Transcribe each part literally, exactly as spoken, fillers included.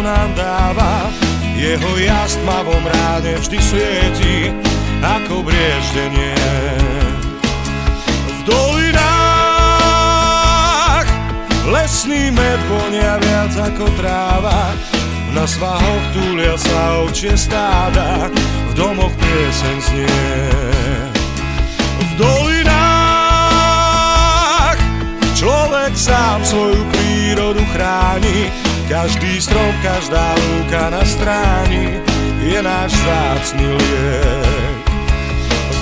nám dáva. Jeho jas tmavom ráne vždy svieti ako brieždenie. V dolinách lesný med vonia viac ako tráva. Na svahoch túlia sa ovčie stáda, v domoch pieseň znie. V dolinách človek sám svoju prírodu chráni. Každý strom, každá lúka na stráni je náš vzácny liek. V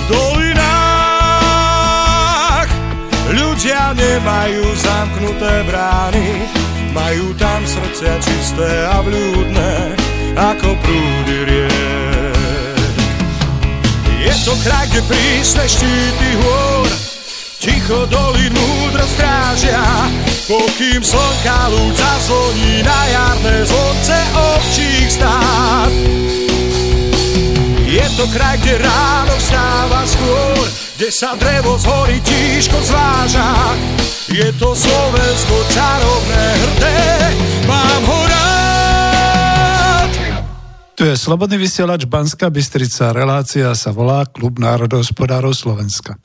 dolinách ľudia nemajú zamknuté brány, majú tam srdcia čisté a vľúdne ako prúdy riek. Je to kraj, kde prísne štíty hôr ticho dolín múdro strážia, pokým slnka lúč zazvoní na jarné zvonce ovčích stád. Je to kraj, kde ráno vstáva skôr, kde sa drevo z hory tížko zváža. Je to Slovensko čarovné, hrdé, mám ho rád. Tu je Slobodný vysielač Banská Bystrica, relácia sa volá Klub národohospodárov Slovenska.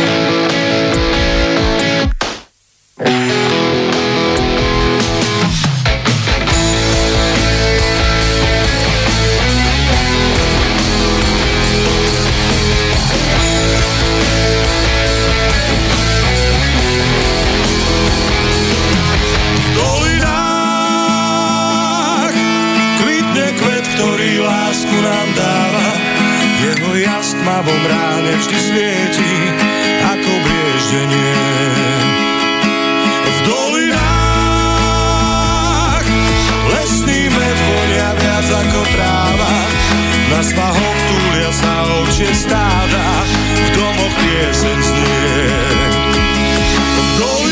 Tmavom ráne vždy svieti ako brieždenie. V dolinách lesný med vonia viac ako tráva. Na svahoch túlia sa ovčie stáda, v domoch pieseň znie. V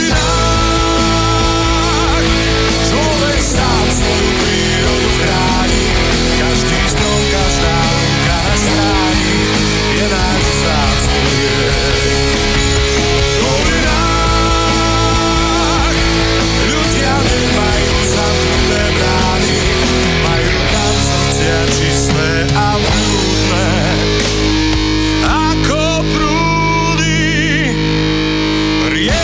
dolinách človek sám svoju prírodu chráni. Každý strom, každá lúka na stráni je náš vzácny liek. V dolinách ľudia nemajú zamknuté brány, majú tam srdcia čisté a vľúdne ako prúdy riek.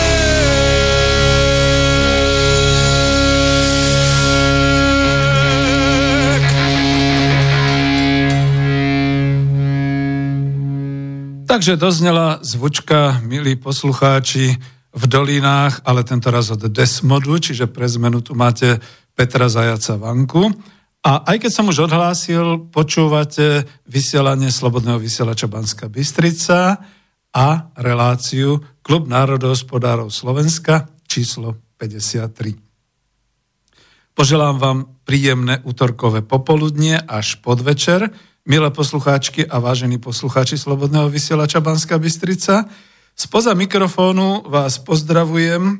Takže doznela zvučka, milí poslucháči, v dolinách, ale tento raz od Desmodu, čiže pre zmenu tu máte Petra Zajaca Vanku. A aj keď som už odhlásil, počúvate vysielanie Slobodného vysielača Banská Bystrica a reláciu Klub národohospodárov Slovenska číslo päťdesiattri. Poželám vám príjemné utorkové popoludnie až podvečer, milé poslucháčky a vážení poslucháči Slobodného vysielača Banská Bystrica. Spoza mikrofónu vás pozdravujem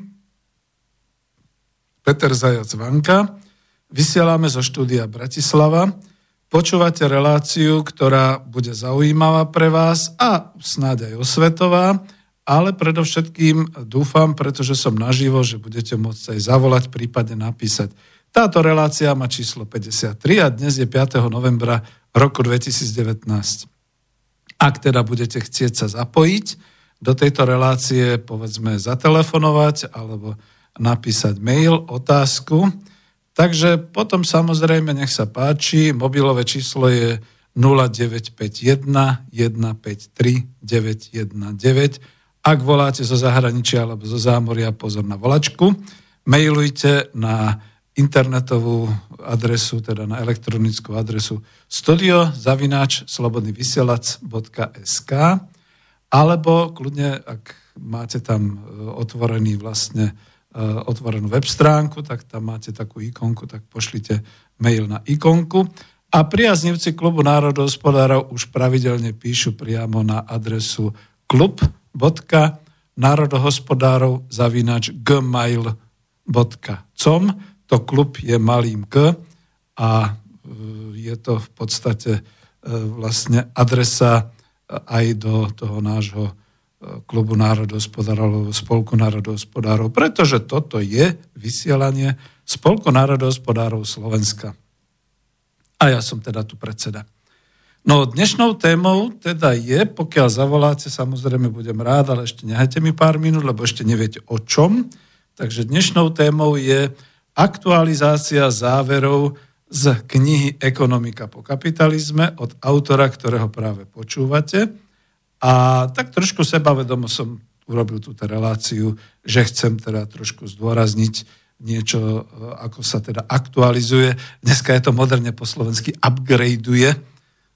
Peter Zajac Vanka. Vysielame zo štúdia Bratislava. Počúvate reláciu, ktorá bude zaujímavá pre vás a snáď aj osvetová, ale predovšetkým dúfam, pretože som naživo, že budete môcť aj zavolať, prípadne napísať. Táto relácia má číslo päťdesiattri a dnes je piateho novembra roku dvetisícdevätnásť. Ak teda budete chcieť sa zapojiť do tejto relácie, povedzme zatelefonovať alebo napísať mail, otázku, takže potom samozrejme nech sa páči, mobilové číslo je nula deväť päť jeden, jeden päť tri, deväť jeden deväť. Ak voláte zo zahraničia alebo zo zámoria, pozor na volačku. Mailujte na internetovú adresu, teda na elektronickú adresu studio zavináč slobodnyvysielac bodka es ká alebo kľudne, ak máte tam otvorený vlastne otvorenú web stránku, tak tam máte takú ikonku, tak pošlite mail na ikonku. A priaznivci Klubu národohospodárov už pravidelne píšu priamo na adresu klub bodka národohospodárov zavináč gmail bodka com. To klub je malým k a je to v podstate vlastne adresa aj do toho nášho Klubu národohospodárov, Spolku národohospodárov, pretože toto je vysielanie Spolku národohospodárov Slovenska. A ja som teda tu predseda. No dnešnou témou teda je, pokiaľ zavoláte, samozrejme budem rád, ale ešte nehajte mi pár minút, lebo ešte neviete o čom. Takže dnešnou témou je aktualizácia záverov z knihy Ekonomika po kapitalizme od autora, ktorého práve počúvate. A tak trošku sebavedomo som urobil túto reláciu, že chcem teda trošku zdôrazniť niečo, ako sa teda aktualizuje. Dneska je to moderne po slovensky upgradeuje e,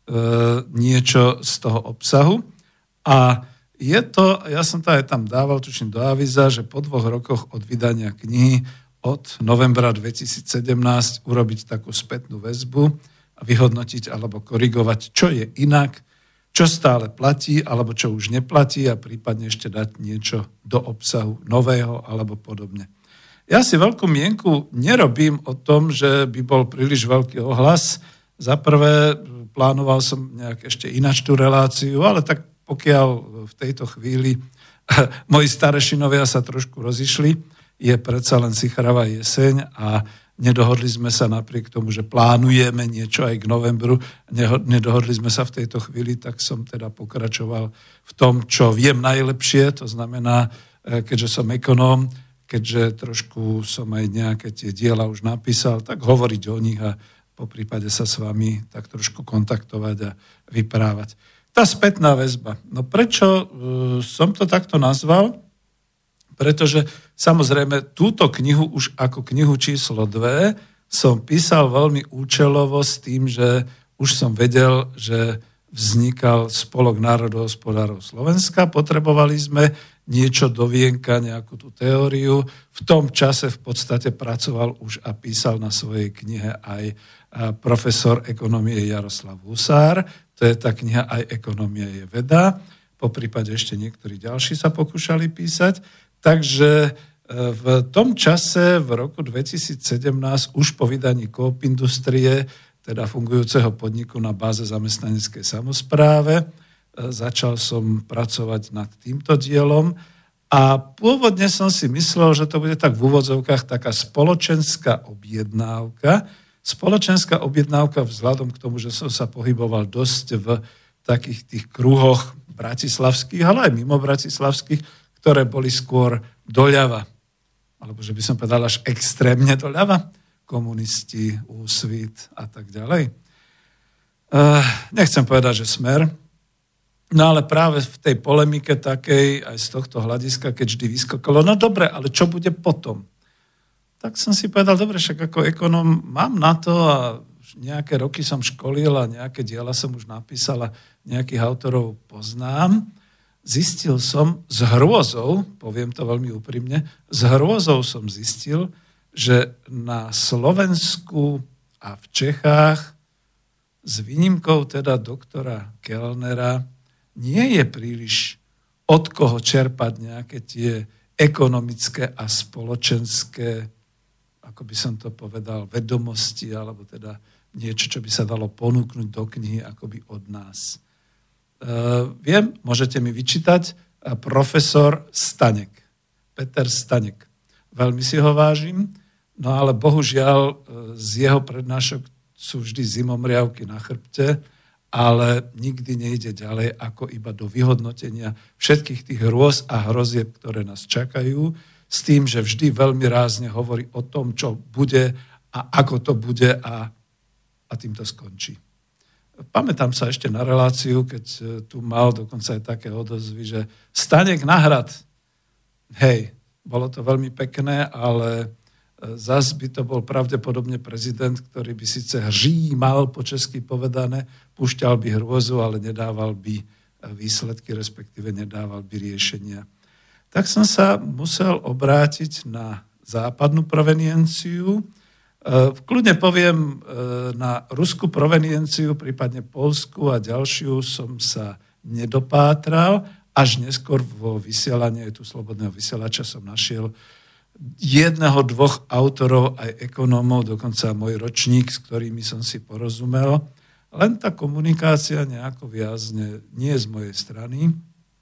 niečo z toho obsahu. A je to, ja som to aj tam dával, tuším do avíza, že po dvoch rokoch od vydania knihy od novembra dvetisícsedemnásť urobiť takú spätnú väzbu a vyhodnotiť alebo korigovať, čo je inak, čo stále platí alebo čo už neplatí a prípadne ešte dať niečo do obsahu nového alebo podobne. Ja si veľkú mienku nerobím o tom, že by bol príliš veľký ohlas. Za prvé, plánoval som nejak ešte ináč tú reláciu, ale tak pokiaľ v tejto chvíli moji starešinovia sa trošku rozišli, je predsa len sichravá jeseň a nedohodli sme sa napriek tomu, že plánujeme niečo aj k novembru, nedohodli sme sa v tejto chvíli, tak som teda pokračoval v tom, čo viem najlepšie, to znamená, keďže som ekonóm, keďže trošku som aj nejaké tie diela už napísal, tak hovoriť o nich a po prípade sa s vami tak trošku kontaktovať a vyprávať. Tá spätná väzba. No prečo som to takto nazval? Pretože samozrejme túto knihu už ako knihu číslo dve som písal veľmi účelovo s tým, že už som vedel, že vznikal Spolok národohospodárov Slovenska. Potrebovali sme niečo do vienka, nejakú tú teóriu. V tom čase v podstate pracoval už a písal na svojej knihe aj profesor ekonomie Jaroslav Husár. To je tá kniha Aj ekonomia je veda. Po prípade ešte niektorí ďalší sa pokúšali písať. Takže v tom čase, v roku dvetisícsedemnásť, už po vydaní Coop Industrie, teda fungujúceho podniku na báze zamestnaneckej samospráve, začal som pracovať nad týmto dielom a pôvodne som si myslel, že to bude tak v úvodzovkách taká spoločenská objednávka. Spoločenská objednávka vzhľadom k tomu, že som sa pohyboval dosť v takých tých kruhoch bratislavských, ale aj mimo bratislavských, ktoré boli skôr doľava. Alebo že by som povedal až extrémne doľava. Komunisti, Úsvit a tak ďalej. Nechcem povedať, že Smer. No ale práve v tej polemike takej, aj z tohto hľadiska, keď vždy vyskokalo, no dobre, ale čo bude potom? Tak som si povedal, dobre, však ako ekonom mám na to a nejaké roky som školil a nejaké diela som už napísal a nejakých autorov poznám. Zistil som s hrôzou, poviem to veľmi úprimne, s hrôzou som zistil, že na Slovensku a v Čechách s výnimkou teda doktora Kellnera nie je príliš od koho čerpať nejaké tie ekonomické a spoločenské, ako by som to povedal, vedomosti, alebo teda niečo, čo by sa dalo ponúknuť do knihy akoby od nás. Uh, viem, môžete mi vyčítať, uh, profesor Stanek, Peter Stanek. Veľmi si ho vážim, no ale bohužiaľ uh, z jeho prednášok sú vždy zimomriavky na chrbte, ale nikdy nejde ďalej ako iba do vyhodnotenia všetkých tých hrôz a hrozieb, ktoré nás čakajú, s tým, že vždy veľmi rázne hovorí o tom, čo bude a ako to bude a, a tým to skončí. Pamätám sa ešte na reláciu, keď tu mal dokonca aj také odozvy, že Stanek na hrad. Hej, bolo to veľmi pekné, ale zas by to bol pravdepodobne prezident, ktorý by síce hřímal, po česky povedané, púšťal by hrôzu, ale nedával by výsledky, respektíve nedával by riešenia. Tak som sa musel obrátiť na západnú provenienciu. Kľudne poviem, na ruskú provenienciu, prípadne poľskú a ďalšiu som sa nedopátral. Až neskôr vo vysielaní, tu Slobodného vysielača som našiel jedného, dvoch autorov, aj ekonómov, dokonca môj ročník, s ktorými som si porozumel. Len tá komunikácia nejako viazne nie je z mojej strany.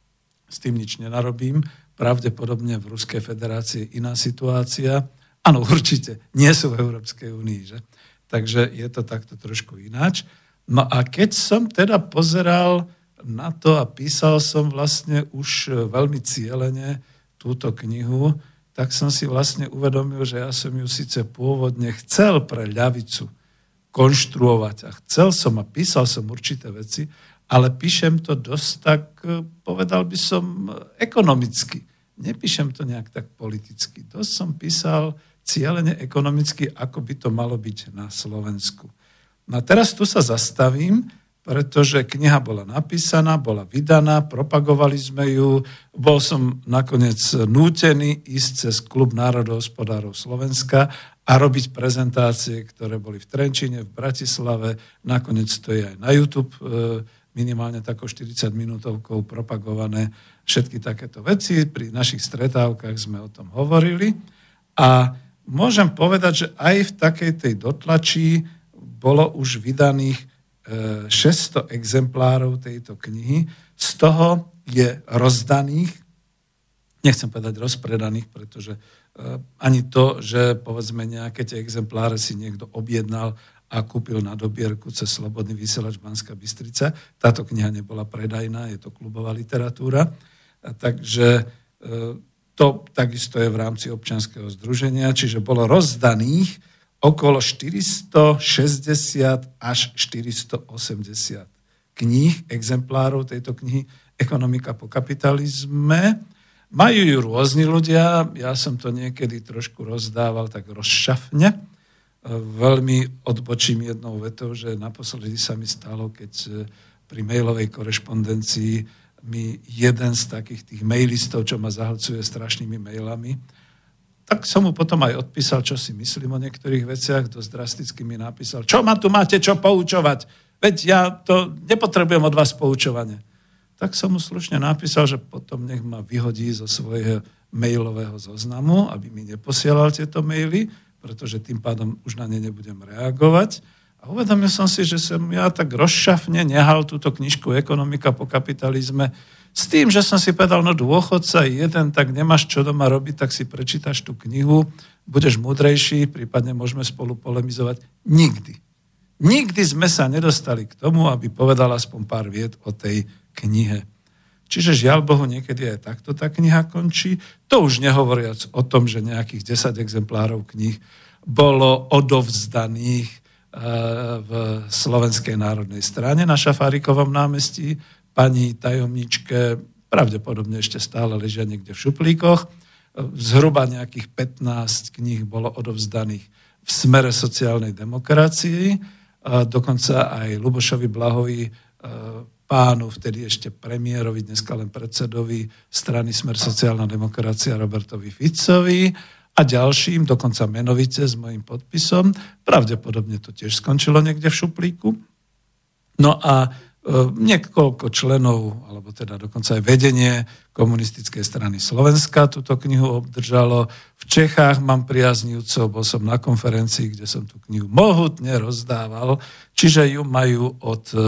S tým nič nenarobím. Pravdepodobne v Ruskej federácii iná situácia. Áno, určite, nie sú v Európskej únii, že? takže je to takto trošku ináč. No a keď som teda pozeral na to a písal som vlastne už veľmi cielene túto knihu, tak som si vlastne uvedomil, že ja som ju síce pôvodne chcel pre ľavicu konštruovať a chcel som a písal som určité veci, ale píšem to dosť tak, povedal by som, ekonomicky. Nepíšem to nejak tak politicky. Dosť som písal cielene ekonomicky, ako by to malo byť na Slovensku. No a teraz tu sa zastavím, pretože kniha bola napísaná, bola vydaná, propagovali sme ju, bol som nakoniec nútený ísť cez Klub národohospodárov Slovenska a robiť prezentácie, ktoré boli v Trenčíne, v Bratislave, nakoniec to je aj na YouTube, minimálne takou štyridsaťminútovkou propagované všetky takéto veci. Pri našich stretávkach sme o tom hovorili a môžem povedať, že aj v takej tej dotlačí bolo už vydaných šesťsto exemplárov tejto knihy. Z toho je rozdaných, nechcem povedať rozpredaných, pretože ani to, že povedzme nejaké tie exempláre si niekto objednal a kúpil na dobierku cez Slobodný vysielač Banská Bystrica. Táto kniha nebola predajná, je to klubová literatúra. Takže to takisto je v rámci občianskeho združenia, čiže bolo rozdaných okolo štyristošesťdesiat až štyristoosemdesiat kníh, exemplárov tejto knihy Ekonomika po kapitalizme. Majú ju rôzni ľudia, ja som to niekedy trošku rozdával tak rozšafne. Veľmi odbočím jednou vetou, že naposledy sa mi stalo, keď pri mailovej korešpondencii mi jeden z takých tých mailistov, čo ma zahlcuje strašnými mailami, tak som mu potom aj odpísal, čo si myslím o niektorých veciach, dosť drasticky mi napísal, čo ma tu máte čo poučovať, veď ja to nepotrebujem od vás poučovanie. Tak som mu slušne napísal, že potom nech ma vyhodí zo svojho mailového zoznamu, aby mi neposielal tieto maily, pretože tým pádom už na ne nebudem reagovať. A uvedomil som si, že som ja tak rozšafne nehal túto knižku Ekonomika po kapitalizme s tým, že som si povedal, no dôchodca jeden, tak nemáš čo doma robiť, tak si prečítaš tú knihu, budeš múdrejší, prípadne môžeme spolu polemizovať. Nikdy. Nikdy sme sa nedostali k tomu, aby povedal aspoň pár viet o tej knihe. Čiže žiaľ Bohu, niekedy aj takto tá kniha končí. To už nehovoriac o tom, že nejakých desať exemplárov kníh bolo odovzdaných v Slovenskej národnej strane na Šafárikovom námestí. Pani tajomničke pravdepodobne ešte stále ležia niekde v šuplíkoch. Zhruba nejakých pätnásť kníh bolo odovzdaných v Smere sociálnej demokracii. Dokonca aj Ľubošovi Blahovi, pánu, vtedy ešte premiérovi, dneska len predsedovi strany Smer sociálna demokracia Robertovi Ficovi a ďalším, dokonca menovite s mojím podpisom. Pravdepodobne to tiež skončilo niekde v šuplíku. No a niekoľko členov, alebo teda dokonca aj vedenie Komunistickej strany Slovenska túto knihu obdržalo. V Čechách mám priaznivcov, bol som na konferencii, kde som tú knihu mohutne rozdával, čiže ju majú od e,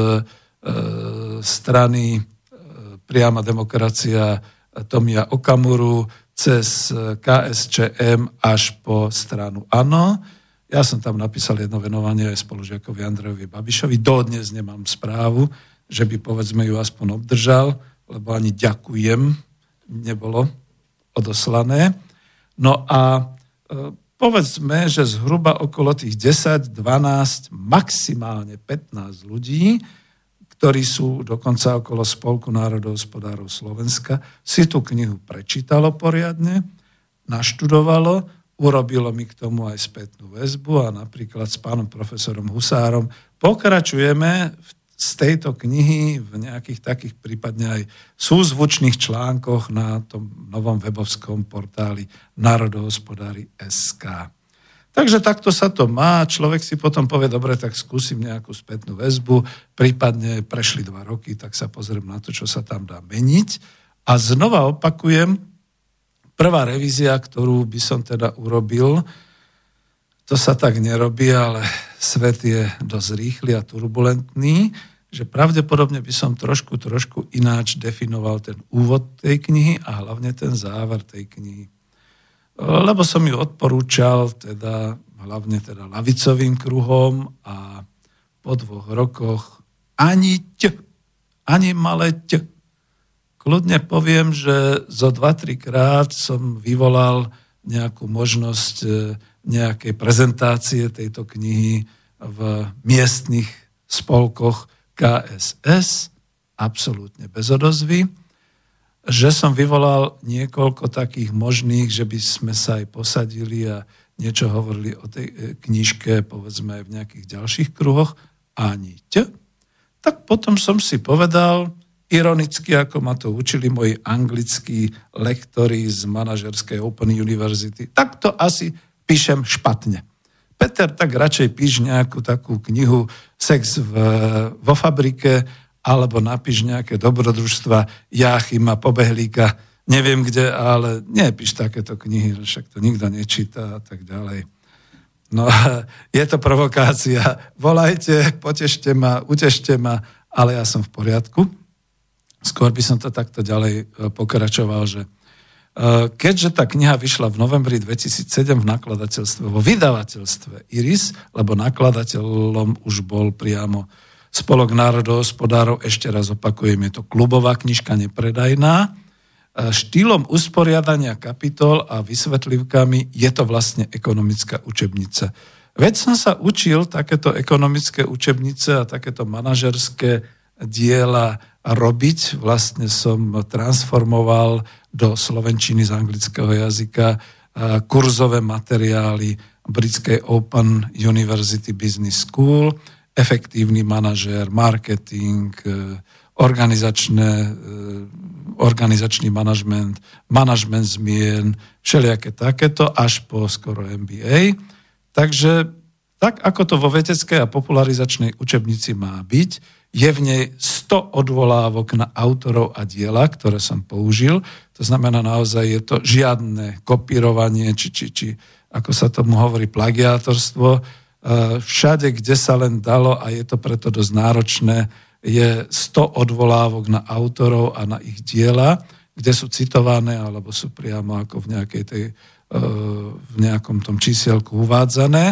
strany e, Priama demokracia Tomia Okamuru cez ká es čé em až po stranu ANO. Ja som tam napísal jedno venovanie aj spolužiakovi Andrejovi Babišovi. Dodnes nemám správu, že by povedzme ju aspoň obdržal, lebo ani ďakujem nebolo odoslané. No a e, povedzme, že zhruba okolo tých desať, dvanásť, maximálne pätnásť ľudí, ktorí sú dokonca okolo Spolku národohospodárov Slovenska, si tú knihu prečítalo poriadne, naštudovalo, urobilo mi k tomu aj spätnú väzbu a napríklad s pánom profesorom Husárom pokračujeme v z tejto knihy v nejakých takých prípadne aj súzvučných článkoch na tom novom webovskom portáli národohospodári bodka es ká. Takže takto sa to má. Človek si potom povie, dobre, tak skúsim nejakú spätnú väzbu, prípadne prešli dva roky, tak sa pozriem na to, čo sa tam dá meniť. A znova opakujem, prvá revízia, ktorú by som teda urobil, to sa tak nerobí, ale svet je dosť rýchly a turbulentný, že pravdepodobne by som trošku, trošku ináč definoval ten úvod tej knihy a hlavne ten záver tej knihy. Lebo som ju odporúčal teda hlavne teda ľavicovým kruhom a po dvoch rokoch ani ť, ani malé ť. Kľudne poviem, že zo dva tri krát som vyvolal nejakú možnosť nejakej prezentácie tejto knihy v miestnych spolkoch ká es es, absolútne bez odozvy, že som vyvolal niekoľko takých možných, že by sme sa aj posadili a niečo hovorili o tej knižke, povedzme aj v nejakých ďalších kruhoch, ani ť. Tak potom som si povedal, ironicky, ako ma to učili moji anglickí lektori z manažerskej Open University, tak to asi píšem špatne. Peter, tak radšej píš nejakú takú knihu Sex v, vo fabrike, alebo napíš nejaké dobrodružstva Jáchyma Pobehlíka, neviem kde, ale nepíš takéto knihy, však to nikto nečíta a tak ďalej. No je to provokácia. Volajte, potešte ma, utešte ma, ale ja som v poriadku. Skôr by som to takto ďalej pokračoval, že keďže tá kniha vyšla v novembri dvetisícsedem v nakladateľstve, vo vydavateľstve Iris, lebo nakladateľom už bol priamo Spolok národohospodárov, ešte raz opakujem, je to klubová knižka, nepredajná. Štýlom usporiadania kapitol a vysvetlivkami je to vlastne ekonomická učebnica. Veď som sa učil takéto ekonomické učebnice a takéto manažerské diela robiť. Vlastne som transformoval do slovenčiny z anglického jazyka kurzové materiály britskej Open University Business School, efektívny manažér, marketing, organizačné, organizačný manažment, manažment zmien, všelijaké takéto, až po skoro em bé á. Takže tak, ako to vo vedeckej a popularizačnej učebnici má byť, je v nej sto odvolávok na autorov a diela, ktoré som použil. To znamená, naozaj je to žiadne kopírovanie, či, či, či ako sa tomu hovorí, plagiátorstvo. Všade, kde sa len dalo, a je to preto dosť náročné, je sto odvolávok na autorov a na ich diela, kde sú citované, alebo sú priamo ako v nejakej tej, v nejakom tom čísielku uvádzané.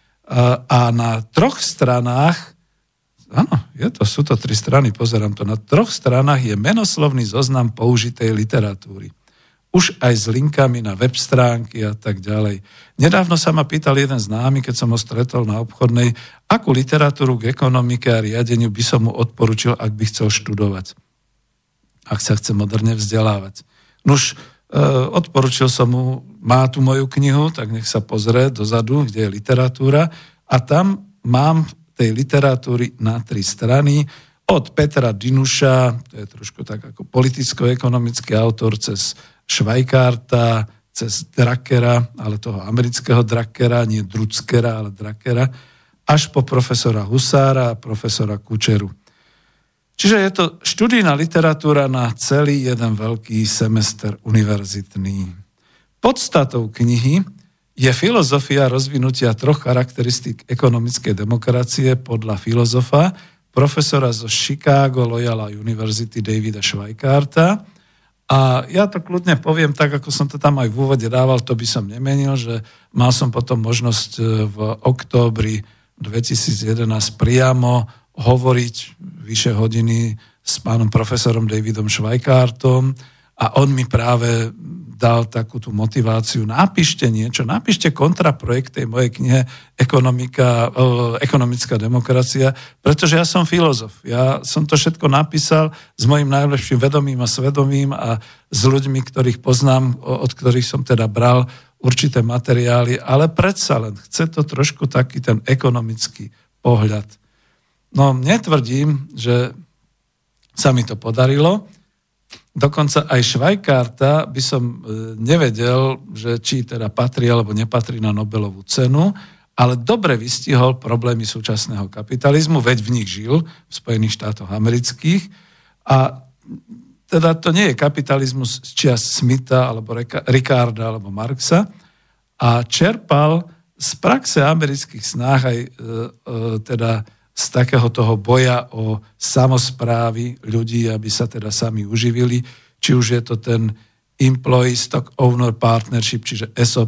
A na troch stranách, áno, je to, sú to tri strany, pozerám to, na troch stranách je menoslovný zoznam použitej literatúry. Už aj s linkami na web stránky a tak ďalej. Nedávno sa ma pýtal jeden známy, keď som ho stretol na obchodnej, akú literatúru k ekonomike a riadeniu by som mu odporučil, ak by chcel študovať. Ak sa chce moderne vzdelávať. Nuž, e, odporučil som mu, má tu moju knihu, tak nech sa pozrie dozadu, kde je literatúra. A tam mám tej literatúry na tri strany. Od Petra Dinuša, to je trošku tak ako politicko-ekonomický autor, cez Švajkárta, cez Druckera, ale toho amerického Druckera, nie Druckera, ale Druckera, až po profesora Husára a profesora Kučeru. Čiže je to študijná literatúra na celý jeden veľký semester univerzitný. Podstatou knihy je filozofia rozvinutia troch charakteristík ekonomickej demokracie podľa filozofa, profesora zo Chicago Loyola University Davida Švajkárta. A ja to kľudne poviem tak, ako som to tam aj v úvode dával, to by som nemenil, že mal som potom možnosť v októbri dvetisícjedenásť priamo hovoriť vyše hodiny s pánom profesorom Davidom Švajkártom a on mi práve dal takú tú motiváciu, napíšte niečo, napíšte kontraprojekt tej mojej knihe Ekonomika, ekonomická demokracia, pretože ja som filozof. Ja som to všetko napísal s mojím najlepším vedomím a svedomím a s ľuďmi, ktorých poznám, od ktorých som teda bral určité materiály, ale predsa len chce to trošku taký ten ekonomický pohľad. No, netvrdím, že sa mi to podarilo. Dokonca aj Švajkárta by som nevedel, že či teda patrí alebo nepatrí na Nobelovú cenu, ale dobre vystihol problémy súčasného kapitalizmu, veď v nich žil v Spojených štátoch amerických. A teda to nie je kapitalizmus z čias Smitha alebo Ricarda alebo Marxa a čerpal z praxe amerických snách aj e, e, teda z takého toho boja o samosprávy ľudí, aby sa teda sami uživili, či už je to ten Employee Stock Owner Partnership, čiže E S O P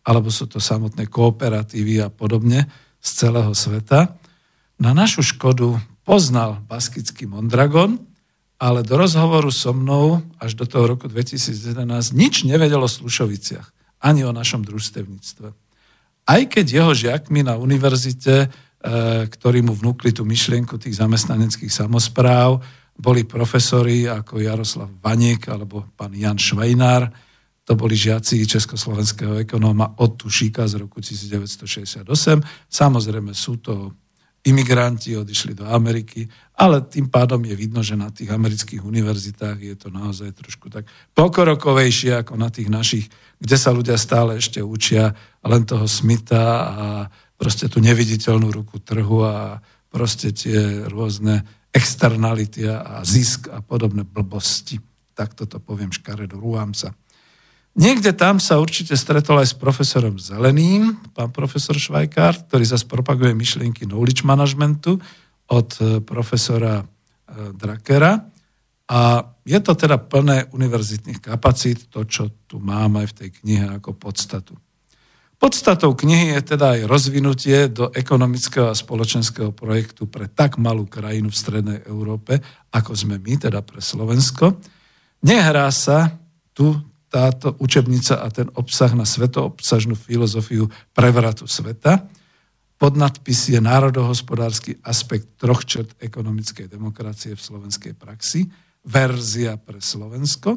alebo sú to samotné kooperatívy a podobne z celého sveta. Na našu škodu poznal baskický Mondragon, ale do rozhovoru so mnou až do toho roku dvetisíc jedenásť nič nevedel o Slušoviciach, ani o našom družstevníctve. Aj keď jeho žiakmi na univerzite, ktorí mu vnúkli tú myšlienku tých zamestnaneckých samospráv, boli profesori ako Jaroslav Vaník alebo pán Jan Švejnár, to boli žiaci československého ekonóma od Tušíka z roku devätnásť šesťdesiatosem. Samozrejme sú to imigranti, odišli do Ameriky, ale tým pádom je vidno, že na tých amerických univerzitách je to naozaj trošku tak pokrokovejšie ako na tých našich, kde sa ľudia stále ešte učia len toho Smitha a proste tú neviditeľnú ruku trhu a proste tie rôzne externality a zisk a podobné blbosti. Tak toto poviem škaredo, rúham sa. Niekde tam sa určite stretol aj s profesorom Zeleným, pán profesor Švajkár, ktorý zase propaguje myšlienky knowledge managementu od profesora Drakera. A je to teda plné univerzitných kapacít, to, čo tu máme aj v tej knihe ako podstatu. Podstatou knihy je teda aj rozvinutie do ekonomického a spoločenského projektu pre tak malú krajinu v strednej Európe, ako sme my, teda pre Slovensko. Nehrá sa tu táto učebnica a ten obsah na svetoobsažnú filozofiu prevratu sveta. Podnadpis je národohospodársky aspekt troch črt ekonomickej demokracie v slovenskej praxi, verzia pre Slovensko.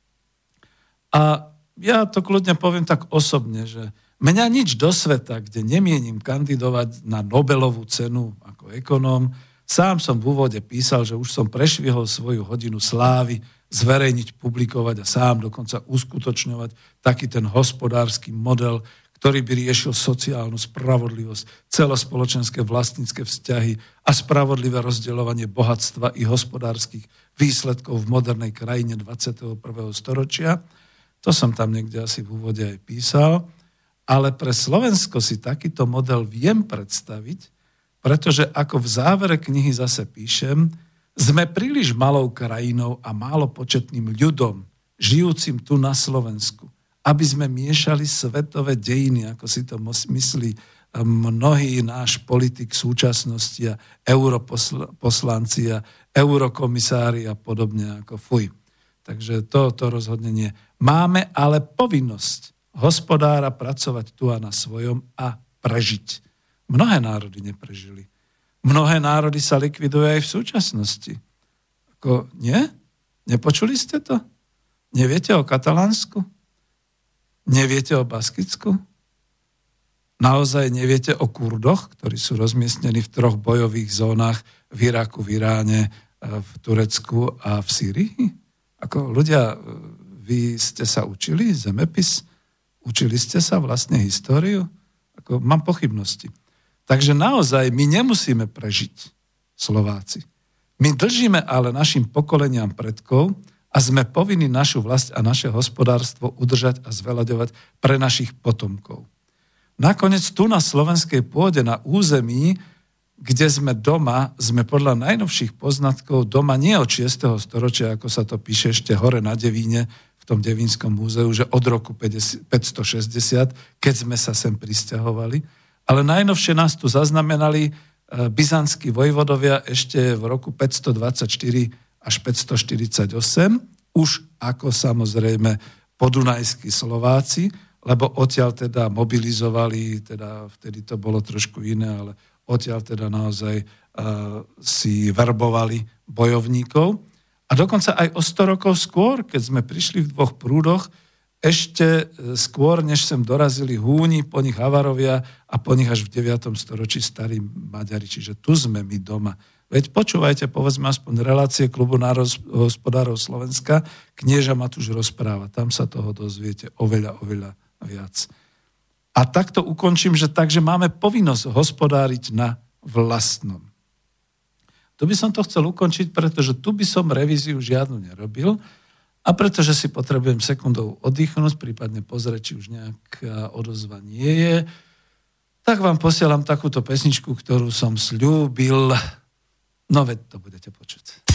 A ja to kľudne poviem tak osobne, že mňa nič do sveta, kde nemienim kandidovať na Nobelovú cenu ako ekonóm. Sám som v úvode písal, že už som prešvihol svoju hodinu slávy, zverejniť, publikovať a sám dokonca uskutočňovať taký ten hospodársky model, ktorý by riešil sociálnu spravodlivosť, celospoločenské vlastnícke vzťahy a spravodlivé rozdeľovanie bohatstva i hospodárskych výsledkov v modernej krajine dvadsiateho prvého storočia. To som tam niekde asi v úvode aj písal. Ale pre Slovensko si takýto model viem predstaviť, pretože ako v závere knihy zase píšem, sme príliš malou krajinou a málo početným ľudom, žijúcim tu na Slovensku, aby sme miešali svetové dejiny, ako si to myslí mnohý náš politik súčasnosti a europoslanci a eurokomisári a podobne ako fuj. Takže to, to rozhodne nie. Máme ale povinnosť hospodára pracovať tu a na svojom a prežiť. Mnohé národy neprežili. Mnohé národy sa likvidujú aj v súčasnosti. Ako, nie? Nepočuli ste to? Neviete o Katalánsku? Neviete o Baskicku? Naozaj neviete o Kurdoch, ktorí sú rozmiestnení v troch bojových zónach v Iraku, v Iráne, v Turecku a v Sýrii? Ako ľudia, vy ste sa učili zemepis? Učili ste sa vlastne históriu? Ako, mám pochybnosti. Takže naozaj my nemusíme prežiť, Slováci. My držíme ale našim pokoleniam predkov a sme povinni našu vlast a naše hospodárstvo udržať a zveľaďovať pre našich potomkov. Nakoniec tu na slovenskej pôde, na území, kde sme doma, sme podľa najnovších poznatkov doma nie od šiesteho storočia, ako sa to píše ešte hore na Devíne, v tom Devínskom múzeu, že od roku päťstošesťdesiat, keď sme sa sem prisťahovali. Ale najnovšie nás tu zaznamenali byzantskí vojvodovia ešte v roku päťstodvadsaťštyri až päťstoštyridsaťosem, už ako samozrejme podunajskí Slováci, lebo odtiaľ teda mobilizovali, teda vtedy to bolo trošku iné, ale odtiaľ teda naozaj uh, si verbovali bojovníkov. A dokonca aj o sto rokov skôr, keď sme prišli v dvoch prúdoch, ešte skôr, než sem dorazili Húni, po nich Havarovia a po nich až v deviatom storočí starí Maďari. Čiže tu sme my doma. Veď počúvajte, povedzme aspoň relácie Klubu národohospodárov Slovenska, knieža Matúš rozpráva. Tam sa toho dozviete oveľa, oveľa viac. A takto ukončím, že takže máme povinnosť hospodáriť na vlastnom. Tu by som to chcel ukončiť, pretože tu by som revíziu žiadnu nerobil, a pretože si potrebujem sekundou oddychnúť, prípadne pozrieť, či už nejaká odozva nie je, tak vám posielam takúto pesničku, ktorú som sľúbil. No veď to budete počuť.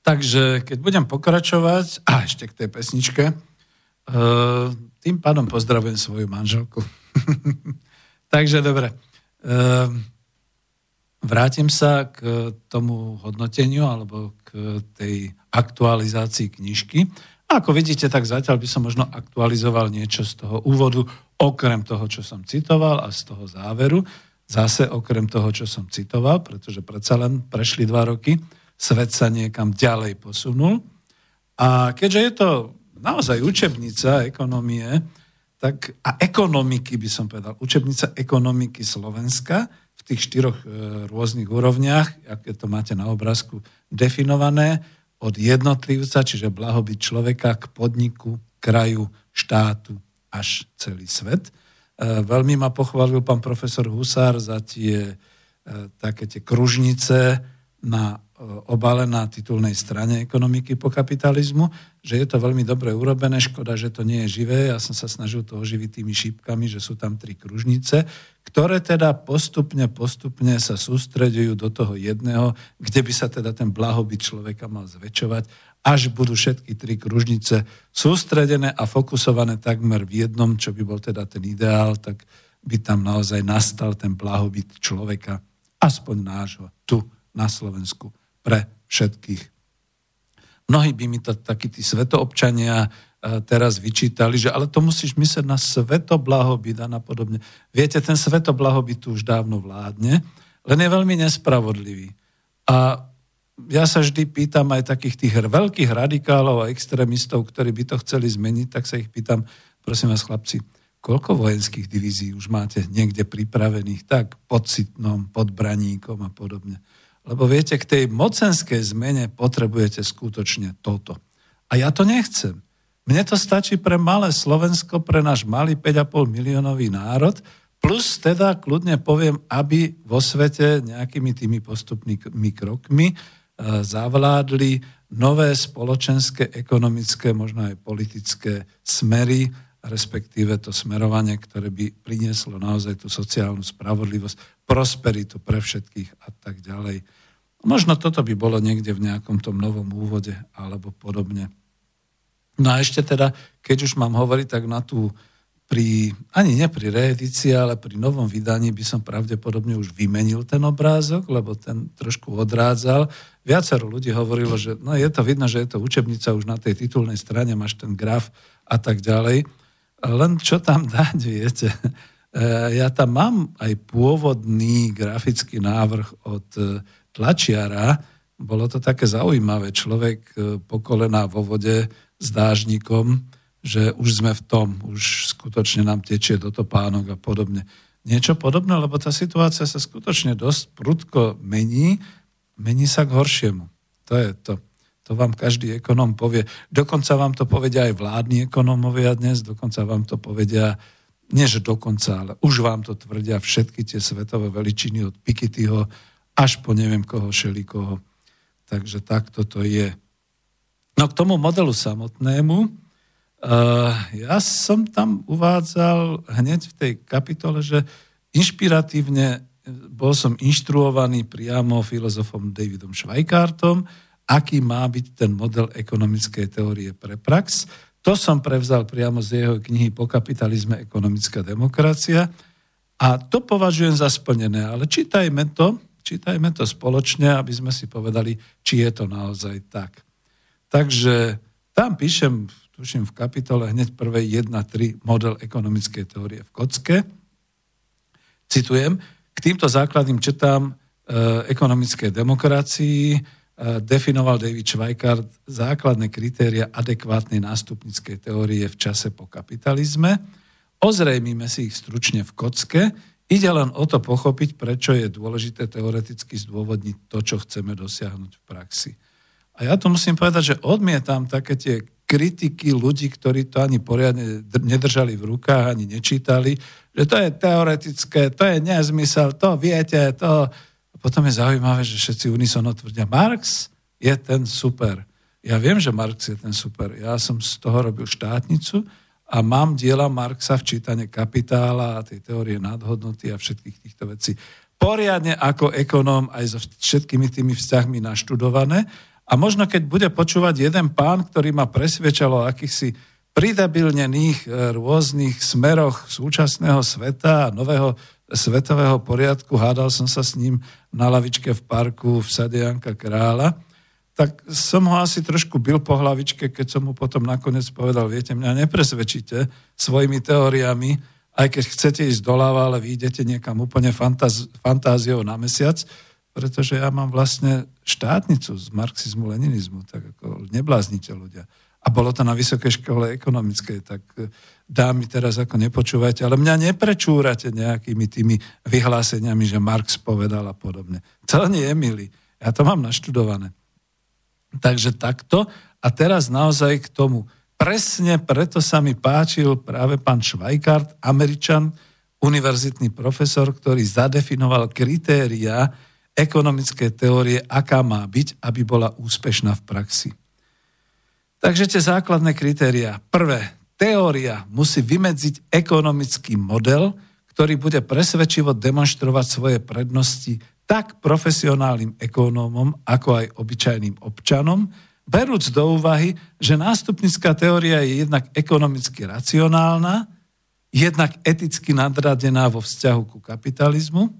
Takže keď budem pokračovať, a ešte k tej pesničke, tým pádom pozdravujem svoju manželku. Takže dobre. Vrátim sa k tomu hodnoteniu alebo k tej aktualizácii knižky. A ako vidíte, tak zatiaľ by som možno aktualizoval niečo z toho úvodu, okrem toho, čo som citoval a z toho záveru. Zase okrem toho, čo som citoval, pretože predsa len prešli dva roky, svet sa niekam ďalej posunul. A keďže je to naozaj učebnica ekonomie, tak, a ekonomiky by som povedal, učebnica ekonomiky Slovenska v tých štyroch e, rôznych úrovniach, aké to máte na obrázku definované, od jednotlivca, čiže blahobyt človeka, k podniku, kraju, štátu, až celý svet. E, veľmi ma pochválil pán profesor Husár za tie e, také tie kružnice na obale na titulnej strane ekonomiky po kapitalizmu, že je to veľmi dobre urobené, škoda, že to nie je živé. Ja som sa snažil to oživiť tými šípkami, že sú tam tri kružnice, ktoré teda postupne, postupne sa sústreďujú do toho jedného, kde by sa teda ten blahobyt človeka mal zväčšovať, až budú všetky tri kružnice sústredené a fokusované takmer v jednom, čo by bol teda ten ideál, tak by tam naozaj nastal ten blahobyt človeka, aspoň nášho, tu na Slovensku, pre všetkých. Mnohí by mi to takí tí svetoobčania teraz vyčítali, že ale to musíš myslieť na svetoblahobyt a napodobne. Viete, ten svetoblahobyt tu už dávno vládne, len je veľmi nespravodlivý. A ja sa vždy pýtam aj takých tých veľkých radikálov a extrémistov, ktorí by to chceli zmeniť, tak sa ich pýtam, prosím vás chlapci, koľko vojenských divízií už máte niekde pripravených, tak pod Sitnom, pod Braníkom a podobne. Lebo viete, k tej mocenskej zmene potrebujete skutočne toto. A ja to nechcem. Mne to stačí pre malé Slovensko, pre náš malý päť a pol miliónový národ, plus teda kľudne poviem, aby vo svete nejakými tými postupnými krokmi zavládli nové spoločenské, ekonomické, možno aj politické smery, respektíve to smerovanie, ktoré by prinieslo naozaj tú sociálnu spravodlivosť, prosperitu pre všetkých a tak ďalej. Možno toto by bolo niekde v nejakom tom novom úvode alebo podobne. No a ešte teda, keď už mám hovoriť, tak na tú, pri, ani nie pri reedícii, ale pri novom vydaní by som pravdepodobne už vymenil ten obrázok, lebo ten trošku odrádzal. Viacero ľudí hovorilo, že no je to vidno, že je to učebnica už na tej titulnej strane, máš ten graf a tak ďalej. Len čo tam dať, viete? Ja tam mám aj pôvodný grafický návrh od tlačiara. Bolo to také zaujímavé. Človek po kolená vo vode s dážnikom, že už sme v tom, už skutočne nám tečie do topánok a podobne. Niečo podobné, lebo tá situácia sa skutočne dosť prudko mení, mení sa k horšiemu. To je to. To vám každý ekonóm povie. Dokonca vám to povedia aj vládni ekonómovia dnes, dokonca vám to povedia, nie že dokonca, ale už vám to tvrdia všetky tie svetové veličiny od Pikettyho až po neviem koho, šelikoho. Takže takto to je. No k tomu modelu samotnému, uh, ja som tam uvádzal hneď v tej kapitole, že inšpiratívne bol som inštruovaný priamo filozofom Davidom Schweikartom, aký má byť ten model ekonomickej teórie pre prax. To som prevzal priamo z jeho knihy Po kapitalizme ekonomická demokracia a to považujem za splnené, ale čítajme to, čítajme to spoločne, aby sme si povedali, či je to naozaj tak. Takže tam píšem, tuším v kapitole hneď prvej jedna tri model ekonomickej teórie v kocke. Citujem, k týmto základným četám e, ekonomickej demokracii definoval David Schweikart základné kritéria adekvátnej nástupnickej teórie v čase po kapitalizme. Ozrejmime si ich stručne v kocke. Ide len o to pochopiť, prečo je dôležité teoreticky zdôvodniť to, čo chceme dosiahnuť v praxi. A ja to musím povedať, že odmietam také tie kritiky ľudí, ktorí to ani poriadne nedržali v rukách, ani nečítali, že to je teoretické, to je nezmysel, to viete, to... Potom je zaujímavé, že všetci unisono tvrdia, Marx je ten super. Ja viem, že Marx je ten super. Ja som z toho robil štátnicu a mám diela Marxa v čítane Kapitála a tej teórie nadhodnoty a všetkých týchto vecí poriadne ako ekonóm aj so všetkými tými vzťahmi naštudované. A možno keď bude počúvať jeden pán, ktorý ma presvedčal o akýchsi pridebilnených rôznych smeroch súčasného sveta a nového svetového poriadku, hádal som sa s ním na lavičke v parku v sade Janka Kráľa, tak som ho asi trošku bil po hlavičke, keď som mu potom nakoniec povedal, viete, mňa nepresvedčíte svojimi teóriami, aj keď chcete ísť doľava, ale vy idete niekam úplne fantáz- fantáziou na mesiac, pretože ja mám vlastne štátnicu z marxizmu, leninizmu, tak ako nebláznite ľudia. A bolo to na Vysokej škole ekonomickej, tak dámy teraz ako nepočúvajte, ale mňa neprečúrate nejakými tými vyhláseniami, že Marx povedal a podobne. To nie je milý. Ja to mám naštudované. Takže takto. A teraz naozaj k tomu. Presne preto sa mi páčil práve pán Schweikart, Američan, univerzitný profesor, ktorý zadefinoval kritériá ekonomické teórie, aká má byť, aby bola úspešná v praxi. Takže tie základné kritériá. Prvé, teória musí vymedziť ekonomický model, ktorý bude presvedčivo demonštrovať svoje prednosti tak profesionálnym ekonómom, ako aj obyčajným občanom, berúc do úvahy, že nástupnická teória je jednak ekonomicky racionálna, jednak eticky nadradená vo vzťahu ku kapitalizmu.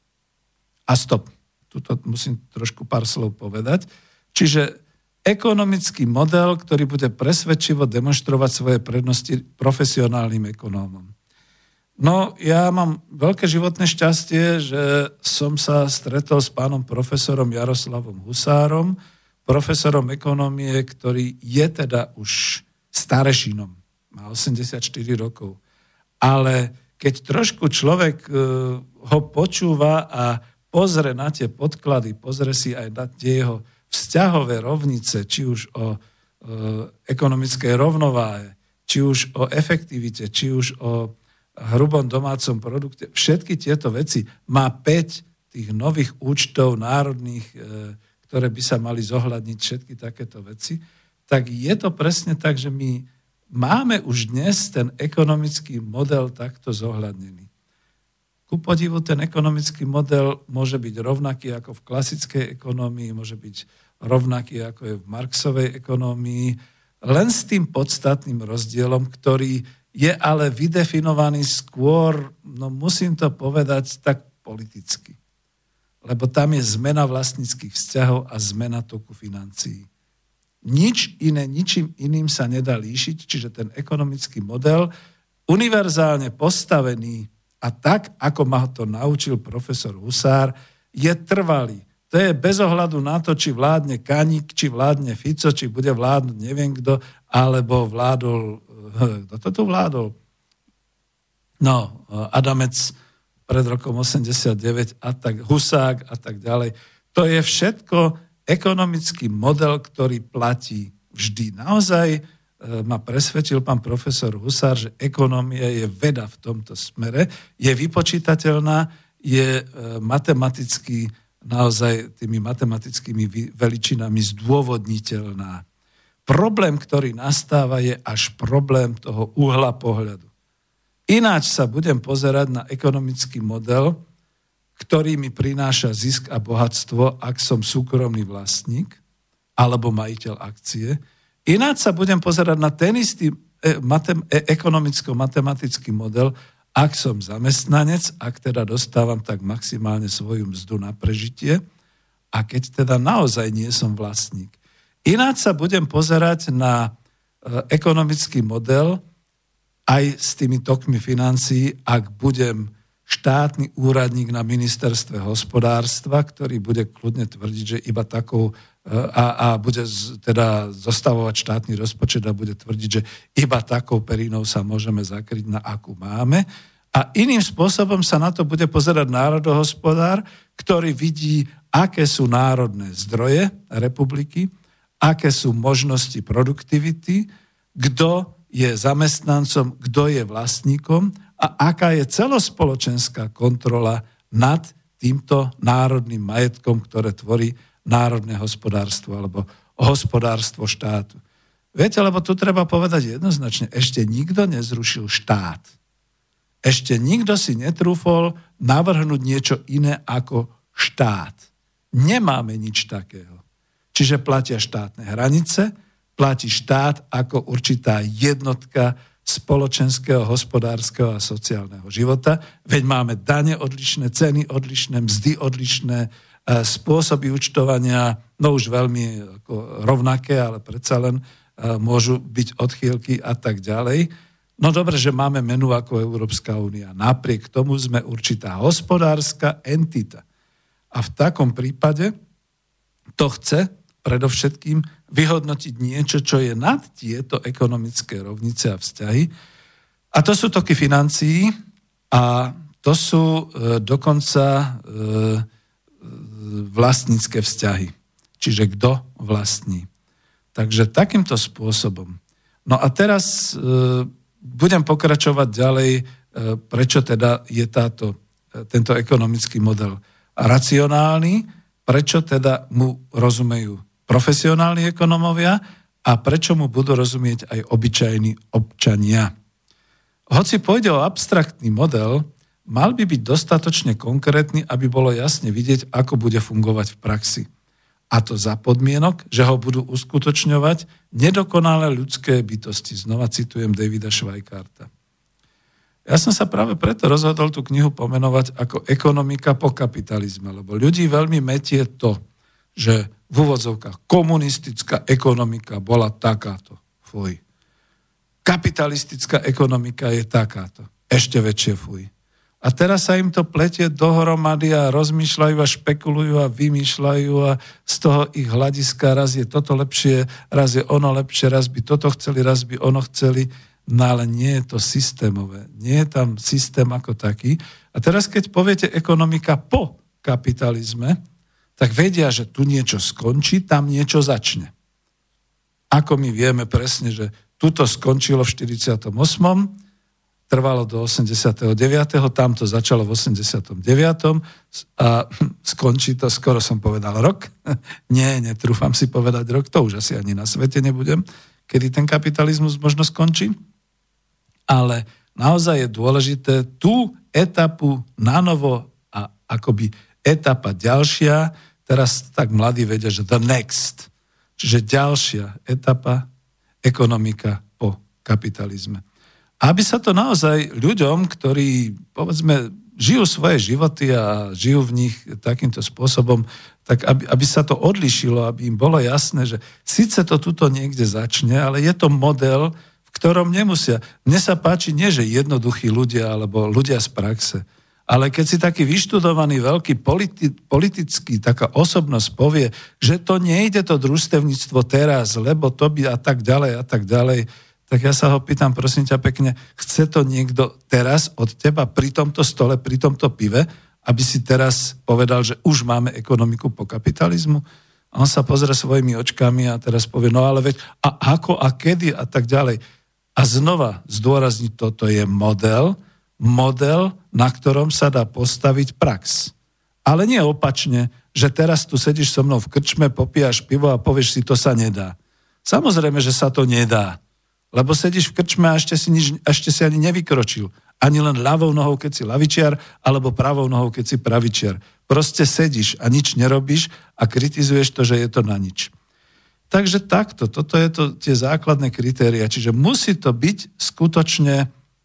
A stop, tuto musím trošku pár slov povedať. Čiže ekonomický model, ktorý bude presvedčivo demonštrovať svoje prednosti profesionálnym ekonómom. No, ja mám veľké životné šťastie, že som sa stretol s pánom profesorom Jaroslavom Husárom, profesorom ekonómie, ktorý je teda už starešinom, má osemdesiatštyri rokov. Ale keď trošku človek ho počúva a pozrie na tie podklady, pozrie si aj na tie jeho vzťahové rovnice, či už o e, ekonomickej rovnováhe, či už o efektivite, či už o hrubom domácom produkte. Všetky tieto veci má päť tých nových účtov národných, e, ktoré by sa mali zohľadniť, všetky takéto veci. Tak je to presne tak, že my máme už dnes ten ekonomický model takto zohľadnený. Ku podivu ten ekonomický model môže byť rovnaký ako v klasickej ekonomii, môže byť rovnaký ako je v Marxovej ekonomii, len s tým podstatným rozdielom, ktorý je ale vydefinovaný skôr, no musím to povedať, tak politicky. Lebo tam je zmena vlastníckych vzťahov a zmena toku financií. Nič iné, ničím iným sa nedá líšiť, čiže ten ekonomický model univerzálne postavený a tak, ako ma to naučil profesor Husár, je trvalý. To je bez ohľadu na to, či vládne Kaník, či vládne Fico, či bude vládnuť neviem kto, alebo vládol, kto to tu vládol? No, Adamec pred rokom osemdesiatdeväť a tak, Husák a tak ďalej. To je všetko ekonomický model, ktorý platí vždy. Naozaj ma presvedčil pán profesor Husár, že ekonómia je veda v tomto smere, je vypočítateľná, je matematicky, naozaj tými matematickými veličinami zdôvodniteľná. Problém, ktorý nastáva, je až problém toho uhla pohľadu. Ináč sa budem pozerať na ekonomický model, ktorý mi prináša zisk a bohatstvo, ak som súkromný vlastník alebo majiteľ akcie. Ináč sa budem pozerať na ten istý matem, ekonomicko-matematický model, ak som zamestnanec, ak teda dostávam tak maximálne svoju mzdu na prežitie a keď teda naozaj nie som vlastník. Ináč sa budem pozerať na ekonomický model aj s tými tokmi financií, ak budem štátny úradník na ministerstve hospodárstva, ktorý bude kľudne tvrdiť, že iba takou a, a bude z, teda zostavovať štátny rozpočet a bude tvrdiť, že iba takou perinou sa môžeme zakryť, na akú máme. A iným spôsobom sa na to bude pozerať národohospodár, ktorý vidí, aké sú národné zdroje republiky, aké sú možnosti produktivity, kto je zamestnancom, kto je vlastníkom a aká je celospoločenská kontrola nad týmto národným majetkom, ktoré tvorí národné hospodárstvo alebo hospodárstvo štátu. Viete, lebo tu treba povedať jednoznačne, ešte nikto nezrušil štát. Ešte nikto si netrúfol navrhnúť niečo iné ako štát. Nemáme nič takého. Čiže platia štátne hranice, platí štát ako určitá jednotka spoločenského, hospodárskeho a sociálneho života. Veď máme dane odlišné, ceny odlišné, mzdy odlišné, spôsoby účtovania, no už veľmi ako rovnaké, ale predsa len môžu byť odchýlky a tak ďalej. No dobre, že máme menu ako Európska únia. Napriek tomu sme určitá hospodárska entita. A v takom prípade to chce predovšetkým vyhodnotiť niečo, čo je nad tieto ekonomické rovnice a vzťahy. A to sú toky financií a to sú e, dokonca e, vlastnícke vzťahy. Čiže kto vlastní. Takže takýmto spôsobom. No a teraz e, budem pokračovať ďalej, e, prečo teda je táto, e, tento ekonomický model racionálny, prečo teda mu rozumejú profesionálni ekonomovia a prečo mu budú rozumieť aj obyčajní občania. Hoci pôjde o abstraktný model, mal by byť dostatočne konkrétny, aby bolo jasne vidieť, ako bude fungovať v praxi. A to za podmienok, že ho budú uskutočňovať nedokonalé ľudské bytosti. Znova citujem Davida Schweikarta. Ja som sa práve preto rozhodol tú knihu pomenovať ako Ekonomika po kapitalizme, lebo ľudí veľmi metie to, že v úvodzovkách komunistická ekonomika bola takáto. Fuj. Kapitalistická ekonomika je takáto. Ešte väčšie fuj. A teraz sa im to pletie dohromady a rozmýšľajú a špekulujú a vymýšľajú a z toho ich hľadiska raz je toto lepšie, raz je ono lepšie, raz by toto chceli, raz by ono chceli. No ale nie je to systémové. Nie je tam systém ako taký. A teraz keď poviete ekonomika po kapitalizme, tak vedia, že tu niečo skončí, tam niečo začne. Ako my vieme presne, že tuto skončilo v štyridsiatom ôsmom, trvalo do osemdesiateho deviateho tam to začalo v osemdesiatom deviatom a skončí to, skoro som povedal rok. Nie, netrúfam si povedať rok, to už asi ani na svete nebudem, kedy ten kapitalizmus možno skončí. Ale naozaj je dôležité tú etapu nanovo a akoby etapa ďalšia, teraz tak mladí vedia, že the next, čiže ďalšia etapa ekonomika po kapitalizme. Aby sa to naozaj ľuďom, ktorí, povedzme, žijú svoje životy a žijú v nich takýmto spôsobom, tak aby, aby sa to odlišilo, aby im bolo jasné, že síce to tuto niekde začne, ale je to model, v ktorom nemusia. Mne sa páči nie, že jednoduchí ľudia alebo ľudia z praxe, ale keď si taký vyštudovaný veľký politi- politický, taká osobnosť povie, že to nejde to družstevníctvo teraz, lebo to by a tak ďalej a tak ďalej, tak ja sa ho pýtam, prosím ťa pekne, chce to niekto teraz od teba pri tomto stole, pri tomto pive, aby si teraz povedal, že už máme ekonomiku po kapitalizmu? A on sa pozrie svojimi očkami a teraz povie, no ale veď, a ako a kedy a tak ďalej. A znova zdôrazniť, toto je model, model, na ktorom sa dá postaviť prax. Ale nie opačne, že teraz tu sedíš so mnou v krčme, popíjaš pivo a povieš si, to sa nedá. Samozrejme, že sa to nedá. Lebo sedíš v krčme a ešte si, nič, ešte si ani nevykročil. Ani len ľavou nohou, keď si lavičiar, alebo pravou nohou, keď si pravičiar. Proste sedíš a nič nerobíš a kritizuješ to, že je to na nič. Takže takto, toto je to tie základné kritéria. Čiže musí to byť skutočne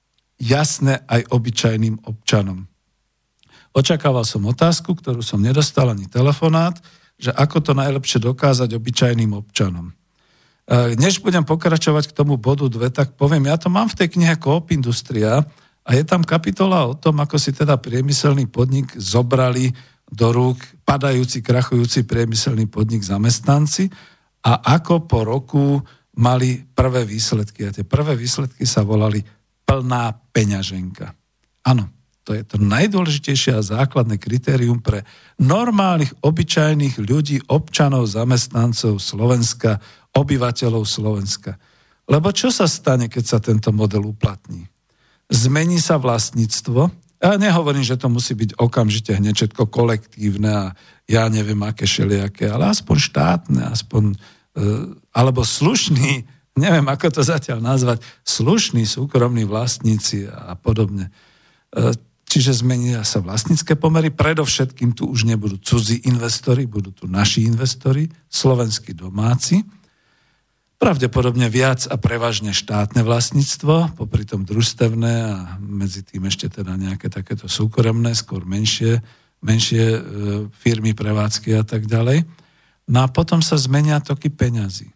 jasné aj obyčajným občanom. Očakával som otázku, ktorú som nedostal ani telefonát, že ako to najlepšie dokázať obyčajným občanom. Než budem pokračovať k tomu bodu dve, tak poviem, ja to mám v tej knihe Coop Industria a je tam kapitola o tom, ako si teda priemyselný podnik zobrali do rúk padajúci, krachujúci priemyselný podnik zamestnanci a ako po roku mali prvé výsledky. A tie prvé výsledky sa volali plná peňaženka. Áno, to je to najdôležitejšie a základné kritérium pre normálnych, obyčajných ľudí, občanov, zamestnancov Slovenska, obyvateľov Slovenska. Lebo čo sa stane, keď sa tento model uplatní? Zmení sa vlastníctvo. Ja nehovorím, že to musí byť okamžite hneď všetko kolektívne a ja neviem, aké šelijaké, ale aspoň štátne, aspoň, alebo slušný, neviem, ako to zatiaľ nazvať, slušní súkromní vlastníci a podobne. čiže zmenia sa vlastnícke pomery, predovšetkým tu už nebudú cudzí investori, budú tu naši investori, slovenskí domáci, pravdepodobne viac a prevažne štátne vlastníctvo, popri tom družstevné a medzi tým ešte teda nejaké takéto súkromné, skôr menšie, menšie e, firmy, prevádzky a tak ďalej. No a potom sa zmenia toky peňazí.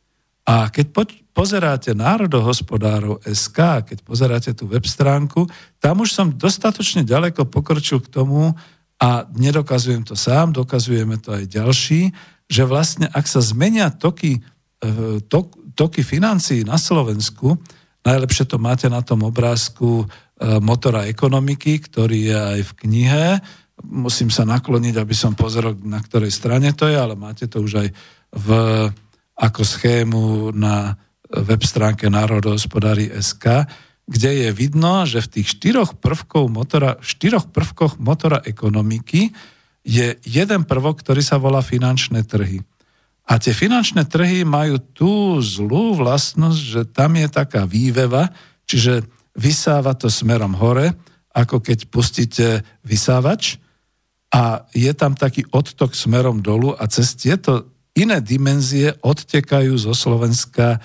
A keď po, pozeráte národohospodárov bodka es ká, keď pozeráte tú web stránku, tam už som dostatočne ďaleko pokročil k tomu a nedokazujem to sám, dokazujeme to aj ďalší, že vlastne ak sa zmenia toky Tok, toky financií na Slovensku, najlepšie to máte na tom obrázku Motora ekonomiky, ktorý je aj v knihe. Musím sa nakloniť, aby som pozrel, na ktorej strane to je, ale máte to už aj v, ako schému na web stránke národohospodári bodka es ká, kde je vidno, že v tých štyroch, prvkov motora, štyroch prvkoch motora ekonomiky je jeden prvok, ktorý sa volá finančné trhy. A tie finančné trhy majú tú zlú vlastnosť, že tam je taká výveva, čiže vysáva to smerom hore, ako keď pustíte vysávač a je tam taký odtok smerom dolu a cez tieto iné dimenzie odtekajú zo Slovenska e,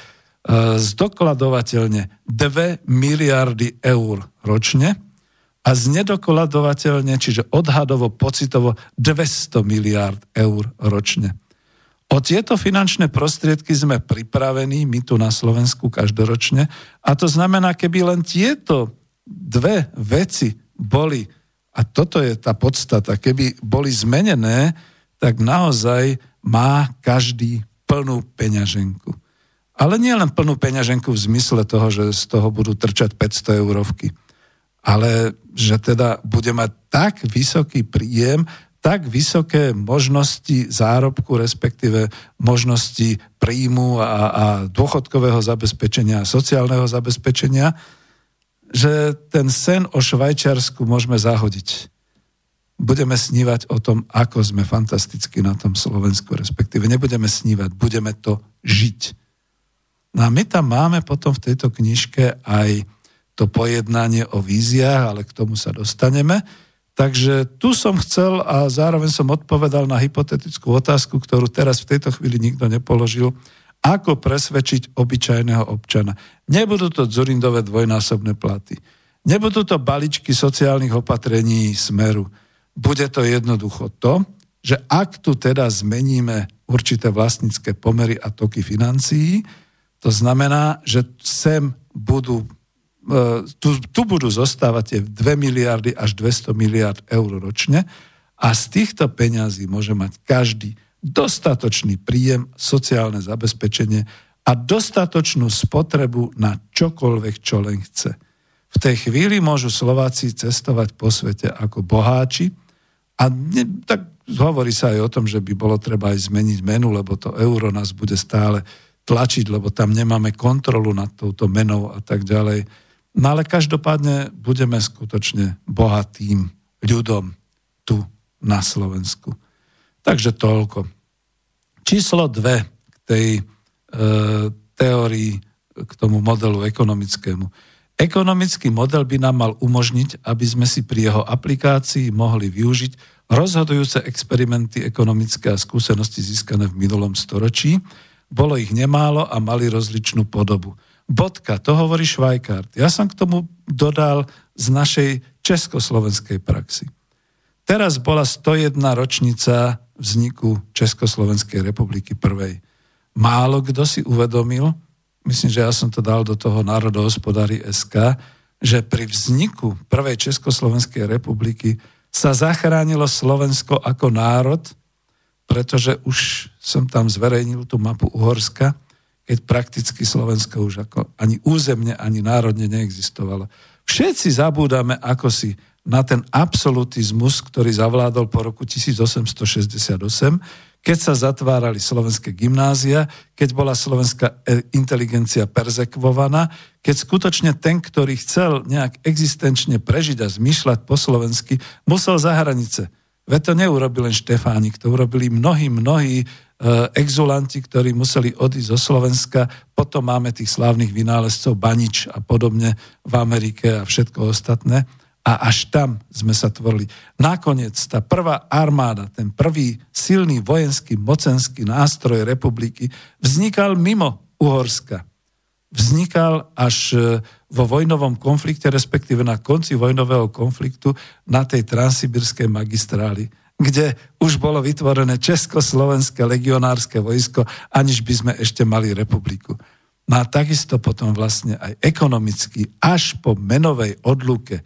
zdokladovateľne dve miliardy eur ročne a znedokladovateľne, čiže odhadovo, pocitovo dvesto miliárd eur ročne. O tieto finančné prostriedky sme pripravení, my tu na Slovensku každoročne, a to znamená, keby len tieto dve veci boli, a toto je tá podstata, keby boli zmenené, tak naozaj má každý plnú peňaženku. Ale nie len plnú peňaženku v zmysle toho, že z toho budú trčať päťsto eurovky, ale že teda bude mať tak vysoký príjem, tak vysoké možnosti zárobku, respektíve možnosti príjmu a, a dôchodkového zabezpečenia, sociálneho zabezpečenia, že ten sen o Švajčiarsku môžeme zahodiť. Budeme snívať o tom, ako sme fantasticky na tom Slovensku, respektíve nebudeme snívať, budeme to žiť. No a my tam máme potom v tejto knižke aj to pojednanie o víziách, ale k tomu sa dostaneme. Takže tu som chcel a zároveň som odpovedal na hypotetickú otázku, ktorú teraz v tejto chvíli nikto nepoložil, ako presvedčiť obyčajného občana. Nebudú to Dzurindové dvojnásobné platy. Nebudú to balíčky sociálnych opatrení Smeru. Bude to jednoducho to, že ak tu teda zmeníme určité vlastnícke pomery a toky financií, to znamená, že sem budú Tu, tu budú zostávať tie dve miliardy až dvesto miliárd eur ročne a z týchto peňazí môže mať každý dostatočný príjem, sociálne zabezpečenie a dostatočnú spotrebu na čokoľvek, čo len chce. V tej chvíli môžu Slováci cestovať po svete ako boháči a ne, tak hovorí sa aj o tom, že by bolo treba aj zmeniť menu, lebo to euro nás bude stále tlačiť, lebo tam nemáme kontrolu nad touto menou a tak ďalej. No ale každopádne budeme skutočne bohatým ľudom tu na Slovensku. Takže toľko. Číslo dve k tej e, teórii, k tomu modelu ekonomickému. Ekonomický model by nám mal umožniť, aby sme si pri jeho aplikácii mohli využiť rozhodujúce experimenty ekonomické a skúsenosti získané v minulom storočí. Bolo ich nemálo a mali rozličnú podobu. Bodka, to hovorí Švajkart. Ja som k tomu dodal z našej československej praxi. Teraz bola sto jedna ročnica vzniku Československej republiky prvej. Málo kto si uvedomil, myslím, že ja som to dal do toho národohospodári bodka es ká, že pri vzniku prvej Československej republiky sa zachránilo Slovensko ako národ, pretože už som tam zverejnil tú mapu Uhorska, keď prakticky Slovensko už ako ani územne, ani národne neexistovalo. Všetci zabúdame ako si na ten absolutizmus, ktorý zavládol po roku tisícosemstošesťdesiatosem, keď sa zatvárali slovenské gymnázia, keď bola slovenská inteligencia perzekvovaná, keď skutočne ten, ktorý chcel nejak existenčne prežiť a zmýšľať po slovensky, musel za hranice. Veď to neurobil len Štefánik, to urobili mnohí, mnohí exulanti, ktorí museli odísť zo Slovenska. Potom máme tých slávnych vynálezcov Banič a podobne v Amerike a všetko ostatné. A až tam sme sa tvorili. Nakoniec tá prvá armáda, ten prvý silný vojenský mocenský nástroj republiky vznikal mimo Uhorska. Vznikal až vo vojnovom konflikte, respektíve na konci vojnového konfliktu na tej transsibirskej magistráli, kde už bolo vytvorené Československé legionárske vojsko, aniž by sme ešte mali republiku. No a takisto potom vlastne aj ekonomicky, až po menovej odluke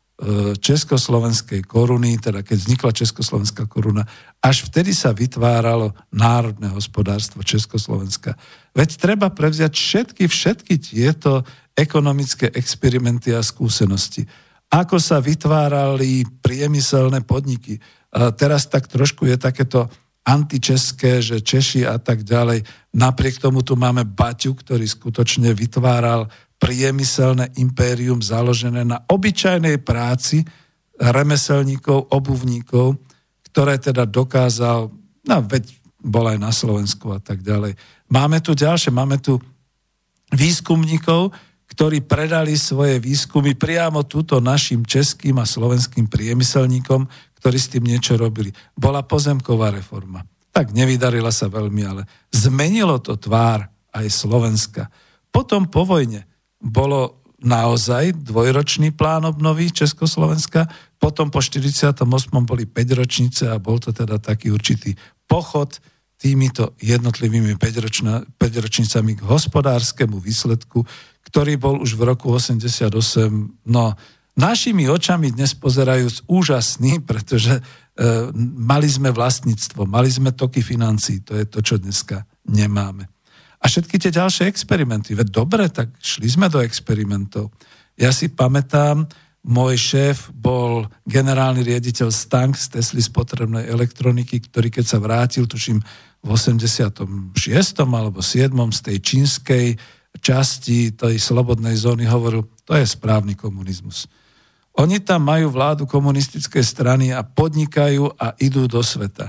československej koruny, teda keď vznikla československá koruna, až vtedy sa vytváralo národné hospodárstvo Československa. Veď treba prevziať všetky, všetky tieto ekonomické experimenty a skúsenosti. Ako sa vytvárali priemyselné podniky. A teraz tak trošku je takéto antičeské, že Češi a tak ďalej. Napriek tomu tu máme Baťu, ktorý skutočne vytváral priemyselné impérium založené na obyčajnej práci remeselníkov, obuvníkov, ktoré teda dokázal, no veď bol aj na Slovensku a tak ďalej. Máme tu ďalšie, máme tu výskumníkov, ktorí predali svoje výskumy priamo túto našim českým a slovenským priemyselníkom, ktorí s tým niečo robili. Bola pozemková reforma. Tak nevydarila sa veľmi, ale zmenilo to tvár aj Slovenska. Potom po vojne bolo naozaj dvojročný plán obnovy Československa, potom po štyridsiatom ôsmom boli päťročnice a bol to teda taký určitý pochod týmito jednotlivými päťročnicami k hospodárskemu výsledku, ktorý bol už v roku osemdesiatosem, no našimi očami dnes pozerajúc úžasný, pretože e, mali sme vlastníctvo, mali sme toky financií, to je to, čo dneska nemáme. A všetky tie ďalšie experimenty, veď dobre, tak šli sme do experimentov. Ja si pamätám, môj šéf bol generálny riaditeľ Stank z Tesly spotrebnej elektroniky, ktorý keď sa vrátil, tuším, v osemdesiatom šiestom alebo siedmom z tej čínskej časti tej slobodnej zóny hovoril, to je správny komunizmus. Oni tam majú vládu komunistickej strany a podnikajú a idú do sveta.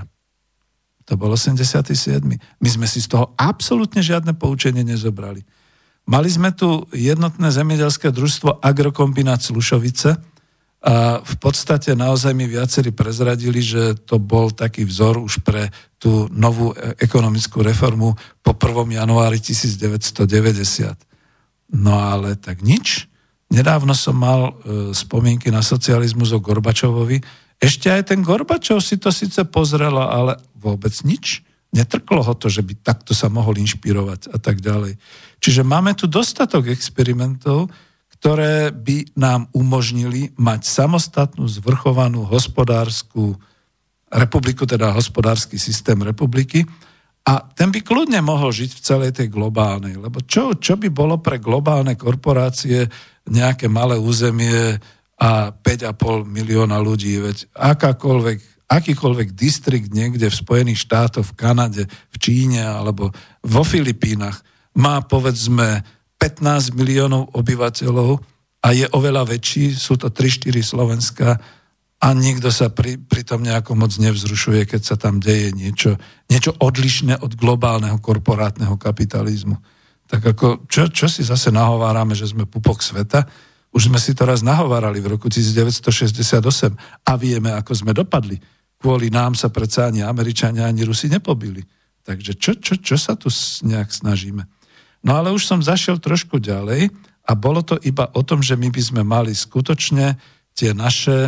To bol osemdesiaty siedmy My sme si z toho absolútne žiadne poučenie nezobrali. Mali sme tu jednotné zemědělské družstvo Agrokombinát Slušovice a v podstate naozaj mi viacerí prezradili, že to bol taký vzor už pre tú novú ekonomickú reformu po prvom januári devätnásťstodeväťdesiat. No ale tak nič. Nedávno som mal e, spomienky na socializmus o Gorbačovovi. Ešte aj ten Gorbačov si to síce pozrel, ale vôbec nič. Netrklo ho to, že by takto sa mohol inšpirovať a tak ďalej. Čiže máme tu dostatok experimentov, ktoré by nám umožnili mať samostatnú, zvrchovanú hospodárskú republiku, teda hospodársky systém republiky. A ten by kľudne mohol žiť v celej tej globálnej. Lebo čo, čo by bolo pre globálne korporácie nejaké malé územie a päť a pol milióna ľudí, veď akákoľvek, akýkoľvek distrikt niekde v Spojených štátoch, v Kanade, v Číne alebo vo Filipínach má povedzme pätnásť miliónov obyvateľov a je oveľa väčší, sú to tri štyri Slovenska a nikto sa pri, pri tom nejako moc nevzrušuje, keď sa tam deje niečo, niečo odlišné od globálneho korporátneho kapitalizmu. Tak ako, čo, čo si zase nahovárame, že sme pupok sveta? Už sme si to raz nahovárali v roku devätnásťstošesťdesiatosem a vieme, ako sme dopadli. Kvôli nám sa predsa ani Američania, ani Rusi nepobili. Takže čo, čo, čo sa tu nejak snažíme? No ale už som zašiel trošku ďalej a bolo to iba o tom, že my by sme mali skutočne tie naše e,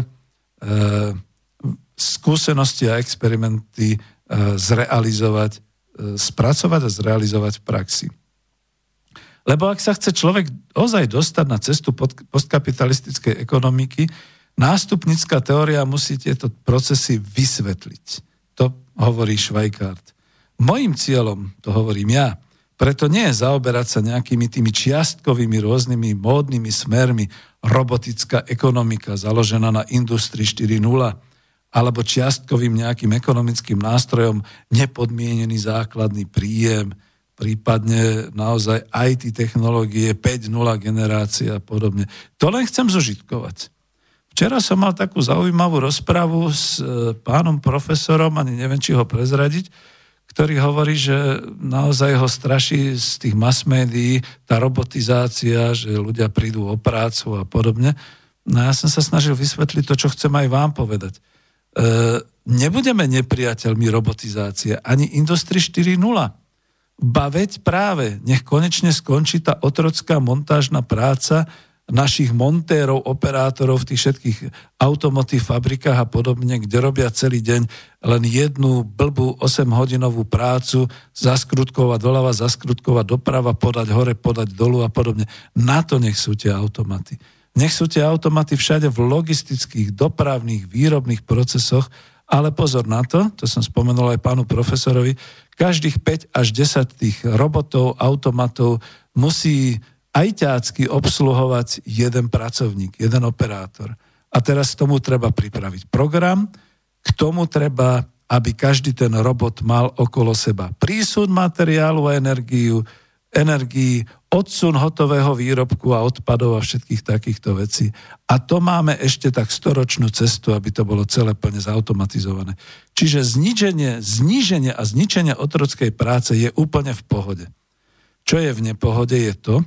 skúsenosti a experimenty e, zrealizovať, e, spracovať a zrealizovať v praxi. Lebo ak sa chce človek ozaj dostať na cestu postkapitalistickej ekonomiky, nástupnická teória musí tieto procesy vysvetliť. To hovorí Švajkart. Mojím cieľom, to hovorím ja, preto nie je zaoberať sa nejakými tými čiastkovými rôznymi módnymi smermi, robotická ekonomika založená na Industrii štyri bodka nula, alebo čiastkovým nejakým ekonomickým nástrojom nepodmienený základný príjem, prípadne naozaj í té technológie päť bodka nula generácia a podobne. To len chcem zožitkovať. Včera som mal takú zaujímavú rozpravu s pánom profesorom, ani neviem, či ho prezradiť, ktorý hovorí, že naozaj ho straší z tých mass médií tá robotizácia, že ľudia prídu o prácu a podobne. No ja som sa snažil vysvetliť to, čo chcem aj vám povedať. E, nebudeme nepriateľmi robotizácie, ani Industrie štyri nula. Ba veď práve, nech konečne skončí tá otrocká montážna práca našich montérov, operátorov v tých všetkých automotív, fabrikách a podobne, kde robia celý deň len jednu blbú osemhodinovú prácu, zaskrutkovať doľava, zaskrutkovať doprava, podať hore, podať dolu a podobne. Na to nech sú tie automaty. Nech sú tie automaty všade v logistických, dopravných, výrobných procesoch, ale pozor na to, to som spomenul aj pánu profesorovi, každých päť až desať tých robotov, automatov musí ajťácky obsluhovať jeden pracovník, jeden operátor. A teraz tomu treba pripraviť program, k tomu treba, aby každý ten robot mal okolo seba prísun materiálu a energiu, energii, odsun hotového výrobku a odpadov a všetkých takýchto vecí. A to máme ešte tak storočnú cestu, aby to bolo celé plne zautomatizované. Čiže zničenie, zníženie a zničenie otrockej práce je úplne v pohode. Čo je v nepohode je to,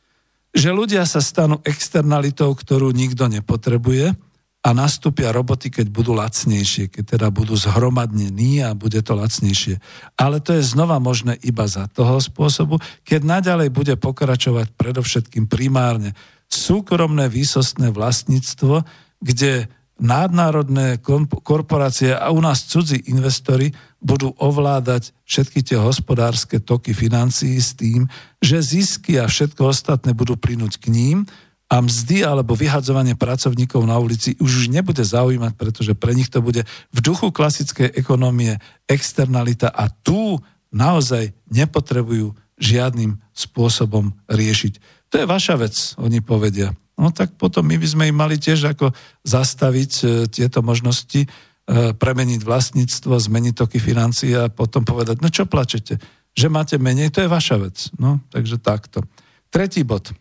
že ľudia sa stanú externalitou, ktorú nikto nepotrebuje a nastúpia roboty, keď budú lacnejšie, keď teda budú zhromadnení a bude to lacnejšie. Ale to je znova možné iba za toho spôsobu, keď naďalej bude pokračovať predovšetkým primárne súkromné výsostné vlastníctvo, kde nadnárodné korporácie a u nás cudzí investori budú ovládať všetky tie hospodárske toky financií s tým, že zisky a všetko ostatné budú plynúť k ním a mzdy alebo vyhadzovanie pracovníkov na ulici už nebude zaujímať, pretože pre nich to bude v duchu klasickej ekonomie externalita a tu naozaj nepotrebujú žiadnym spôsobom riešiť. To je vaša vec, oni povedia. No tak potom my by sme im mali tiež ako zastaviť tieto možnosti, premeniť vlastníctvo, zmeniť toky financií a potom povedať, no čo plačete, že máte menej, to je vaša vec. No, takže takto. Tretí bod.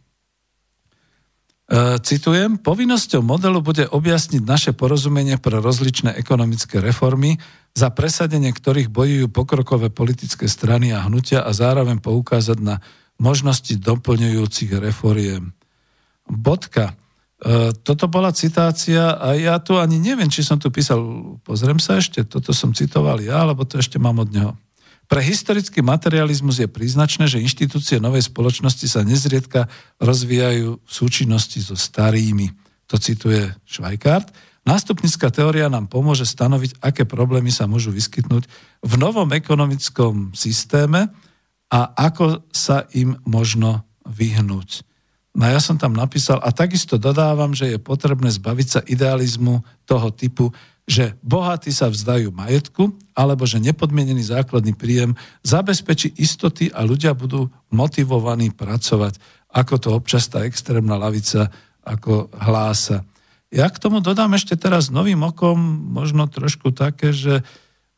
Citujem, povinnosťou modelu bude objasniť naše porozumenie pre rozličné ekonomické reformy, za presadenie ktorých bojujú pokrokové politické strany a hnutia a zároveň poukázať na možnosti doplňujúcich reforiem. Bodka. Toto bola citácia a ja tu ani neviem, či som tu písal, pozriem sa ešte, toto som citoval ja, alebo to ešte mám od neho. Pre historický materializmus je príznačné, že inštitúcie novej spoločnosti sa nezriedka rozvíjajú v súčinnosti so starými. To cituje Schweikart. Nástupnická teória nám pomôže stanoviť, aké problémy sa môžu vyskytnúť v novom ekonomickom systéme a ako sa im možno vyhnúť. No ja som tam napísal a takisto dodávam, že je potrebné zbaviť sa idealizmu toho typu, že bohatí sa vzdajú majetku, alebo že nepodmienený základný príjem zabezpečí istoty a ľudia budú motivovaní pracovať, ako to občas tá extrémna lavica ako hlása. Ja k tomu dodám ešte teraz novým okom možno trošku také, že e,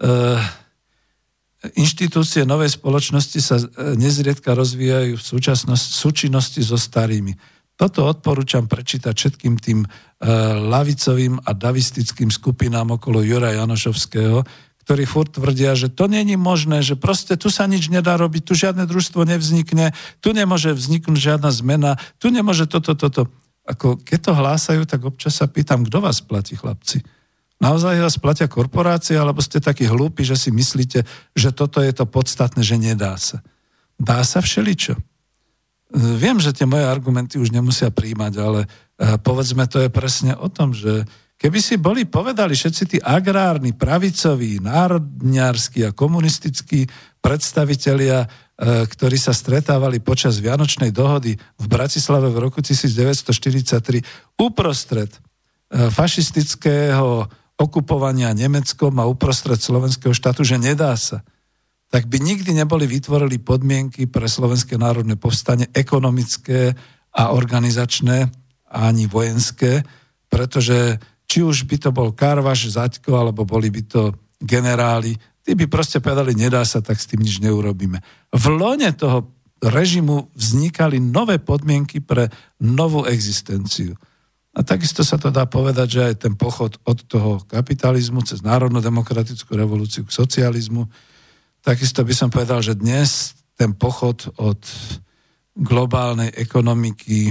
inštitúcie novej spoločnosti sa nezriedka rozvíjajú v súčasnosti, súčinnosti so starými. Toto odporúčam prečítať všetkým tým e, lavicovým a davistickým skupinám okolo Jura Janošovského, ktorí furt tvrdia, že to není možné, že proste tu sa nič nedá robiť, tu žiadne družstvo nevznikne, tu nemôže vzniknúť žiadna zmena, tu nemôže toto, toto. Ako keď to hlásajú, tak občas sa pýtam, kto vás platí, chlapci? Naozaj vás platia korporácie, alebo ste takí hlúpi, že si myslíte, že toto je to podstatné, že nedá sa. Dá sa všeličo. Viem, že tie moje argumenty už nemusia príjmať, ale povedzme, to je presne o tom, že keby si boli povedali všetci tí agrárni, pravicoví, národňarskí a komunistickí predstavitelia, ktorí sa stretávali počas Vianočnej dohody v Bratislave v roku devätnásťstoštyridsaťtri uprostred fašistického okupovania Nemeckom a uprostred slovenského štátu, že nedá sa, tak by nikdy neboli vytvorili podmienky pre Slovenské národné povstanie ekonomické a organizačné a ani vojenské, pretože či už by to bol Karvaš, Zaďko, alebo boli by to generáli, tí by proste povedali, nedá sa, tak s tým nič neurobíme. V lone toho režimu vznikali nové podmienky pre novú existenciu. A takisto sa to dá povedať, že aj ten pochod od toho kapitalizmu cez národno-demokratickú revolúciu k socializmu. Takisto by som povedal, že dnes ten pochod od globálnej ekonomiky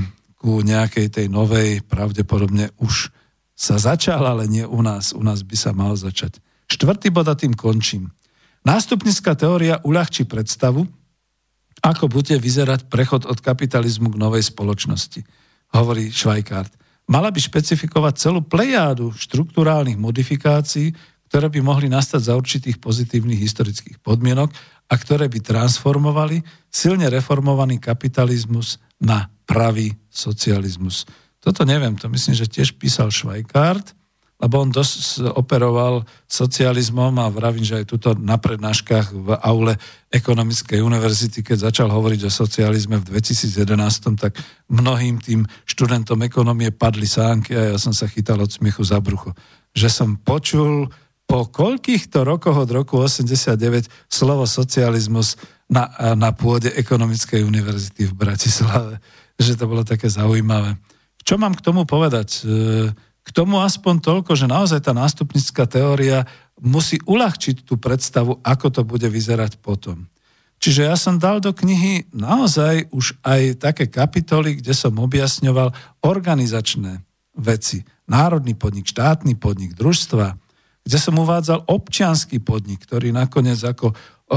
ku nejakej tej novej, pravdepodobne už sa začal, ale nie u nás. U nás by sa mal začať. Štvrtý bod a tým končím. Nástupnická teória uľahčí predstavu, ako bude vyzerať prechod od kapitalizmu k novej spoločnosti, hovorí Schweikart. Mala by špecifikovať celú plejádu štruktúrálnych modifikácií, ktoré by mohli nastať za určitých pozitívnych historických podmienok a ktoré by transformovali silne reformovaný kapitalizmus na pravý socializmus. Toto neviem, to myslím, že tiež písal Schweikart, lebo on dosť operoval socializmom a vravím, že aj tuto na prednáškach v aule Ekonomickej univerzity, keď začal hovoriť o socializme v dvetisíc jedenásť, tak mnohým tým študentom ekonomie padli sánky a ja som sa chytal od smiechu za brucho. Že som počul po koľkýchto rokoch od roku osemdesiatdeväť slovo socializmus na, na pôde Ekonomickej univerzity v Bratislave. Že to bolo také zaujímavé. Čo mám k tomu povedať? K tomu aspoň toľko, že naozaj tá nástupnická teória musí uľahčiť tú predstavu, ako to bude vyzerať potom. Čiže ja som dal do knihy naozaj už aj také kapitoly, kde som objasňoval organizačné veci. Národný podnik, štátny podnik, družstva, kde som uvádzal občiansky podnik, ktorý nakoniec ako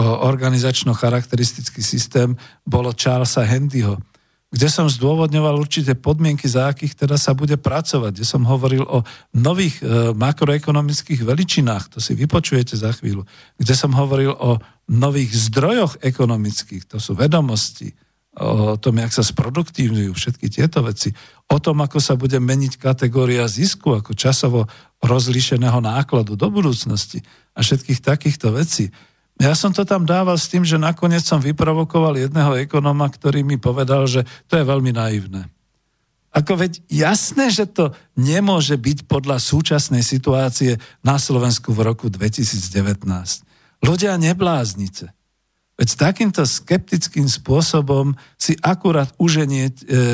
organizačno-charakteristický systém bolo Charlesa Handyho, kde som zdôvodňoval určité podmienky, za akých teda sa bude pracovať, kde som hovoril o nových e, makroekonomických veličinách, to si vypočujete za chvíľu, kde som hovoril o nových zdrojoch ekonomických, to sú vedomosti, o tom, jak sa sproduktívňujú všetky tieto veci, o tom, ako sa bude meniť kategória zisku, ako časovo rozlíšeného nákladu do budúcnosti a všetkých takýchto vecí. Ja som to tam dával s tým, že nakoniec som vyprovokoval jedného ekonóma, ktorý mi povedal, že to je veľmi naivné. Ako veď jasné, že to nemôže byť podľa súčasnej situácie na Slovensku v roku dvetisíc devätnásť. Ľudia, nebláznite. Veď takýmto skeptickým spôsobom si akurát uženiete e, e,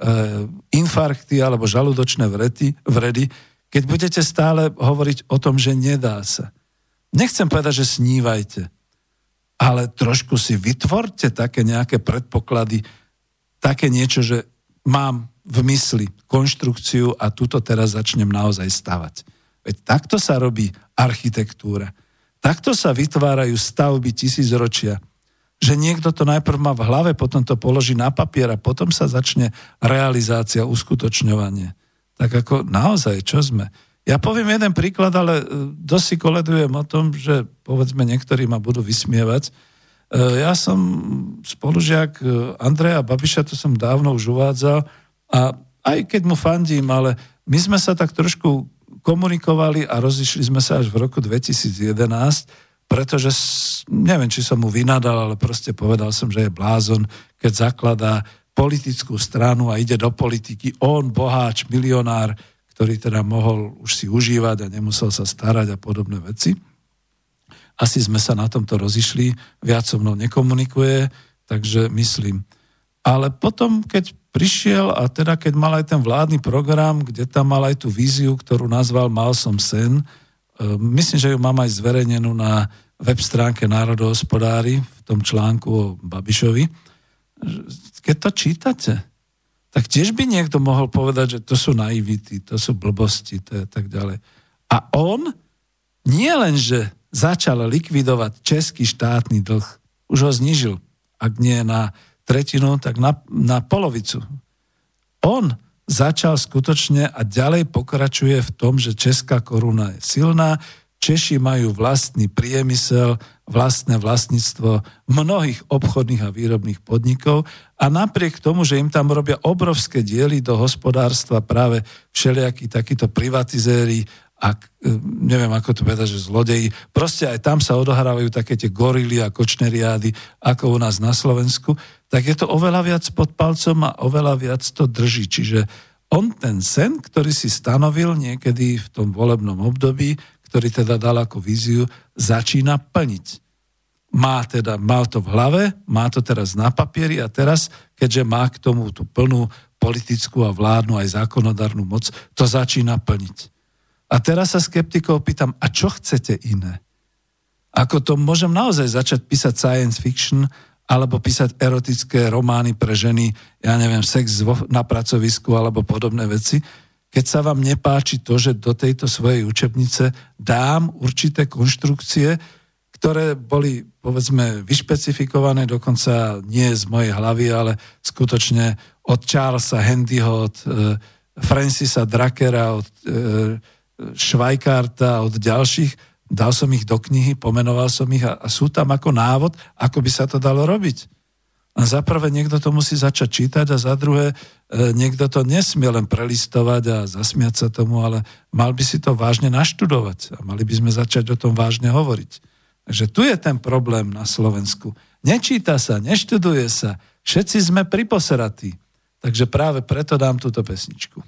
infarkty alebo žalúdočné vredy, vredy, keď budete stále hovoriť o tom, že nedá sa. Nechcem povedať, že snívajte, ale trošku si vytvorte také nejaké predpoklady, také niečo, že mám v mysli konštrukciu a tuto teraz začnem naozaj stavať. Veď takto sa robí architektúra. Takto sa vytvárajú stavby tisícročia. Že niekto to najprv má v hlave, potom to položí na papier a potom sa začne realizácia, uskutočňovanie. Tak ako naozaj, čo sme? Ja poviem jeden príklad, ale dosť si koledujem o tom, že povedzme niektorí ma budú vysmievať. Ja som spolužiak Andreja Babiša, to som dávno už uvádzal a aj keď mu fandím, ale my sme sa tak trošku komunikovali a rozišli sme sa až v roku dvetisíc jedenásť, pretože neviem, či som mu vynadal, ale proste povedal som, že je blázon, keď zakladá politickú stranu a ide do politiky. On, boháč, milionár, ktorý teda mohol už si užívať a nemusel sa starať a podobné veci. Asi sme sa na tomto rozišli, viac so mnou nekomunikuje, takže myslím. Ale potom, keď prišiel a teda keď mal aj ten vládny program, kde tam mal aj tú víziu, ktorú nazval Mal som sen, myslím, že ju mám aj zverejnenú na web stránke Národohospodári v tom článku o Babišovi. Keď to čítate, tak tiež by niekto mohol povedať, že to sú naivity, to sú blbosti, to je tak ďalej. A on nie len, že začal likvidovať český štátny dlh, už ho znížil, ak nie na tretinu, tak na, na polovicu. On začal skutočne a ďalej pokračuje v tom, že česká koruna je silná, Češi majú vlastný priemysel, vlastné vlastníctvo mnohých obchodných a výrobných podnikov a napriek tomu, že im tam robia obrovské diely do hospodárstva práve všelijakí takíto privatizéri a neviem, ako to povedať, že zlodeji, proste aj tam sa odohrávajú také tie gorily a kočneriády, ako u nás na Slovensku, tak je to oveľa viac pod palcom a oveľa viac to drží. Čiže on ten sen, ktorý si stanovil niekedy v tom volebnom období, ktorý teda dal ako víziu, začína plniť. Má teda, mal to v hlave, má to teraz na papieri a teraz, keďže má k tomu tú plnú politickú a vládnu aj zákonodárnu moc, to začína plniť. A teraz sa skeptikov pýtam, a čo chcete iné? Ako to môžem naozaj začať písať science fiction alebo písať erotické romány pre ženy, ja neviem, sex na pracovisku alebo podobné veci. Keď sa vám nepáči to, že do tejto svojej učebnice dám určité konštrukcie, ktoré boli, povedzme, vyšpecifikované, dokonca nie z mojej hlavy, ale skutočne od Charlesa Handyho, od e, Francisa Drakera, od e, Schweikarta, od ďalších. Dal som ich do knihy, pomenoval som ich a, a sú tam ako návod, ako by sa to dalo robiť. A za prvé niekto to musí začať čítať a za druhé e, niekto to nesmie len prelistovať a zasmiať sa tomu, ale mal by si to vážne naštudovať a mali by sme začať o tom vážne hovoriť. Takže tu je ten problém na Slovensku. Nečíta sa, neštuduje sa, všetci sme priposeratí. Takže práve preto dám túto pesničku.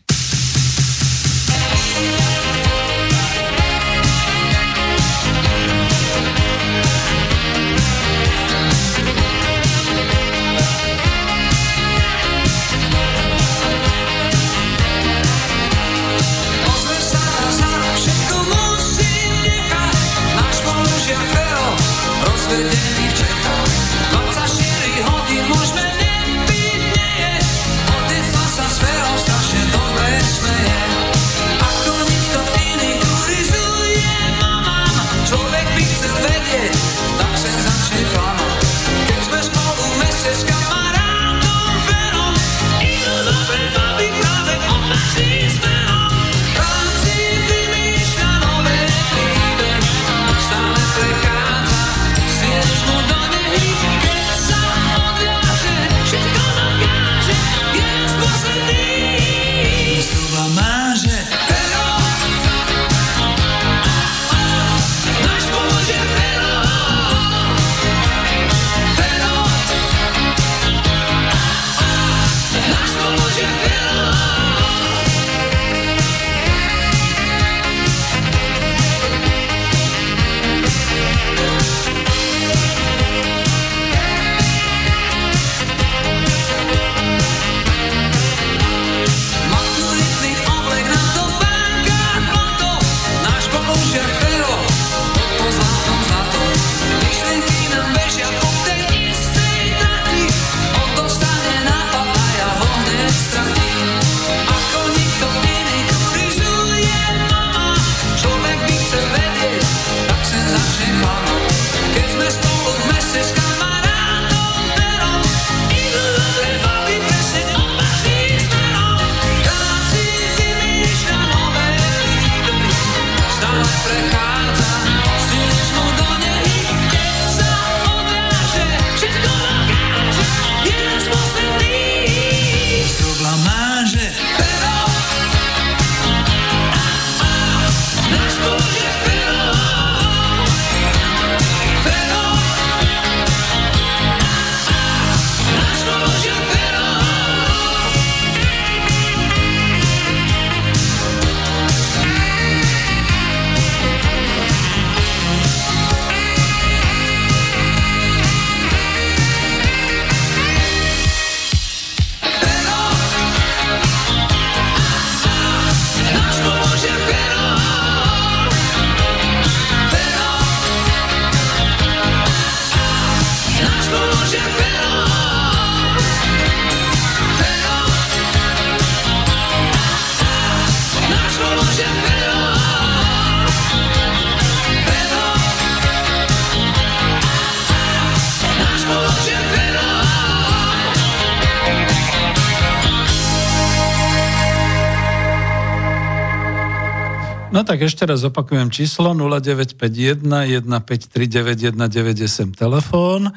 No tak ešte raz opakujem číslo nula deväť päť jeden, jeden päť tri deväť, jeden deväť osem telefón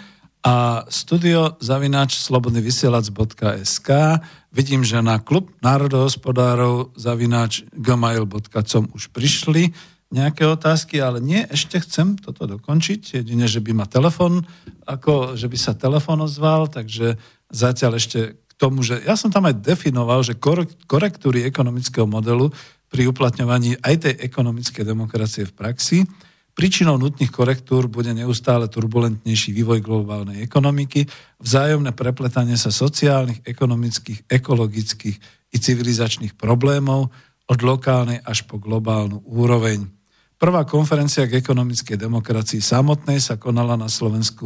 a studio zavináč slobodnyvysielac bodka es ká. Vidím, že na klub národohospodárov zavináč gmail bodka com už prišli nejaké otázky, ale nie, ešte chcem toto dokončiť, jedine, že by ma telefon, ako že by sa telefon ozval, takže zatiaľ ešte k tomu, že ja som tam aj definoval, že korektúry ekonomického modelu pri uplatňovaní aj tej ekonomickej demokracie v praxi. Príčinou nutných korektúr bude neustále turbulentnejší vývoj globálnej ekonomiky, vzájomné prepletanie sa sociálnych, ekonomických, ekologických i civilizačných problémov od lokálnej až po globálnu úroveň. Prvá konferencia k ekonomickej demokracii samotnej sa konala na Slovensku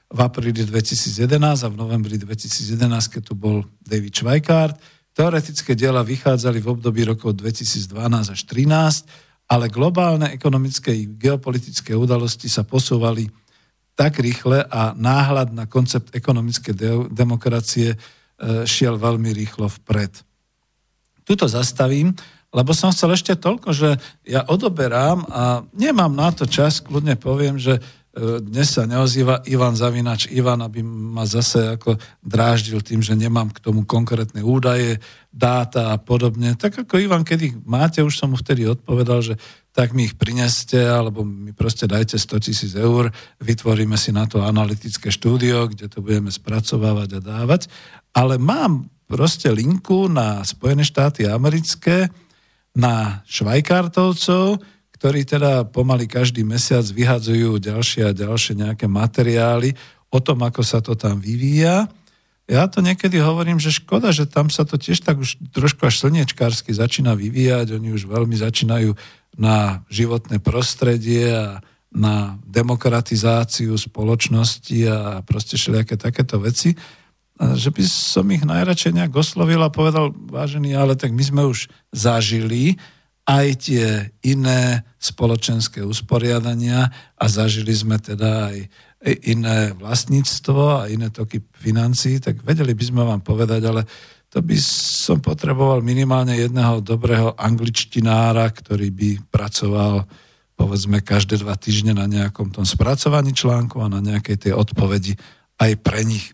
v apríli dvetisíc jedenásť a v novembri dvetisíc jedenásť, keď tu bol David Schweikart. Teoretické diela vychádzali v období rokov dvetisíc dvanásť až trinásť, ale globálne ekonomické i geopolitické udalosti sa posúvali tak rýchle a náhľad na koncept ekonomickej de- demokracie e, šiel veľmi rýchlo vpred. Tuto zastavím, lebo som chcel ešte toľko, že ja odoberám a nemám na to čas, kľudne poviem, že dnes sa neozýva Ivan Zavinač Ivan, aby ma zase ako dráždil tým, že nemám k tomu konkrétne údaje, dáta a podobne. Tak ako Ivan, keď ich máte, už som mu vtedy odpovedal, že tak mi ich prineste, alebo mi proste dajte sto tisíc eur, vytvoríme si na to analytické štúdio, kde to budeme spracovávať a dávať. Ale mám proste linku na Spojené štáty americké, na Švajkartovcov, ktorí teda pomaly každý mesiac vyhadzujú ďalšie a ďalšie nejaké materiály o tom, ako sa to tam vyvíja. Ja to niekedy hovorím, že škoda, že tam sa to tiež tak už trošku až slniečkársky začína vyvíjať. Oni už veľmi začínajú na životné prostredie a na demokratizáciu spoločnosti a proste všelijaké takéto veci. A že by som ich najradšej nejak oslovil a povedal, vážený, ale tak my sme už zažili aj tie iné spoločenské usporiadania a zažili sme teda aj iné vlastníctvo a iné toky financií, tak vedeli by sme vám povedať, ale to by som potreboval minimálne jedného dobrého angličtinára, ktorý by pracoval povedzme každé dva týždne na nejakom tom spracovaní článku a na nejakej tej odpovedi aj pre nich.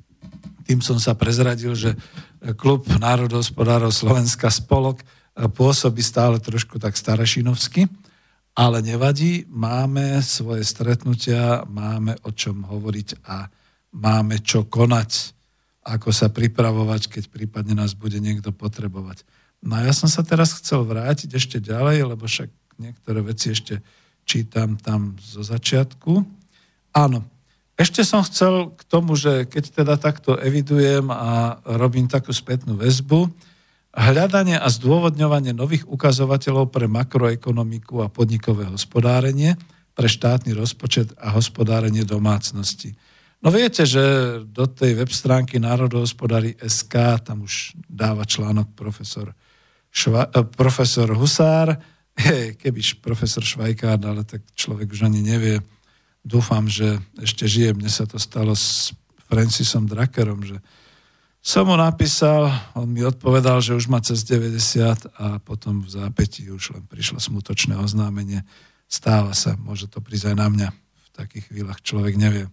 Tým som sa prezradil, že Klub národohospodárov Slovenska spolok pôsobí stále trošku tak starešinovsky, ale nevadí, máme svoje stretnutia, máme o čom hovoriť a máme čo konať, ako sa pripravovať, keď prípadne nás bude niekto potrebovať. No a ja som sa teraz chcel vrátiť ešte ďalej, lebo však niektoré veci ešte čítam tam zo začiatku. Áno, ešte som chcel k tomu, že keď teda takto evidujem a robím takú spätnú väzbu, hľadanie a zdôvodňovanie nových ukazovateľov pre makroekonomiku a podnikové hospodárenie, pre štátny rozpočet a hospodárenie domácnosti. No viete, že do tej web stránky národohospodári bodka es ká tam už dáva článok profesor, Šva, profesor Husár, je, keby profesor Švajkárd, ale tak človek už ani nevie. Dúfam, že ešte žije. Mne sa to stalo s Francisom Druckerom, že som mu napísal, on mi odpovedal, že už má cez deväťdesiat a potom v zápätí už len prišlo smutočné oznámenie. Stáva sa, môže to prísť aj na mňa. V takých chvíľach človek nevie.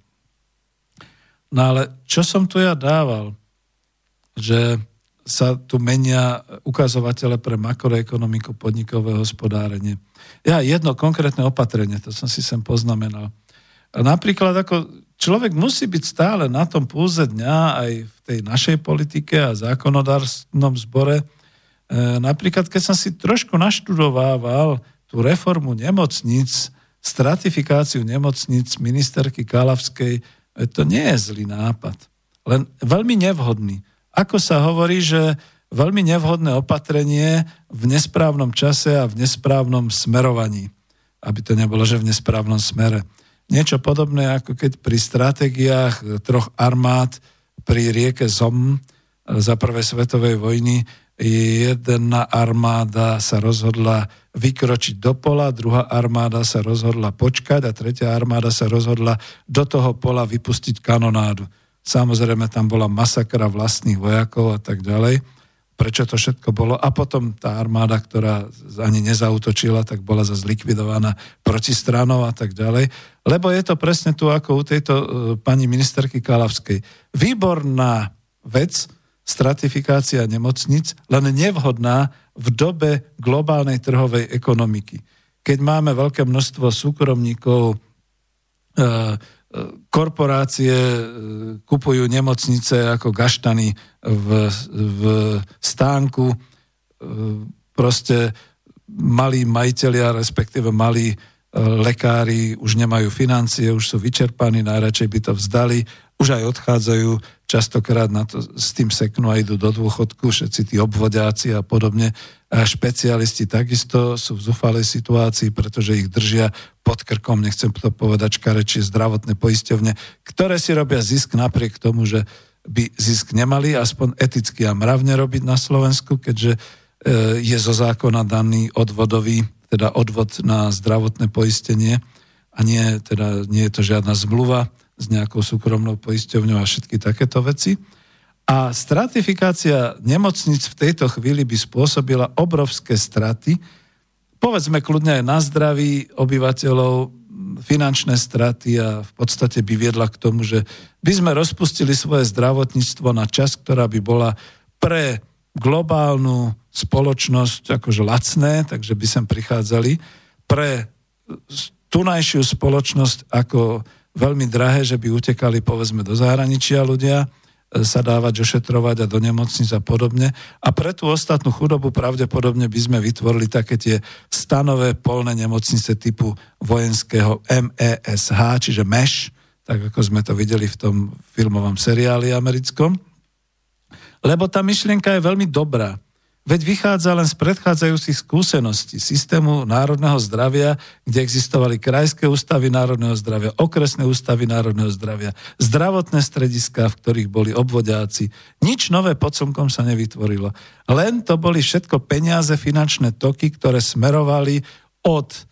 No ale čo som tu ja dával, že sa tu menia ukazovatele pre makroekonomiku, podnikové hospodárenie. Ja jedno konkrétne opatrenie, to som si sem poznamenal. A napríklad ako človek musí byť stále na tom pulze dňa aj v tej našej politike a zákonodárnom zbore. E, napríklad, keď som si trošku naštudovával tú reformu nemocnic, stratifikáciu nemocnic ministerky Kalavskej, to nie je zlý nápad, len veľmi nevhodný. Ako sa hovorí, že veľmi nevhodné opatrenie v nesprávnom čase a v nesprávnom smerovaní. Aby to nebolo, že v nesprávnom smere. Niečo podobné, ako keď pri stratégiách troch armád pri rieke Somme za prvej svetovej vojny jedna armáda sa rozhodla vykročiť do pola, druhá armáda sa rozhodla počkať a tretia armáda sa rozhodla do toho pola vypustiť kanonádu. Samozrejme, tam bola masakra vlastných vojakov a tak ďalej. Prečo to všetko bolo? A potom tá armáda, ktorá ani nezautočila, tak bola zase likvidovaná protistranou a tak ďalej. Lebo je to presne tu ako u tejto uh, pani ministerky Kalavskej. Výborná vec, stratifikácia nemocnic, len nevhodná v dobe globálnej trhovej ekonomiky. Keď máme veľké množstvo súkromníkov, uh, korporácie kupujú nemocnice ako gaštany v, v stánku. Proste malí majitelia, respektíve malí lekári už nemajú financie, už sú vyčerpaní, najradšej by to vzdali už aj odchádzajú častokrát na to, s tým seknú a idú do dôchodku, všetci tí obvodiaci a podobne. A špecialisti takisto sú v zúfalej situácii, pretože ich držia pod krkom, nechcem to povedať škarečie, zdravotné poisťovne, ktoré si robia zisk napriek tomu, že by zisk nemali, aspoň eticky a mravne robiť na Slovensku, keďže je zo zákona daný odvodový, teda odvod na zdravotné poistenie a nie, teda, nie je to žiadna zmluva s nejakou súkromnou poisťovňou a všetky takéto veci. A stratifikácia nemocnic v tejto chvíli by spôsobila obrovské straty, povedzme kľudne aj na zdraví obyvateľov, finančné straty a v podstate by viedla k tomu, že by sme rozpustili svoje zdravotníctvo na čas, ktorá by bola pre globálnu spoločnosť akože lacné, takže by sem prichádzali, pre tunajšiu spoločnosť ako veľmi drahé, že by utekali povedzme do zahraničia ľudia, sa dávať ošetrovať a do nemocnic a podobne. A pre tú ostatnú chudobu pravdepodobne by sme vytvorili také tie stanové polné nemocnice typu vojenského em é es há, čiže MESH, tak ako sme to videli v tom filmovom seriáli americkom. Lebo tá myšlienka je veľmi dobrá. Veď vychádza len z predchádzajúcich skúseností systému národného zdravia, kde existovali krajské ústavy národného zdravia, okresné ústavy národného zdravia, zdravotné strediská, v ktorých boli obvodiaci. Nič nové pod slnkom sa nevytvorilo. Len to boli všetko peniaze, finančné toky, ktoré smerovali od e,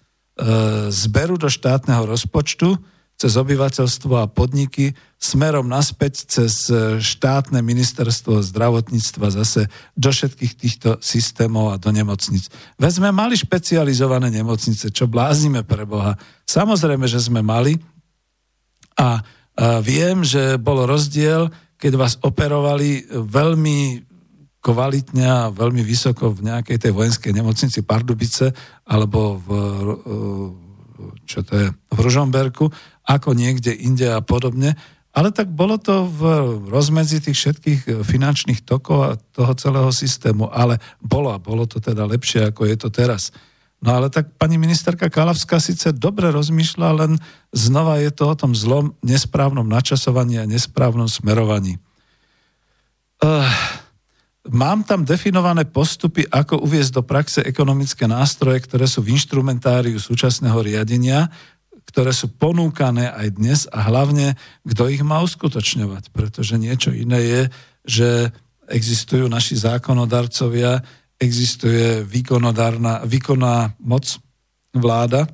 zberu do štátneho rozpočtu cez obyvateľstvo a podniky, smerom naspäť cez štátne ministerstvo zdravotníctva zase do všetkých týchto systémov a do nemocnic. Veď sme mali špecializované nemocnice, čo blázime pre Boha. Samozrejme, že sme mali a, a viem, že bol rozdiel, keď vás operovali veľmi kvalitne a veľmi vysoko v nejakej tej vojenskej nemocnici Pardubice alebo v, čo to je, v Ružomberku, ako niekde inde a podobne. Ale tak bolo to v rozmedzi tých všetkých finančných tokov a toho celého systému. Ale bolo a bolo to teda lepšie, ako je to teraz. No ale tak pani ministerka Kalavská síce dobre rozmýšľa, len znova je to o tom zlom, nesprávnom načasovaní a nesprávnom smerovaní. Uh, mám tam definované postupy, ako uviesť do praxe ekonomické nástroje, ktoré sú v inštrumentáriu súčasného riadenia, ktoré sú ponúkané aj dnes a hlavne, kto ich má uskutočňovať. Pretože niečo iné je, že existujú naši zákonodarcovia, existuje výkonodárna, výkonná moc, vláda,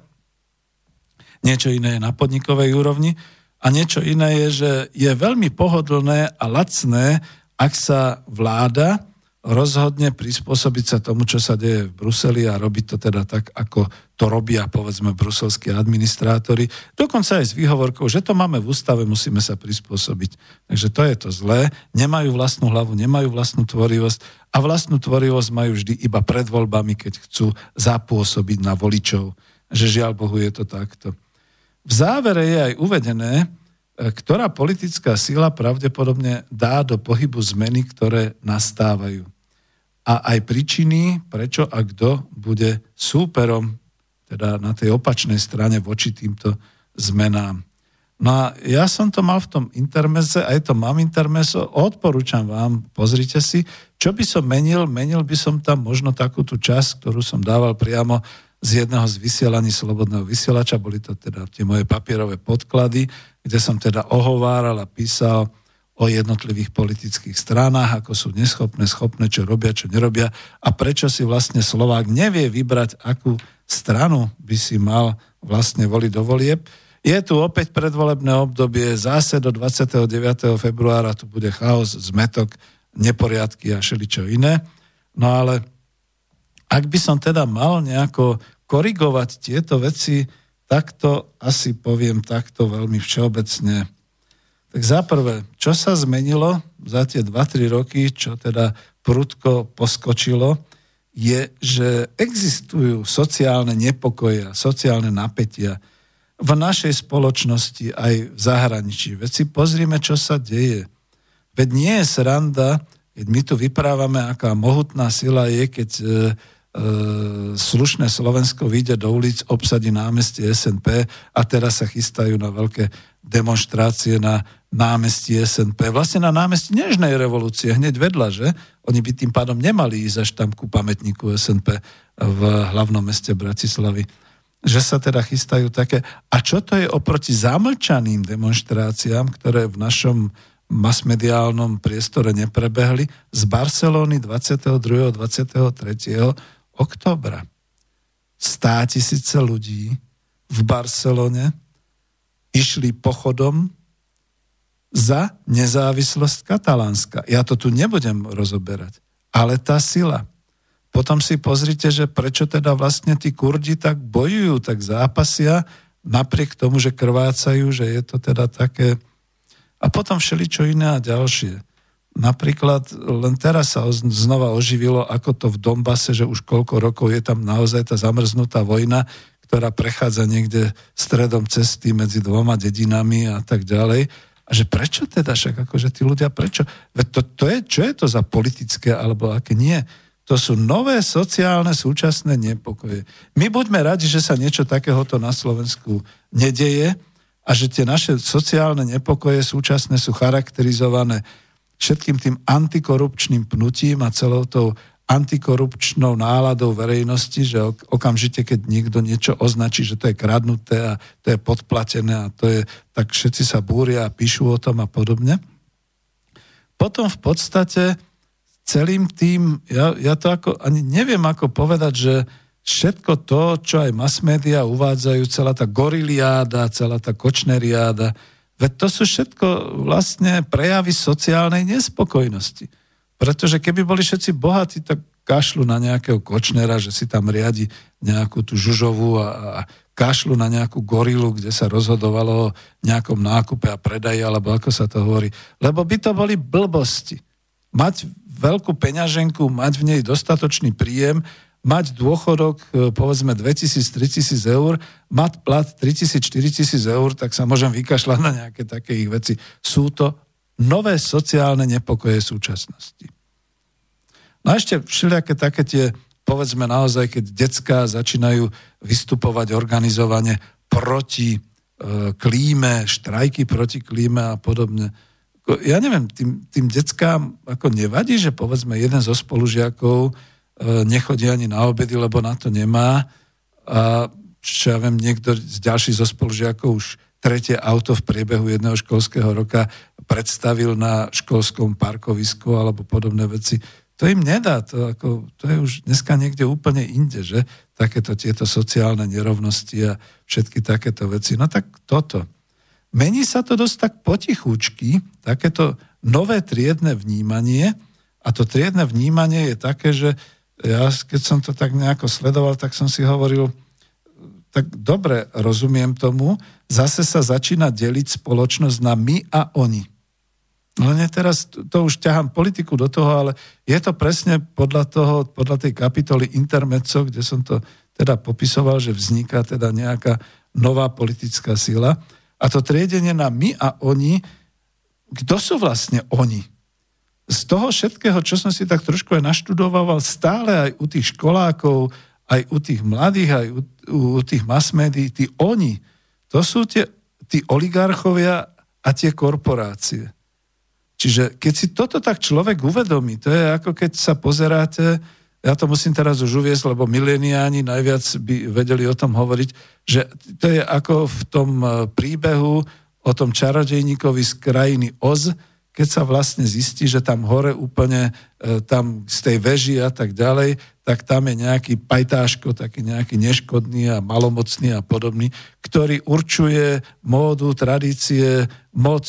niečo iné je na podnikovej úrovni a niečo iné je, že je veľmi pohodlné a lacné, ak sa vláda rozhodne prispôsobiť sa tomu, čo sa deje v Bruseli a robiť to teda tak, ako to robia, povedzme, bruselskí administrátori. Dokonca aj s výhovorkou, že to máme v ústave, musíme sa prispôsobiť. Takže to je to zlé. Nemajú vlastnú hlavu, nemajú vlastnú tvorivosť a vlastnú tvorivosť majú vždy iba pred voľbami, keď chcú zapôsobiť na voličov. Že žiaľ Bohu je to takto. V závere je aj uvedené, ktorá politická sila pravdepodobne dá do pohybu zmeny, ktoré nastávajú. A aj príčiny, prečo a kto bude súperom, teda na tej opačnej strane voči týmto zmenám. No a ja som to mal v tom intermeze, aj to mám intermezo, odporúčam vám, pozrite si, čo by som menil, menil by som tam možno takú tú časť, ktorú som dával priamo z jedného z vysielaní Slobodného vysielača, boli to teda tie moje papierové podklady, kde som teda ohováral a písal o jednotlivých politických stranách, ako sú neschopné, schopné, čo robia, čo nerobia a prečo si vlastne Slovák nevie vybrať, akú stranu by si mal vlastne voliť do volieb. Je tu opäť predvolebné obdobie, zase do dvadsiateho deviateho februára tu bude chaos, zmetok, neporiadky a všeličo iné. No ale ak by som teda mal nejako korigovať tieto veci, takto asi poviem takto veľmi všeobecne. Tak zaprvé, čo sa zmenilo za tie dva tri roky, čo teda prudko poskočilo, je, že existujú sociálne nepokoje, sociálne napätia v našej spoločnosti aj v zahraničí. Veď si pozrime, čo sa deje. Veď nie je sranda, keď my tu vyprávame, aká mohutná sila je, keď slušné Slovensko vyjde do ulic, obsadí námestie es en pé a teraz sa chystajú na veľké demonštrácie na námestí es en pé. Vlastne na námestí Nežnej revolúcie, hneď vedľa, že? Oni by tým pádom nemali ísť až tam ku pamätníku es en pé v hlavnom meste Bratislavy. Že sa teda chystajú také. A čo to je oproti zamlčaným demonštráciám, ktoré v našom masmediálnom priestore neprebehli, z Barcelóny dvadsiateho druhého dvadsiateho tretieho októbra. Stá tisíce ľudí v Barcelone išli pochodom za nezávislosť Katalánska. Ja to tu nebudem rozoberať, ale tá sila. Potom si pozrite, že prečo teda vlastne tí Kurdi tak bojujú, tak zápasia, napriek tomu, že krvácajú, že je to teda také. A potom všeličo iné a ďalšie. Napríklad len teraz sa znova oživilo, ako to v Donbase, že už koľko rokov je tam naozaj tá zamrznutá vojna, ktorá prechádza niekde stredom cesty medzi dvoma dedinami a tak ďalej. A že prečo teda, však akože tí ľudia, prečo? Veď to, to je, čo je to za politické, alebo aké nie? To sú nové sociálne súčasné nepokoje. My buďme radi, že sa niečo takéhoto na Slovensku nedeje a že tie naše sociálne nepokoje súčasné sú charakterizované všetkým tým antikorupčným pnutím a celou tou antikorupčnou náladou verejnosti, že okamžite, keď niekto niečo označí, že to je kradnuté a to je podplatené a to je, tak všetci sa búria a píšu o tom a podobne. Potom v podstate celým tým, ja, ja to ako, ani neviem ako povedať, že všetko to, čo aj mass media uvádzajú, celá tá goriliáda, celá tá kočneriáda, veď to sú všetko vlastne prejavy sociálnej nespokojnosti. Pretože keby boli všetci bohatí, tak kašľú na nejakého Kočnera, že si tam riadi nejakú tú Žužovu a, a kašľú na nejakú gorilu, kde sa rozhodovalo o nejakom nákupe a predaji, alebo ako sa to hovorí. Lebo by to boli blbosti. Mať veľkú peňaženku, mať v nej dostatočný príjem, mať dôchodok, povedzme dvetisíc tri tisíc eur, mať plat tri tisíc štyri tisíc eur, tak sa môžem vykašľať na nejaké také ich veci. Sú to nové sociálne nepokoje súčasnosti. No a ešte všelijaké také tie, povedzme naozaj, keď decká začínajú vystupovať organizovane proti e, klíme, štrajky proti klíme a podobne. Ja neviem, tým, tým deckám ako nevadí, že povedzme jeden zo spolužiakov nechodí ani na obedy, lebo na to nemá. A čo ja viem, niekto z ďalších zo spolužiakov už tretie auto v priebehu jedného školského roka predstavil na školskom parkovisku alebo podobné veci. To im nedá. To, ako, to je už dneska niekde úplne inde, že? Takéto tieto sociálne nerovnosti a všetky takéto veci. No tak toto. Mení sa to dosť tak potichúčky, takéto nové triedne vnímanie. A to triedne vnímanie je také, že ja, keď som to tak nejako sledoval, tak som si hovoril, tak dobre, rozumiem tomu, zase sa začína deliť spoločnosť na my a oni. Len teraz, to, to už ťahám politiku do toho, ale je to presne podľa toho, podľa tej kapitoly Intermezzo, kde som to teda popisoval, že vzniká teda nejaká nová politická sila. A to triedenie na my a oni, kto sú vlastne oni? Z toho všetkého, čo som si tak trošku aj naštudovával, stále aj u tých školákov, aj u tých mladých, aj u, u tých mass médií, tí oni, to sú tie, tí oligarchovia a tie korporácie. Čiže keď si toto tak človek uvedomí, to je ako keď sa pozeráte, ja to musím teraz už uviesť, lebo mileniáni najviac by vedeli o tom hovoriť, že to je ako v tom príbehu o tom čarodejníkovi z krajiny Oz, keď sa vlastne zistí, že tam hore úplne, tam z tej veži a tak ďalej, tak tam je nejaký pajtáško, taký nejaký neškodný a malomocný a podobný, ktorý určuje módu, tradície, moc,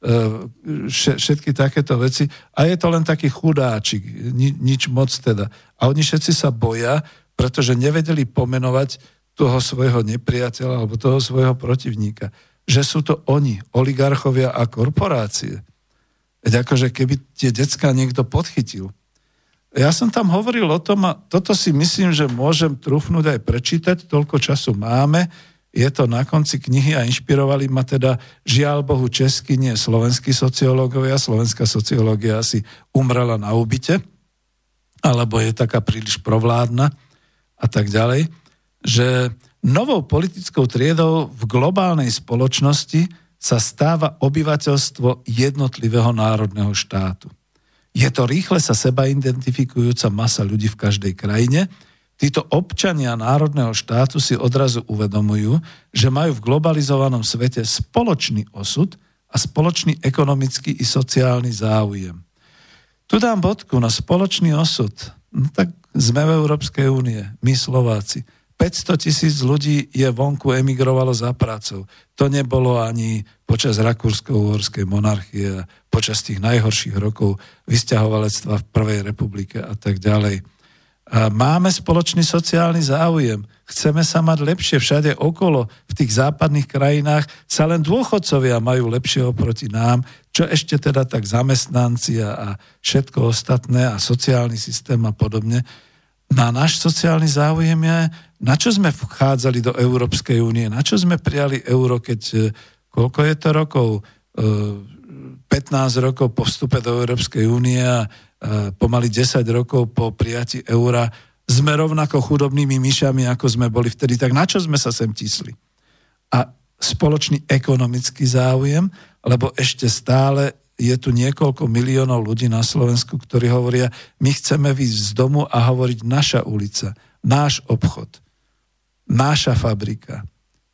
všetky takéto veci. A je to len taký chudáčik, ni, nič moc teda. A oni všetci sa boja, pretože nevedeli pomenovať toho svojho nepriateľa alebo toho svojho protivníka. Že sú to oni, oligarchovia a korporácie. Veď akože keby tie decká niekto podchytil. Ja som tam hovoril o tom a toto si myslím, že môžem trúfnúť aj prečítať, toľko času máme, je to na konci knihy a inšpirovali ma teda, žiaľ Bohu, českí, nie slovenskí sociológovia, slovenská sociológia asi umrela na úbyte, alebo je taká príliš provládna. a tak ďalej, že novou politickou triedou v globálnej spoločnosti sa stáva obyvateľstvo jednotlivého národného štátu. Je to rýchle sa seba identifikujúca masa ľudí v každej krajine. Títo občania národného štátu si odrazu uvedomujú, že majú v globalizovanom svete spoločný osud a spoločný ekonomický i sociálny záujem. Tu dám bodku na spoločný osud. No tak sme v Európskej únie, my Slováci. päťsto tisíc ľudí je vonku, emigrovalo za prácou. To nebolo ani počas Rakúsko-Uhorskej monarchie, počas tých najhorších rokov vysťahovalectva v Prvej republike a tak ďalej. A máme spoločný sociálny záujem. Chceme sa mať lepšie všade okolo. V tých západných krajinách sa len dôchodcovia majú lepšie oproti nám, čo ešte teda tak zamestnanci a všetko ostatné a sociálny systém a podobne. Na náš sociálny záujem je, na čo sme vchádzali do Európskej únie, na čo sme prijali euro, keď koľko je to rokov? pätnásť rokov po vstupe do Európskej únie a pomaly desať rokov po prijatí eura sme rovnako chudobnými myšami, ako sme boli vtedy. Tak na čo sme sa sem tisli? A spoločný ekonomický záujem, lebo ešte stále je tu niekoľko miliónov ľudí na Slovensku, ktorí hovoria, my chceme výjsť z domu a hovoriť naša ulica, náš obchod, náša fabrika.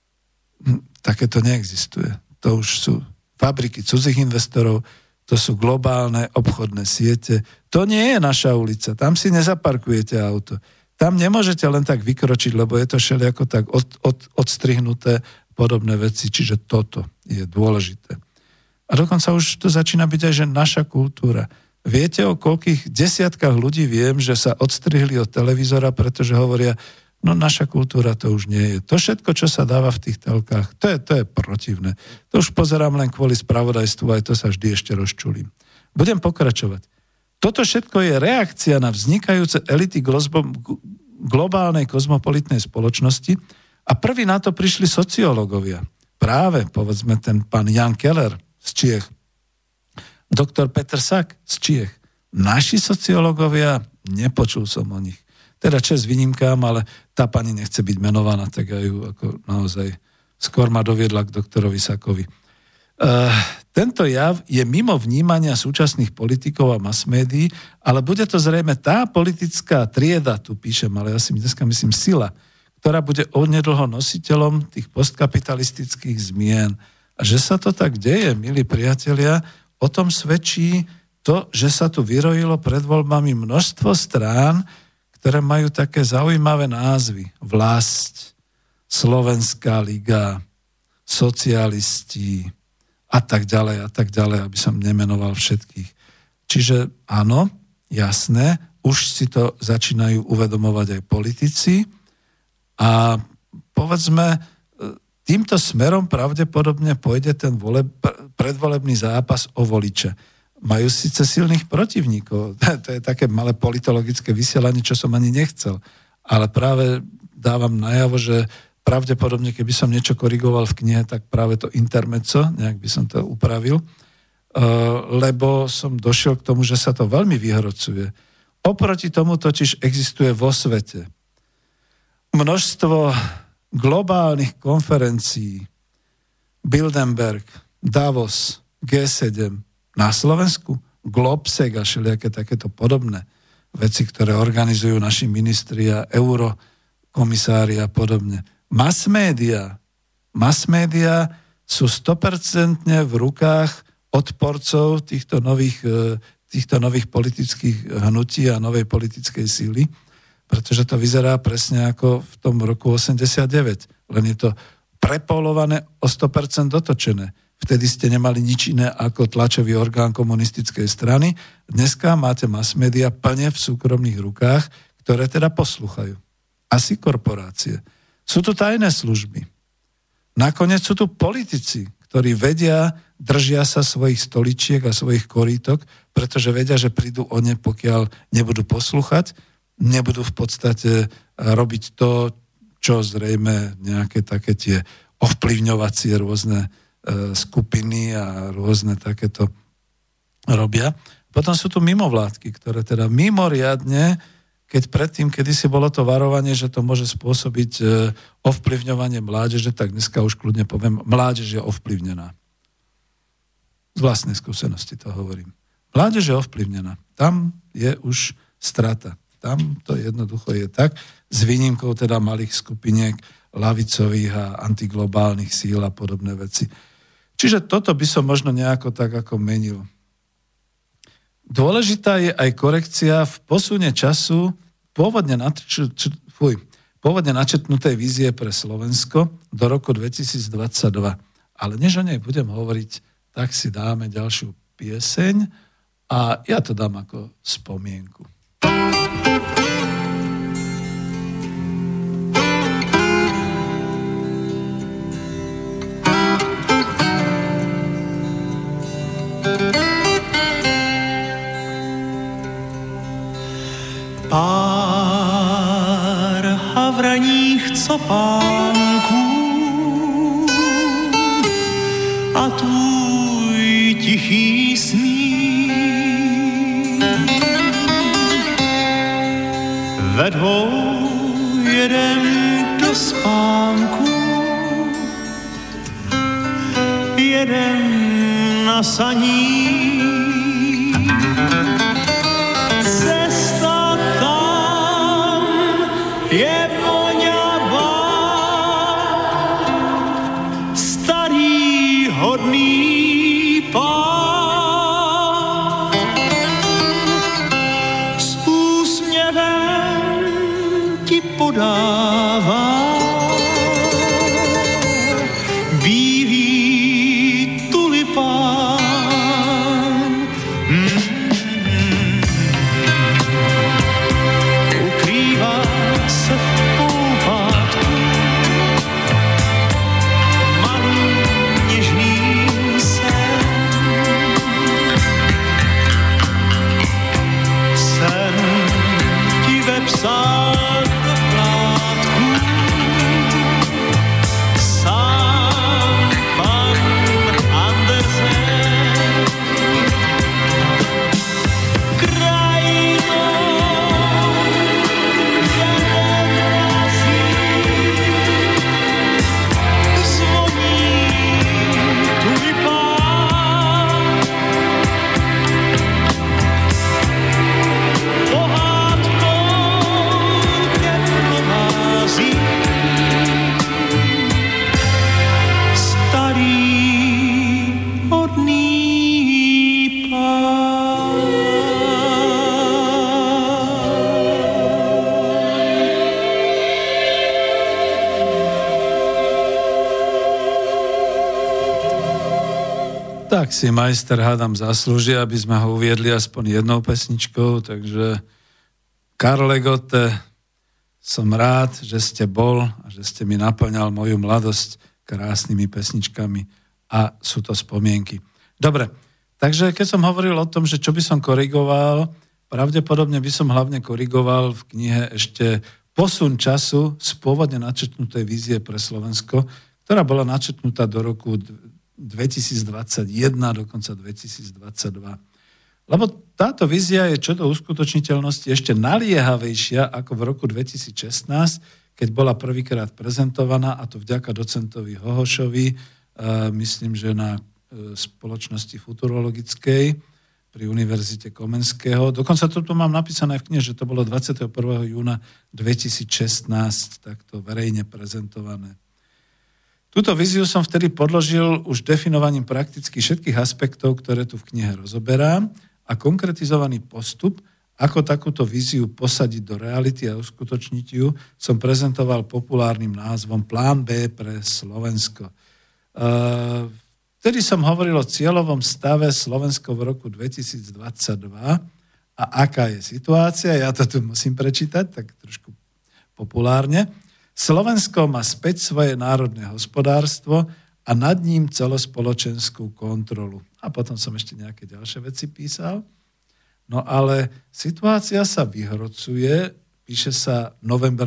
Také to neexistuje. To už sú fabriky cudzích investorov, to sú globálne obchodné siete. To nie je naša ulica, tam si nezaparkujete auto. Tam nemôžete len tak vykročiť, lebo je to všelijako tak od, od, odstrihnuté podobné veci, čiže toto je dôležité. A dokonca už to začína byť aj, že naša kultúra. Viete, o koľkých desiatkách ľudí viem, že sa odstrihli od televízora, pretože hovoria, no naša kultúra to už nie je. To všetko, čo sa dáva v tých telkách, to je, to je protivné. To už pozerám len kvôli spravodajstvu, aj to sa vždy ešte rozčulím. Budem pokračovať. Toto všetko je reakcia na vznikajúce elity globálnej kozmopolitnej spoločnosti a prví na to prišli sociológovia. Práve, povedzme, ten pán Jan Keller z Čiech, doktor Peter Sak z Čiech. Naši sociológovia, nepočul som o nich. Teda čest výnimkám, ale tá pani nechce byť menovaná, tak ja ju ako naozaj skôr ma doviedla k doktorovi Sakovi. Uh, tento jav je mimo vnímania súčasných politikov a mass médií, ale bude to zrejme tá politická trieda, tu píšem, ale ja si dneska myslím sila, ktorá bude onedlho nositeľom tých postkapitalistických zmien. A že sa to tak deje, milí priatelia, o tom svedčí to, že sa tu vyrojilo pred voľbami množstvo strán, ktoré majú také zaujímavé názvy. Vlast, Slovenská liga, socialisti a tak ďalej a tak ďalej, aby som nemenoval všetkých. Čiže áno, jasné, už si to začínajú uvedomovať aj politici a povedzme, týmto smerom pravdepodobne pôjde ten voleb, predvolebný zápas o voliče. Majú síce silných protivníkov, to je také malé politologické vysielanie, čo som ani nechcel, ale práve dávam najavo, že pravdepodobne, keby som niečo korigoval v knihe, tak práve to intermezzo, nejak by som to upravil, lebo som došiel k tomu, že sa to veľmi vyhrocuje. Oproti tomu totiž existuje vo svete množstvo globálnych konferencií, Bilderberg, Davos, gé sedem, na Slovensku, Globsec a všelijaké takéto podobné veci, ktoré organizujú naši ministri a eurokomisári a podobne. Mass média. Mass média sú sto percent v rukách odporcov týchto nových, týchto nových politických hnutí a novej politickej síly, pretože to vyzerá presne ako v tom roku osemdesiatdeväť. Len je to prepolované o sto percent dotočené. Vtedy ste nemali nič iné ako tlačový orgán komunistickej strany. Dneska máte mass media plne v súkromných rukách, ktoré teda poslúchajú. Asi korporácie. Sú tu tajné služby. Nakoniec sú tu politici, ktorí vedia, držia sa svojich stoličiek a svojich korítok, pretože vedia, že prídu o ne, pokiaľ nebudú poslúchať, nebudú v podstate robiť to, čo zrejme nejaké také tie ovplyvňovacie rôzne skupiny a rôzne takéto robia. Potom sú tu mimovládky, ktoré teda mimoriadne keď predtým, kedysi bolo to varovanie, že to môže spôsobiť ovplyvňovanie mládeže, tak dneska už kľudne poviem, mládež je ovplyvnená. Z vlastnej skúsenosti to hovorím. Mládež je ovplyvnená. Tam je už strata. Tam to jednoducho je tak, s výnimkou teda malých skupiniek ľavicových a antiglobálnych síl a podobné veci. Čiže toto by som možno nejako tak ako menil. Dôležitá je aj korekcia v posune času pôvodne, nač- č- fuj, pôvodne načetnutej vízie pre Slovensko do roku dvetisícdvadsaťdva. Ale než o nej budem hovoriť, tak si dáme ďalšiu pieseň a ja to dám ako spomienku. Pár havraních copánků a tvůj tichý smích ve dvou jeden do spánku, jeden na saních. Je voňavá, starý hodný pán s úsměvem ti podává bílý tulipán. Mm-hmm. Ukrývá se v poupátku malý něžný sen. Sen ti vepsal do plátku sám pan Andersen. Krajinou tak si majster hádam zaslúži, aby sme ho uviedli aspoň jednou pesničkou, takže Karle Gott, som rád, že ste bol a že ste mi naplňal moju mladosť krásnymi pesničkami a sú to spomienky. Dobre, takže keď som hovoril o tom, že čo by som korigoval, pravdepodobne by som hlavne korigoval v knihe ešte posun času z pôvodne načrtnutej vízie pre Slovensko, ktorá bola načrtnutá do roku dvetisícdvadsaťjeden, dokonca dvetisícdvadsaťdva. Lebo táto vízia je čo do uskutočniteľnosti ešte naliehavejšia ako v roku dvetisícšestnásť, keď bola prvýkrát prezentovaná, a to vďaka docentovi Hohošovi, myslím, že na spoločnosti futurologickej pri Univerzite Komenského. Dokonca to tu mám napísané v knihe, že to bolo dvadsiateho prvého júna dvetisícšestnásť takto verejne prezentované. Túto víziu som vtedy podložil už definovaním prakticky všetkých aspektov, ktoré tu v knihe rozoberám, a konkretizovaný postup, ako takúto víziu posadiť do reality a uskutočniť ju, som prezentoval populárnym názvom Plán B pre Slovensko. Vtedy som hovoril o cieľovom stave Slovensko v roku dvetisícdvadsaťdva a aká je situácia. Ja to tu musím prečítať, tak trošku populárne. Slovensko má späť svoje národné hospodárstvo a nad ním celospoločenskú kontrolu. A potom som ešte nejaké ďalšie veci písal. No ale situácia sa vyhrocuje, píše sa november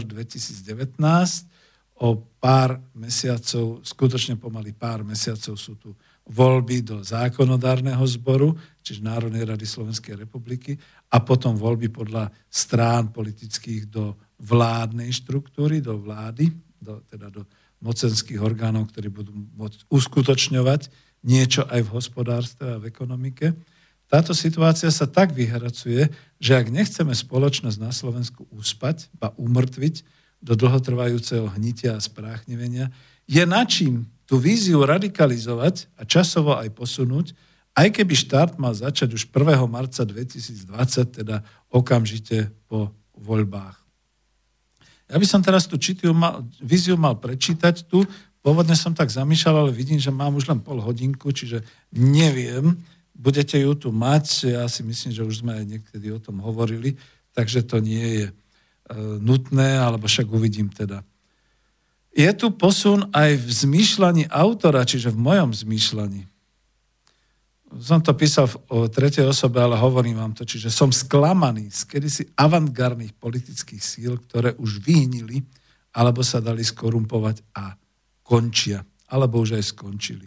dvetisícdevätnásť, o pár mesiacov, skutočne pomaly pár mesiacov sú tu voľby do zákonodárneho zboru, čiže Národnej rady Slovenskej republiky, a potom voľby podľa strán politických do vládnej štruktúry, do vlády, do, teda do mocenských orgánov, ktorí budú môcť uskutočňovať niečo aj v hospodárstve a v ekonomike. Táto situácia sa tak vyhracuje, že ak nechceme spoločnosť na Slovensku uspať, ba umrtviť do dlhotrvajúceho hnitia a spráchnivenia, je na čím tú víziu radikalizovať a časovo aj posunúť, aj keby štart mal začať už prvého marca dvetisícdvadsať, teda okamžite po voľbách. Ja by som teraz tú čitiu mal, víziu mal prečítať tu. Pôvodne som tak zamýšľal, ale vidím, že mám už len pol hodinku, čiže neviem. Budete ju tu mať, ja si myslím, že už sme aj niekedy o tom hovorili, takže to nie je e, nutné, alebo však uvidím teda. Je tu posun aj v zmýšľaní autora, čiže v mojom zmýšľaní. Som to písal v tretej osobe, ale hovorím vám to, čiže som sklamaný z kedysi avantgardných politických síl, ktoré už vyhnili, alebo sa dali skorumpovať a končia, alebo už aj skončili.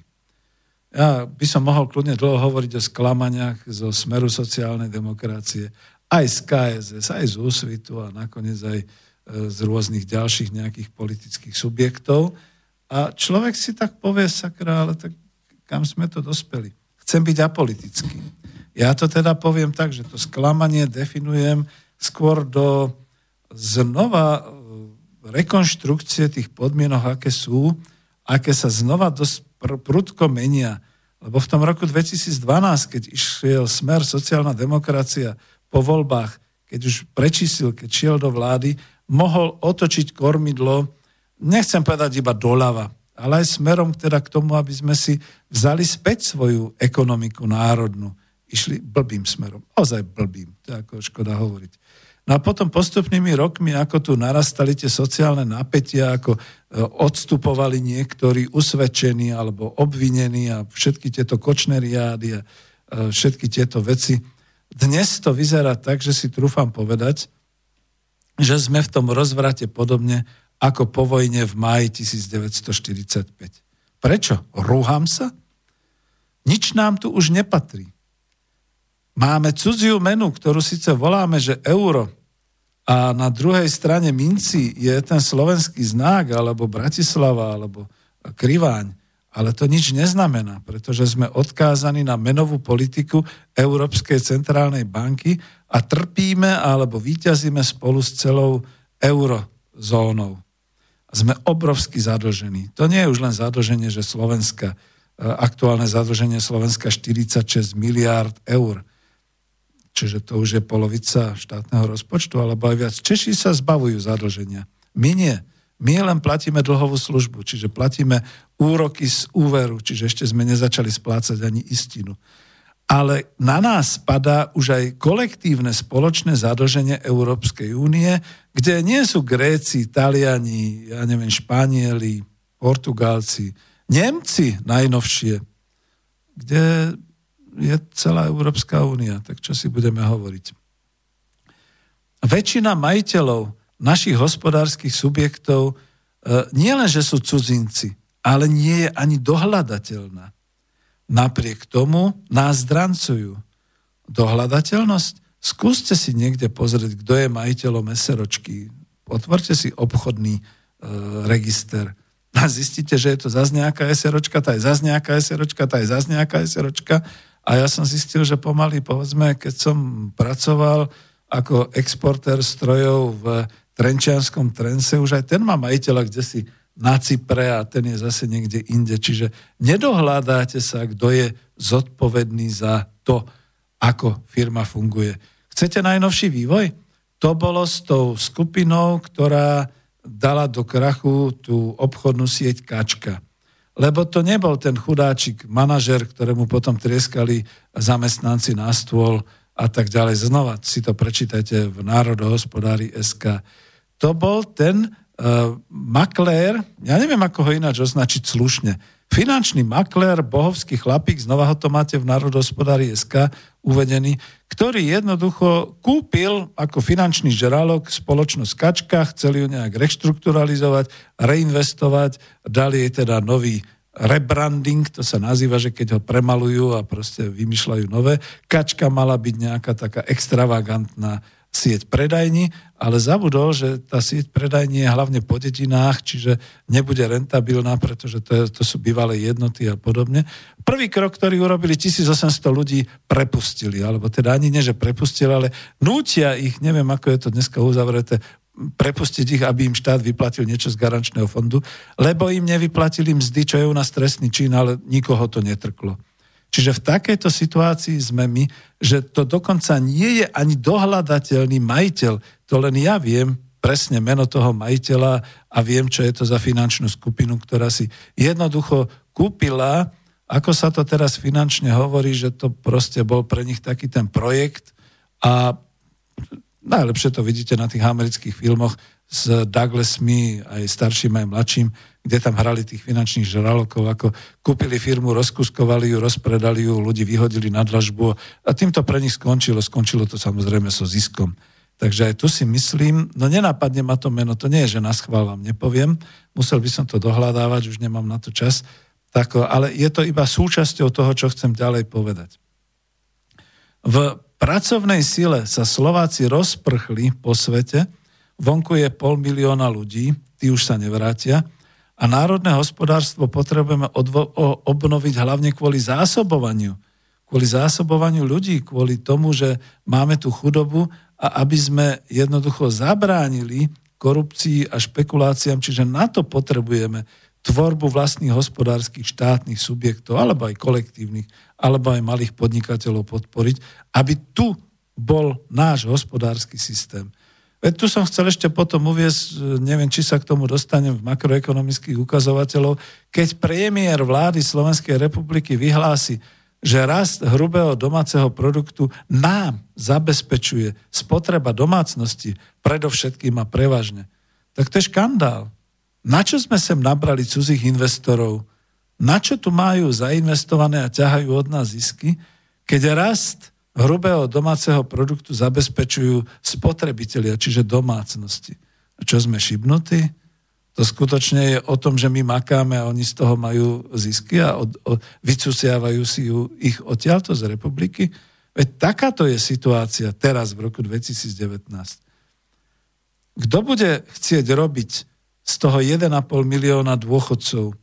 Ja by som mohol kľudne dlho hovoriť o sklamaniach zo Smeru sociálnej demokracie, aj z ká es es, aj z Úsvitu a nakoniec aj z rôznych ďalších nejakých politických subjektov. A človek si tak povie, sakra, ale tak kam sme to dospeli? Chcem byť apolitický. Ja to teda poviem tak, že to sklamanie definujem skôr do znova rekonštrukcie tých podmienok, aké sú, aké sa znova dosť pr- prudko menia. Lebo v tom roku dvetisícdvanásť, keď išiel Smer sociálna demokracia po voľbách, keď už prečísil, keď šiel do vlády, mohol otočiť kormidlo, nechcem povedať iba doľava, ale aj smerom teda k tomu, aby sme si vzali späť svoju ekonomiku národnú. Išli blbým smerom. Ozaj blbým. To je ako škoda hovoriť. No a potom postupnými rokmi, ako tu narastali tie sociálne napätia, ako odstupovali niektorí usvedčení alebo obvinení a všetky tieto kočné riády a všetky tieto veci. Dnes to vyzerá tak, že si trúfam povedať, že sme v tom rozvrate podobne ako po vojne v máji devätnásťstoštyridsaťpäť. Prečo? Rúham sa? Nič nám tu už nepatrí. Máme cudziu menu, ktorú síce voláme, že euro, a na druhej strane minci je ten slovenský znak, alebo Bratislava, alebo Kriváň, ale to nič neznamená, pretože sme odkázaní na menovú politiku Európskej centrálnej banky a trpíme alebo víťazíme spolu s celou eurozónou. Sme obrovsky zadlžení. To nie je už len zadlženie, že Slovenska, aktuálne zadlženie Slovenska štyridsaťšesť miliárd eur. Čiže to už je polovica štátneho rozpočtu, alebo aj viac. Češi sa zbavujú zadlženia. My nie. My len platíme dlhovú službu, čiže platíme úroky z úveru, čiže ešte sme nezačali splácať ani istinu. Ale na nás padá už aj kolektívne spoločné zadlženie Európskej únie, kde nie sú Gréci, Taliani, ja neviem, Španieli, Portugálci, Nemci najnovšie, kde je celá Európska únia. Tak čo si budeme hovoriť? Väčšina majiteľov našich hospodárskych subjektov nie len, že sú cudzinci, ale nie je ani dohľadateľná. Napriek tomu nás drancujú. Dohľadateľnosť? Skúste si niekde pozrieť, kto je majiteľom SROčky. Otvorte si obchodný e, register a zistíte, že je to zase nejaká SROčka, tá je zase nejaká SROčka, tá je zase nejaká SROčka. A ja som zistil, že pomaly, povedzme, keď som pracoval ako exportér strojov v Trenčianskom Trense, už aj ten má majiteľa, kde si na Cypre a ten je zase niekde inde. Čiže nedohľadáte sa, kto je zodpovedný za to, ako firma funguje. Chcete najnovší vývoj? To bolo s tou skupinou, ktorá dala do krachu tú obchodnú sieť Kačka. Lebo to nebol ten chudáčik, manažer, ktorému potom trieskali zamestnanci na stôl a tak ďalej. Znova si to prečítajte v Národohospodári bodka es ká. To bol ten Uh, maklér, ja neviem, ako ho ináč označiť slušne, finančný maklér, bohovský chlapík, znova ho to máte v Národohospodári bodka es ká uvedený, ktorý jednoducho kúpil ako finančný žralok spoločnosť Kačka, chceli ju nejak reštrukturalizovať, reinvestovať, dali jej teda nový rebranding, to sa nazýva, že keď ho premalujú a proste vymýšľajú nové. Kačka mala byť nejaká taká extravagantná sieť predajní, ale zabudol, že tá sieť predajní je hlavne po dedinách, čiže nebude rentabilná, pretože to, je, to sú bývalé jednoty a podobne. Prvý krok, ktorý urobili, tisícosemsto ľudí prepustili, alebo teda ani nie, že prepustili, ale nútia ich, neviem, ako je to dneska uzavreté, prepustiť ich, aby im štát vyplatil niečo z garančného fondu, lebo im nevyplatili mzdy, čo je u nás trestný čin, ale nikoho to netrklo. Čiže v takejto situácii sme my, že to dokonca nie je ani dohľadateľný majiteľ. To len ja viem presne meno toho majiteľa a viem, čo je to za finančnú skupinu, ktorá si jednoducho kúpila, ako sa to teraz finančne hovorí, že to proste bol pre nich taký ten projekt a najlepšie to vidíte na tých amerických filmoch s Douglasmi, aj starším, aj mladším, kde tam hrali tých finančných žralokov, ako kúpili firmu, rozkuskovali ju, rozpredali ju, ľudí vyhodili na dlažbu a týmto pre nich skončilo. Skončilo to samozrejme so ziskom. Takže aj tu si myslím, no nenápadne ma to meno, to nie je, že naschvál vám nepoviem, musel by som to dohľadávať, už nemám na to čas, tak, ale je to iba súčasťou toho, čo chcem ďalej povedať. V pracovnej sile sa Slováci rozprchli po svete, vonku je pol milióna ľudí, tí už sa nevrátia a národné hospodárstvo potrebujeme odvo- obnoviť hlavne kvôli zásobovaniu. Kvôli zásobovaniu ľudí, kvôli tomu, že máme tú chudobu a aby sme jednoducho zabránili korupcii a špekuláciám, čiže na to potrebujeme tvorbu vlastných hospodárskych štátnych subjektov, alebo aj kolektívnych, alebo aj malých podnikateľov podporiť, aby tu bol náš hospodársky systém. Veď tu som chcel ešte potom uviesť, neviem, či sa k tomu dostanem v makroekonomických ukazovateľov, keď premiér vlády Slovenskej republiky vyhlási, že rast hrubého domáceho produktu nám zabezpečuje spotreba domácnosti, predovšetkým a prevažne. Tak to je škandál. Na čo sme sem nabrali cudzích investorov? Na čo tu majú zainvestované a ťahajú od nás zisky, keď rast hrubého domáceho produktu zabezpečujú spotrebitelia, čiže domácnosti. A čo sme šibnutí? To skutočne je o tom, že my makáme a oni z toho majú zisky a od, od, vycusiavajú si ju, ich odtiaľto z republiky. Veď takáto je situácia teraz v roku dvetisíc devätnásť. Kto bude chcieť robiť z toho jeden a pol milióna dôchodcov?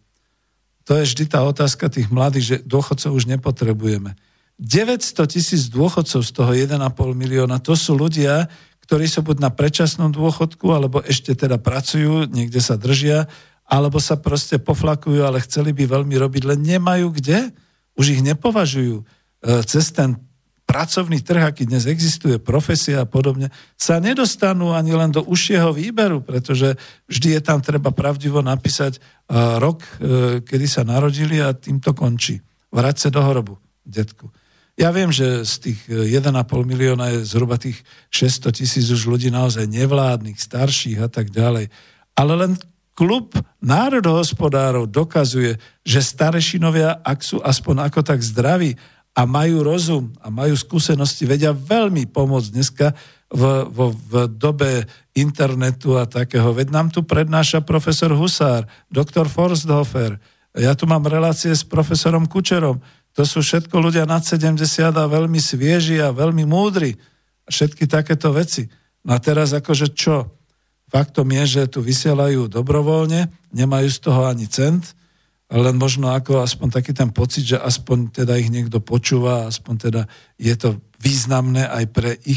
To je vždy tá otázka tých mladých, že dôchodcov už nepotrebujeme. deväťsto tisíc dôchodcov z toho jeden a pol milióna, to sú ľudia, ktorí sú buď na predčasnom dôchodku, alebo ešte teda pracujú, niekde sa držia, alebo sa proste poflakujú, ale chceli by veľmi robiť, len nemajú kde. Už ich nepovažujú. Cez ten pracovný trh, aký dnes existuje, profesia a podobne, sa nedostanú ani len do užšieho výberu, pretože vždy je tam treba pravdivo napísať rok, kedy sa narodili a týmto končí. Vrať sa do hrobu, detku. Ja viem, že z tých jeden a pol milióna je zhruba tých šesťsto tisíc už ľudí naozaj nevládnych, starších a tak ďalej. Ale len klub národohospodárov dokazuje, že starešinovia, ak sú aspoň ako tak zdraví a majú rozum a majú skúsenosti, vedia veľmi pomôcť dneska v, v, v dobe internetu a takého. Veď nám tu prednáša profesor Husár, doktor Forsthofer. Ja tu mám relácie s profesorom Kučerom. To sú všetko ľudia nad sedemdesiat a veľmi svieži a veľmi múdri. Všetky takéto veci. No a teraz akože čo? Faktom je, že tu vysielajú dobrovoľne, nemajú z toho ani cent, len možno ako aspoň taký ten pocit, že aspoň teda ich niekto počúva, aspoň teda je to významné aj pre ich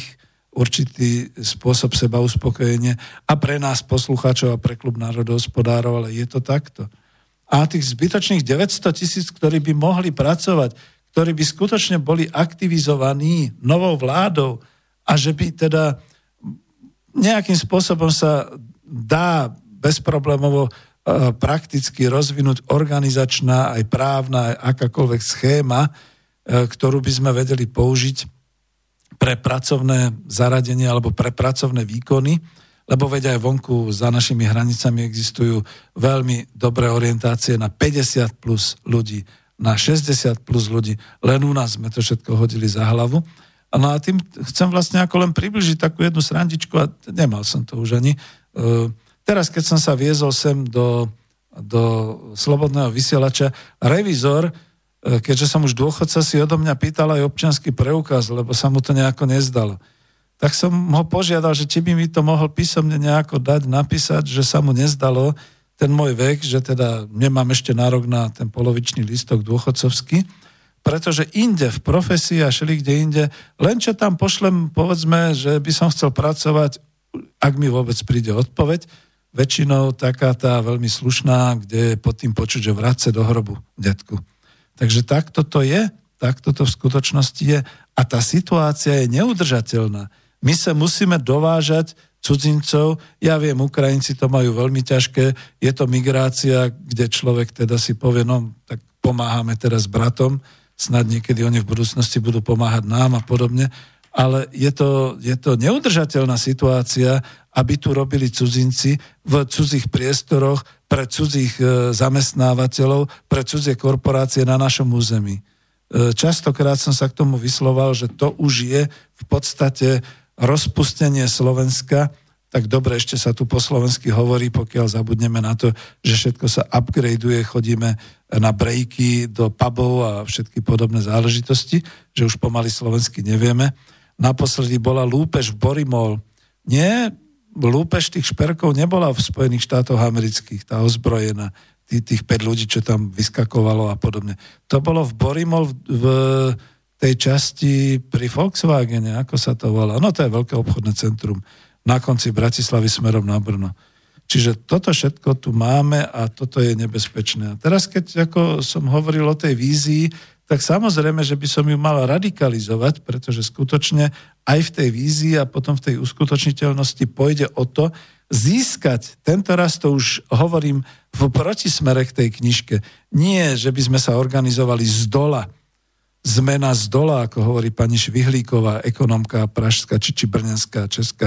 určitý spôsob seba uspokojenia a pre nás poslucháčov a pre klub národohospodárov, ale je to takto. A tých zbytočných deväťsto tisíc, ktorí by mohli pracovať, ktorí by skutočne boli aktivizovaní novou vládou a že by teda nejakým spôsobom sa dá bezproblémovo prakticky rozvinúť organizačná, aj právna, aj akákoľvek schéma, ktorú by sme vedeli použiť pre pracovné zaradenie alebo pre pracovné výkony, lebo veď aj vonku za našimi hranicami existujú veľmi dobré orientácie na päťdesiat plus ľudí, na šesťdesiat plus ľudí. Len u nás sme to všetko hodili za hlavu. No a tým chcem vlastne ako len približiť takú jednu srandičku a nemal som to už ani. Teraz, keď som sa viezol sem do do Slobodného vysielača. Revizor, keďže som už dôchodca, si odo mňa pýtal aj občiansky preukaz, lebo sa mu to nejako nezdalo. Tak som ho požiadal, že či by mi to mohol písomne nejako dať, napísať, že sa mu nezdalo ten môj vek, že teda nemám ešte nárok na ten polovičný lístok dôchodcovský, pretože inde v profesii a všelikde inde, len čo tam pošlem, povedzme, že by som chcel pracovať, ak mi vôbec príde odpoveď, väčšinou taká tá veľmi slušná, kde je pod tým počuť, že vráť sa do hrobu, detku. Takže takto to je, takto to v skutočnosti je a tá situácia je neudržateľná. My sa musíme dovážať cudzincov, ja viem, Ukrajinci to majú veľmi ťažké, je to migrácia, kde človek teda si povie, no tak pomáhame teraz bratom, snad niekedy oni v budúcnosti budú pomáhať nám a podobne, ale je to, je to neudržateľná situácia, aby tu robili cudzinci v cudzích priestoroch, pre cudzích zamestnávateľov, pre cudzie korporácie na našom území. Častokrát som sa k tomu vysloval, že to už je v podstate rozpustenie Slovenska, tak dobre, ešte sa tu po slovensky hovorí, pokiaľ zabudneme na to, že všetko sa upgradeuje, chodíme na breaky do pubov a všetky podobné záležitosti, že už pomaly slovensky nevieme. Naposledy bola lúpež v Borimol. Nie, lúpež tých šperkov nebola v Spojených štátoch amerických, tá ozbrojená, tých, tých päť ľudí, čo tam vyskakovalo a podobne. To bolo v Borimol v, v tej časti pri Volkswagene, ako sa to volá. No to je veľké obchodné centrum na konci Bratislavy smerom na Brno. Čiže toto všetko tu máme a toto je nebezpečné. A teraz, keď ako som hovoril o tej vízii, tak samozrejme, že by som ju mal radikalizovať, pretože skutočne aj v tej vízii a potom v tej uskutočniteľnosti pôjde o to získať, tento raz to už hovorím v protismere k tej knižke, nie, že by sme sa organizovali z dola, zmena z dola, ako hovorí pani Švihlíková, ekonomka pražská, či, či brnenská, česká,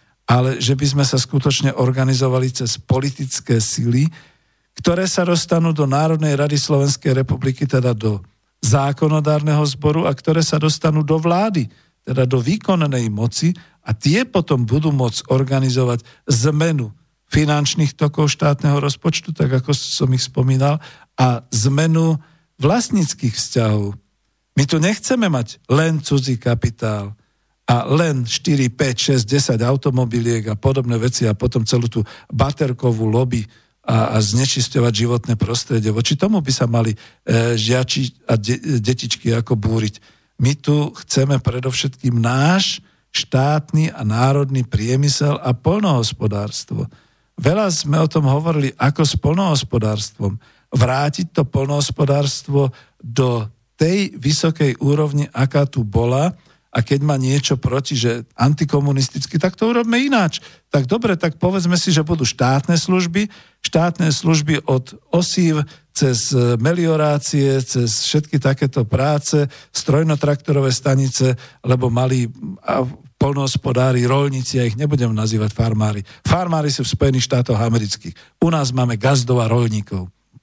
ale že by sme sa skutočne organizovali cez politické sily, ktoré sa dostanú do Národnej rady Slovenskej republiky, teda do zákonodárneho zboru a ktoré sa dostanú do vlády, teda do výkonnej moci a tie potom budú môcť organizovať zmenu finančných tokov štátneho rozpočtu, tak ako som ich spomínal, a zmenu vlastníckych vzťahov. My tu nechceme mať len cudzí kapitál a len štyri, päť, šesť, desať automobiliek a podobné veci a potom celú tú baterkovú lobby a, a znečisťovať životné prostredie. Voči tomu by sa mali e, žiači a de, detičky ako búriť. My tu chceme predovšetkým náš štátny a národný priemysel a poľnohospodárstvo. Veľa sme o tom hovorili, ako s poľnohospodárstvom. Vrátiť to poľnohospodárstvo do tej vysokej úrovni, aká tu bola, a keď má niečo proti, že antikomunisticky, tak to urobme ináč. Tak dobre, tak povedzme si, že budú štátne služby, štátne služby od osív cez meliorácie, cez všetky takéto práce, strojnotraktorové stanice, lebo mali poľnohospodári, roľníci, ja ich nebudem nazývať farmári. Farmári sú v Spojených štátoch amerických. U nás máme gazdov a roľníkov.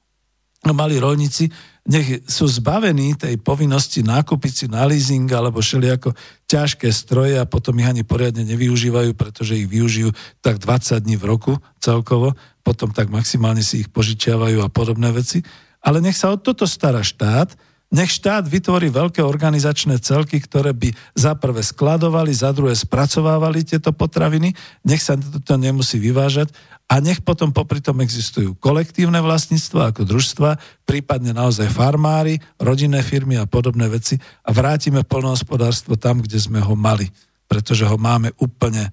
No, mali roľníci, nech sú zbavení tej povinnosti nákupiť si na leasing alebo všelijako ťažké stroje a potom ich ani poriadne nevyužívajú, pretože ich využijú tak dvadsať dní v roku celkovo, potom tak maximálne si ich požičiavajú a podobné veci. Ale nech sa o toto stará štát, nech štát vytvorí veľké organizačné celky, ktoré by za prvé skladovali, za druhé spracovávali tieto potraviny, nech sa toto nemusí vyvážať a nech potom popri tom existujú kolektívne vlastníctva ako družstva, prípadne naozaj farmári, rodinné firmy a podobné veci a vrátime poľnohospodárstvo tam, kde sme ho mali, pretože ho máme úplne,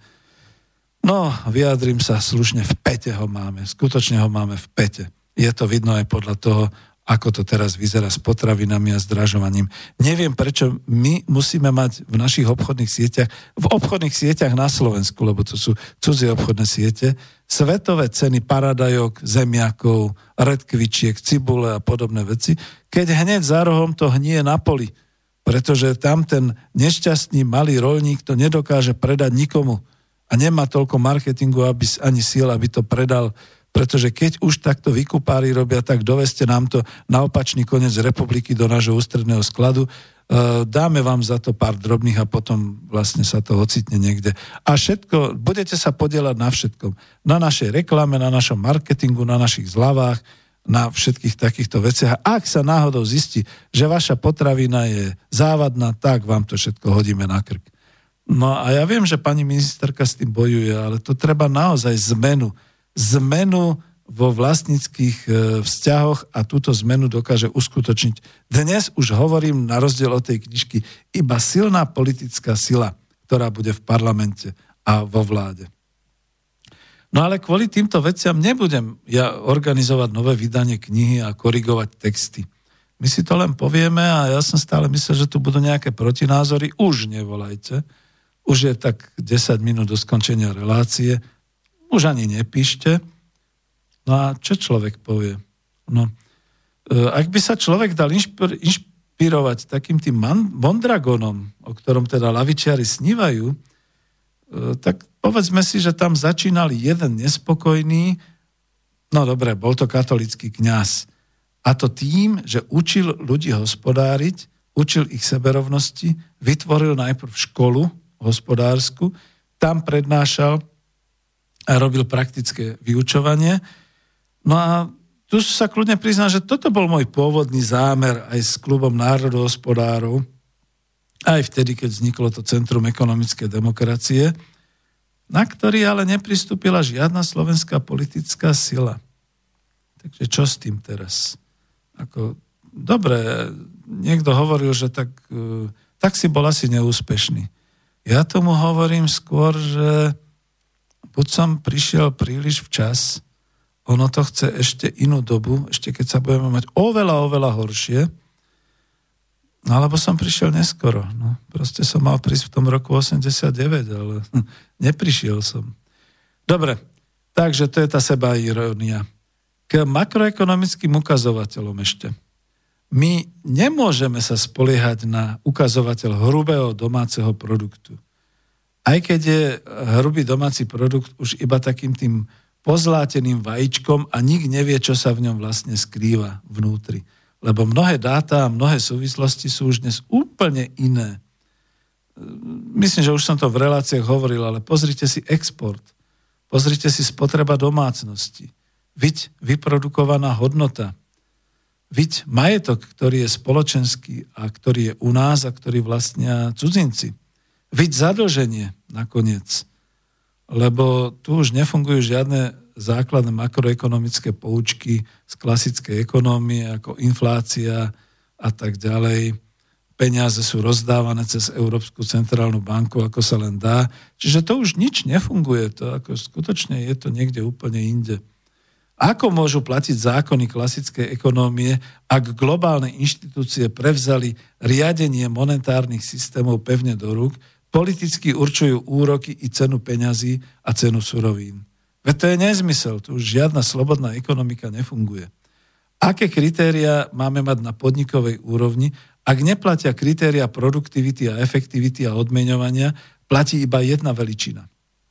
no vyjadrím sa slušne, v pete ho máme, skutočne ho máme v pete. Je to vidno aj podľa toho, ako to teraz vyzerá s potravinami a zdražovaním. Neviem, prečo my musíme mať v našich obchodných sieťach, v obchodných sieťach na Slovensku, lebo to sú cudzie obchodné siete, svetové ceny paradajok, zemiakov, redkvičiek, cibule a podobné veci, keď hneď za rohom to hnie na poli, pretože tam ten nešťastný malý roľník to nedokáže predať nikomu a nemá toľko marketingu aby, ani síl, aby to predal, pretože keď už takto vykupári robia, tak doveste nám to na opačný koniec republiky do nášho ústredného skladu dáme vám za to pár drobných a potom vlastne sa to ocitne niekde. A všetko, budete sa podieľať na všetkom. Na našej reklame, na našom marketingu, na našich zľavách, na všetkých takýchto veciach. A ak sa náhodou zistí, že vaša potravina je závadná, tak vám to všetko hodíme na krk. No a ja viem, že pani ministerka s tým bojuje, ale to treba naozaj zmenu. Zmenu vo vlastníckych vzťahoch a túto zmenu dokáže uskutočniť. Dnes už hovorím, na rozdiel od tej knižky, iba silná politická sila, ktorá bude v parlamente a vo vláde. No ale kvôli týmto veciam nebudem ja organizovať nové vydanie knihy a korigovať texty. My si to len povieme a ja som stále myslel, že tu budú nejaké protinázory. Už nevolajte. Už je tak desať minút do skončenia relácie. Už ani nepíšte. No a čo človek povie? No, ak by sa človek dal inšpir- inšpirovať takým tým man- mondragonom, o ktorom teda lavičiari snívajú, tak povedzme si, že tam začínal jeden nespokojný, no dobre, bol to katolícky kňaz. A to tým, že učil ľudí hospodáriť, učil ich seberovnosti, vytvoril najprv školu hospodársku, tam prednášal a robil praktické vyučovanie. No a tu sa kľudne priznám, že toto bol môj pôvodný zámer aj s klubom národohospodárov, aj vtedy, keď vzniklo to Centrum ekonomickej demokracie, na ktorý ale nepristúpila žiadna slovenská politická sila. Takže čo s tým teraz? Ako, dobre, niekto hovoril, že tak, tak si bol asi neúspešný. Ja tomu hovorím skôr, že buď som prišiel príliš včas, ono to chce ešte inú dobu, ešte keď sa budeme mať oveľa, oveľa horšie, alebo som prišiel neskoro. No, proste som mal prísť v tom roku osemdesiatdeväť, ale neprišiel som. Dobre, takže to je tá sebairónia. K makroekonomickým ukazovateľom ešte. My nemôžeme sa spoliehať na ukazovateľ hrubého domáceho produktu. Aj keď je hrubý domáci produkt už iba takým tým pozláteným vajíčkom a nik nevie, čo sa v ňom vlastne skrýva vnútri. Lebo mnohé dáta a mnohé súvislosti sú už dnes úplne iné. Myslím, že už som to v reláciách hovoril, ale pozrite si export. Pozrite si spotreba domácnosti. Viď vyprodukovaná hodnota. Viď majetok, ktorý je spoločenský a ktorý je u nás a ktorý vlastnia cudzinci. Viď zadlženie nakoniec. Lebo tu už nefungujú žiadne základné makroekonomické poučky z klasickej ekonómie, ako inflácia a tak ďalej. Peniaze sú rozdávané cez Európsku centrálnu banku, ako sa len dá. Čiže to už nič nefunguje. To ako skutočne je to niekde úplne inde. Ako môžu platiť zákony klasickej ekonómie, ak globálne inštitúcie prevzali riadenie monetárnych systémov pevne do rúk, politicky určujú úroky i cenu peňazí a cenu surovín. Veď to je nezmysel, tu už žiadna slobodná ekonomika nefunguje. Aké kritériá máme mať na podnikovej úrovni, ak neplatia kritéria produktivity a efektivity a odmeňovania, platí iba jedna veličina.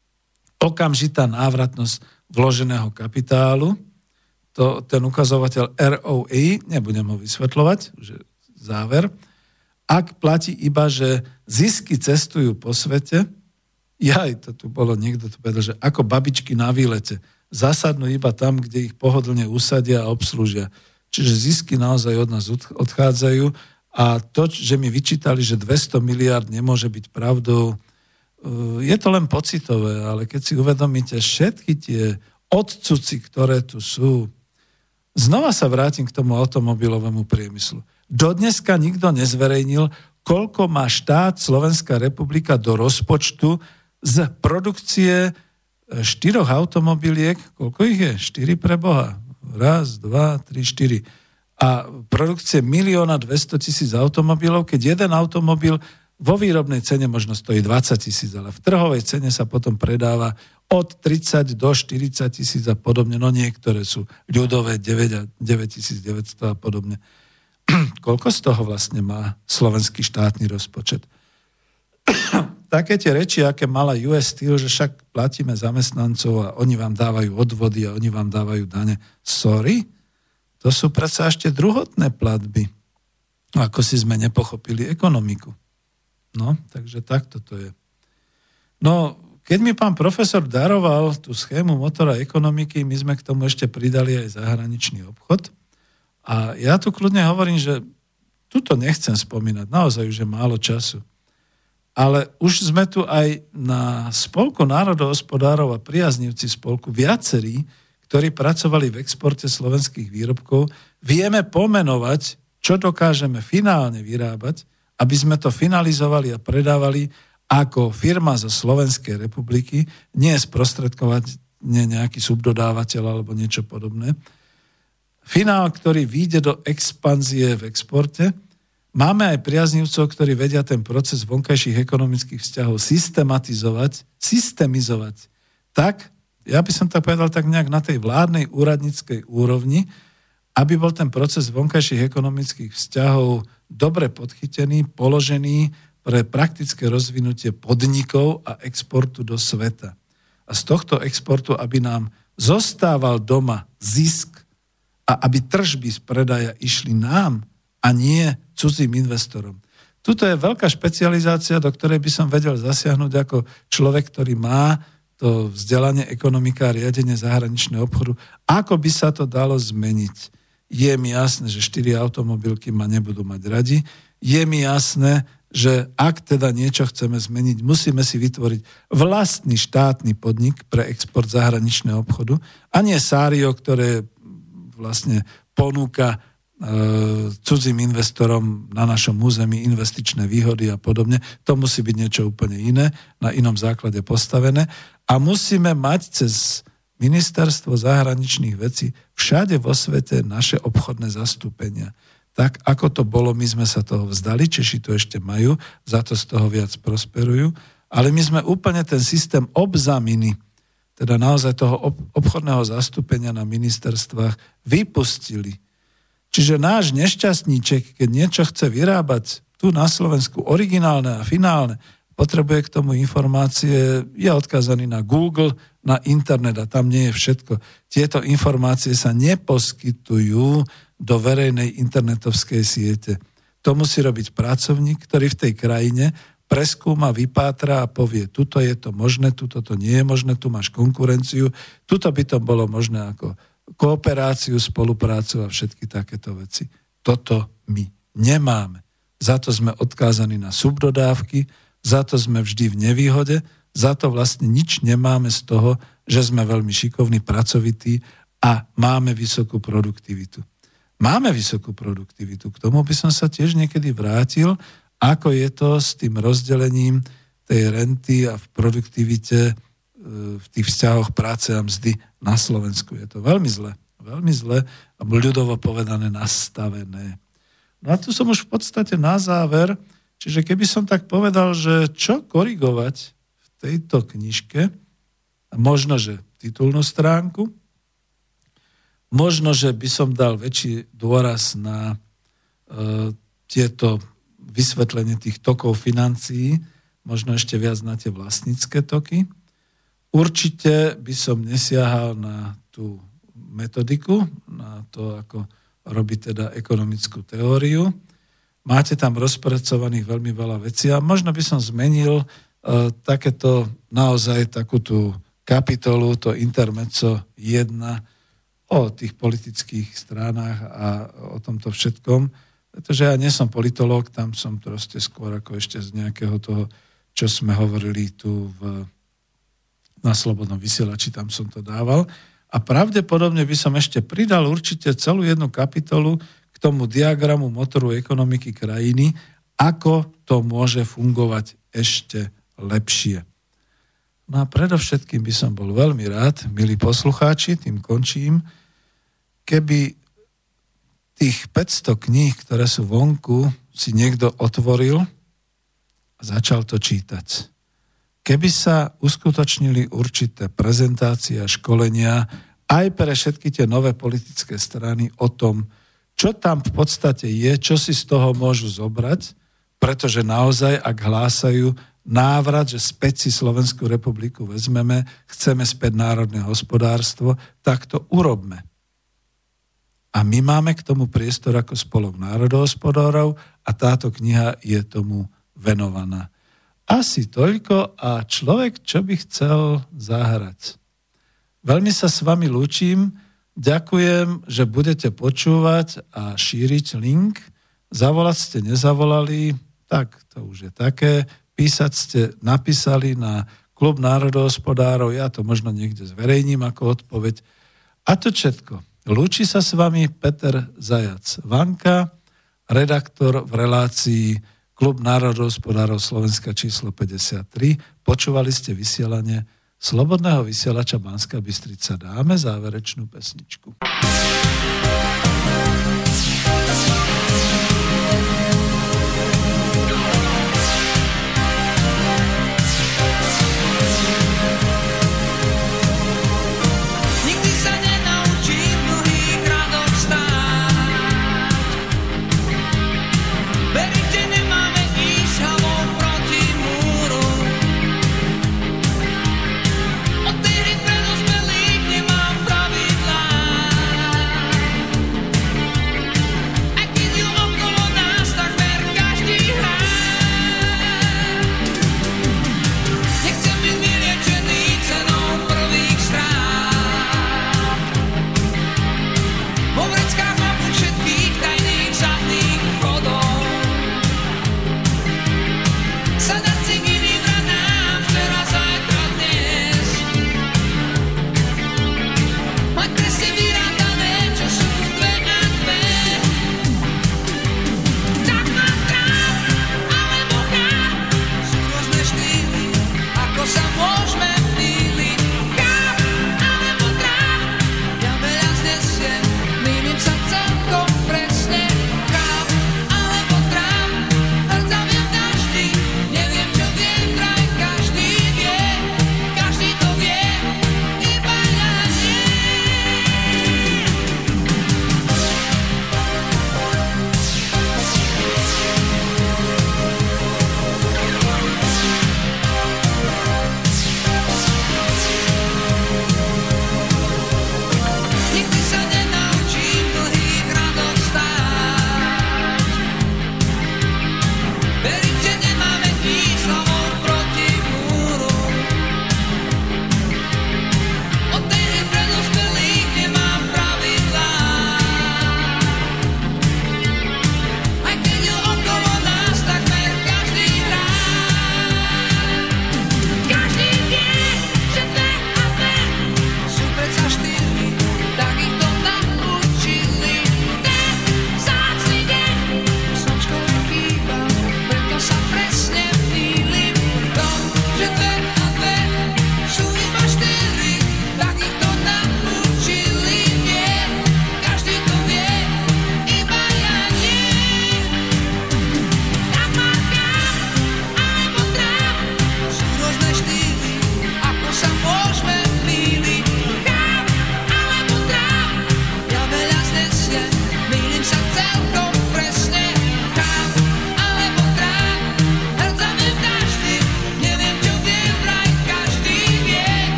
Okamžitá návratnosť vloženého kapitálu, to, ten ukazovateľ er ó á, nebudem ho vysvetľovať, že záver, ak platí iba, že zisky cestujú po svete, jaj, to tu bolo, niekto tu povedal, že ako babičky na výlete, zasadnú iba tam, kde ich pohodlne usadia a obslúžia. Čiže zisky naozaj od nás odchádzajú a to, že mi vyčítali, že dvesto miliárd nemôže byť pravdou, je to len pocitové, ale keď si uvedomíte všetky tie odcuci, ktoré tu sú, znova sa vrátim k tomu automobilovému priemyslu. Dodneska nikto nezverejnil, koľko má štát Slovenská republika do rozpočtu z produkcie štyroch automobiliek, koľko ich je? Štyri pre Boha. Raz, dva, tri, štyri. A produkcie milióna dvesto tisíc automobilov, keď jeden automobil vo výrobnej cene možno stojí dvadsať tisíc, ale v trhovej cene sa potom predáva od tridsať do štyridsať tisíc a podobne. No niektoré sú ľudové deväť tisíc deväťsto a podobne. Koľko z toho vlastne má slovenský štátny rozpočet? Také tie reči, aké mala ú es Steel, že však platíme zamestnancov a oni vám dávajú odvody a oni vám dávajú dane. Sorry? To sú predsa ešte druhotné platby. ako si sme nepochopili ekonomiku. No, takže takto to je. No, keď mi pán profesor daroval tú schému motora ekonomiky, my sme k tomu ešte pridali aj zahraničný obchod. A ja tu kľudne hovorím, že tuto nechcem spomínať, naozaj už je málo času. Ale už sme tu aj na Spolku národohospodárov a priaznivci spolku viacerí, ktorí pracovali v exporte slovenských výrobkov, vieme pomenovať, čo dokážeme finálne vyrábať, aby sme to finalizovali a predávali ako firma zo Slovenskej republiky, nie sprostredkovať nie nejaký subdodávateľ alebo niečo podobné. Finál, ktorý vyjde do expanzie v exporte. Máme aj priaznivcov, ktorí vedia ten proces vonkajších ekonomických vzťahov systematizovať, systemizovať. Tak, ja by som tak povedal tak nejak na tej vládnej úradníckej úrovni, aby bol ten proces vonkajších ekonomických vzťahov dobre podchytený, položený pre praktické rozvinutie podnikov a exportu do sveta. A z tohto exportu, aby nám zostával doma zisk a aby tržby z predaja išli nám a nie cudzím investorom. Tuto je veľká špecializácia, do ktorej by som vedel zasiahnuť ako človek, ktorý má to vzdelanie ekonomika a riadenie zahraničného obchodu. Ako by sa to dalo zmeniť? Je mi jasné, že štyri automobilky ma nebudú mať radi. Je mi jasné, že ak teda niečo chceme zmeniť, musíme si vytvoriť vlastný štátny podnik pre export zahraničného obchodu a nie sário, ktoré vlastne ponúka e, cudzím investorom na našom území investičné výhody a podobne. To musí byť niečo úplne iné, na inom základe postavené a musíme mať cez ministerstvo zahraničných vecí všade vo svete naše obchodné zastúpenia. Tak, ako to bolo, my sme sa toho vzdali, Češi to ešte majú, za to z toho viac prosperujú, ale my sme úplne ten systém obzaminy, teda naozaj toho obchodného zastúpenia na ministerstvách vypustili. Čiže náš nešťastníček, keď niečo chce vyrábať tu na Slovensku originálne a finálne, potrebuje k tomu informácie, je odkázaný na Google, na internet a tam nie je všetko. Tieto informácie sa neposkytujú do verejnej internetovskej siete. To musí robiť pracovník, ktorý v tej krajine preskúma, vypátra a povie, tuto je to možné, tuto to nie je možné, tu máš konkurenciu, tuto by to bolo možné ako kooperáciu, spoluprácu a všetky takéto veci. Toto my nemáme. Za to sme odkázaní na subdodávky, za to sme vždy v nevýhode, za to vlastne nič nemáme z toho, že sme veľmi šikovní, pracovití a máme vysokú produktivitu. Máme vysokú produktivitu. K tomu by som sa tiež niekedy vrátil, ako je to s tým rozdelením tej renty a v produktivite v tých vzťahoch práce a mzdy na Slovensku. Je to veľmi zle. Veľmi zle a ľudovo povedané nastavené. No a tu som už v podstate na záver, čiže keby som tak povedal, že čo korigovať v tejto knižke, možno, že titulnú stránku, možno, že by som dal väčší dôraz na e, tieto vysvetlenie tých tokov financií, možno ešte viac na tie vlastnícke toky. Určite by som nesiahal na tú metodiku, na to, ako robiť teda ekonomickú teóriu. Máte tam rozpracovaných veľmi veľa vecí a možno by som zmenil e, takéto naozaj takú tú kapitolu, to intermezzo jedna, o tých politických stránach a o tomto všetkom, pretože ja nie som politológ, tam som proste skôr ako ešte z nejakého toho, čo sme hovorili tu v, na Slobodnom vysielači, tam som to dával. A pravdepodobne by som ešte pridal určite celú jednu kapitolu k tomu diagramu motoru ekonomiky krajiny, ako to môže fungovať ešte lepšie. No a predovšetkým by som bol veľmi rád, milí poslucháči, tým končím, keby tých päťsto kníh, ktoré sú vonku, si niekto otvoril a začal to čítať. Keby sa uskutočnili určité prezentácie a školenia aj pre všetky tie nové politické strany o tom, čo tam v podstate je, čo si z toho môžu zobrať, pretože naozaj, ak hlásajú návrat, že späť si Slovenskú republiku vezmeme, chceme späť národné hospodárstvo, tak to urobme. A my máme k tomu priestor ako Spolok národohospodárov a táto kniha je tomu venovaná. Asi toľko a človek, čo by chcel zahrať. Veľmi sa s vami lúčim, ďakujem, že budete počúvať a šíriť link. Zavolať ste nezavolali, tak to už je také. Písať ste napísali na Klub národohospodárov, ja to možno niekde zverejním ako odpoveď. A to všetko. Lúči sa s vami Peter Zajac Vanka, redaktor v relácii Klub národohospodárov Slovenska číslo päťdesiattri. Počúvali ste vysielanie Slobodného vysielača Banská Bystrica. Dáme záverečnú pesničku.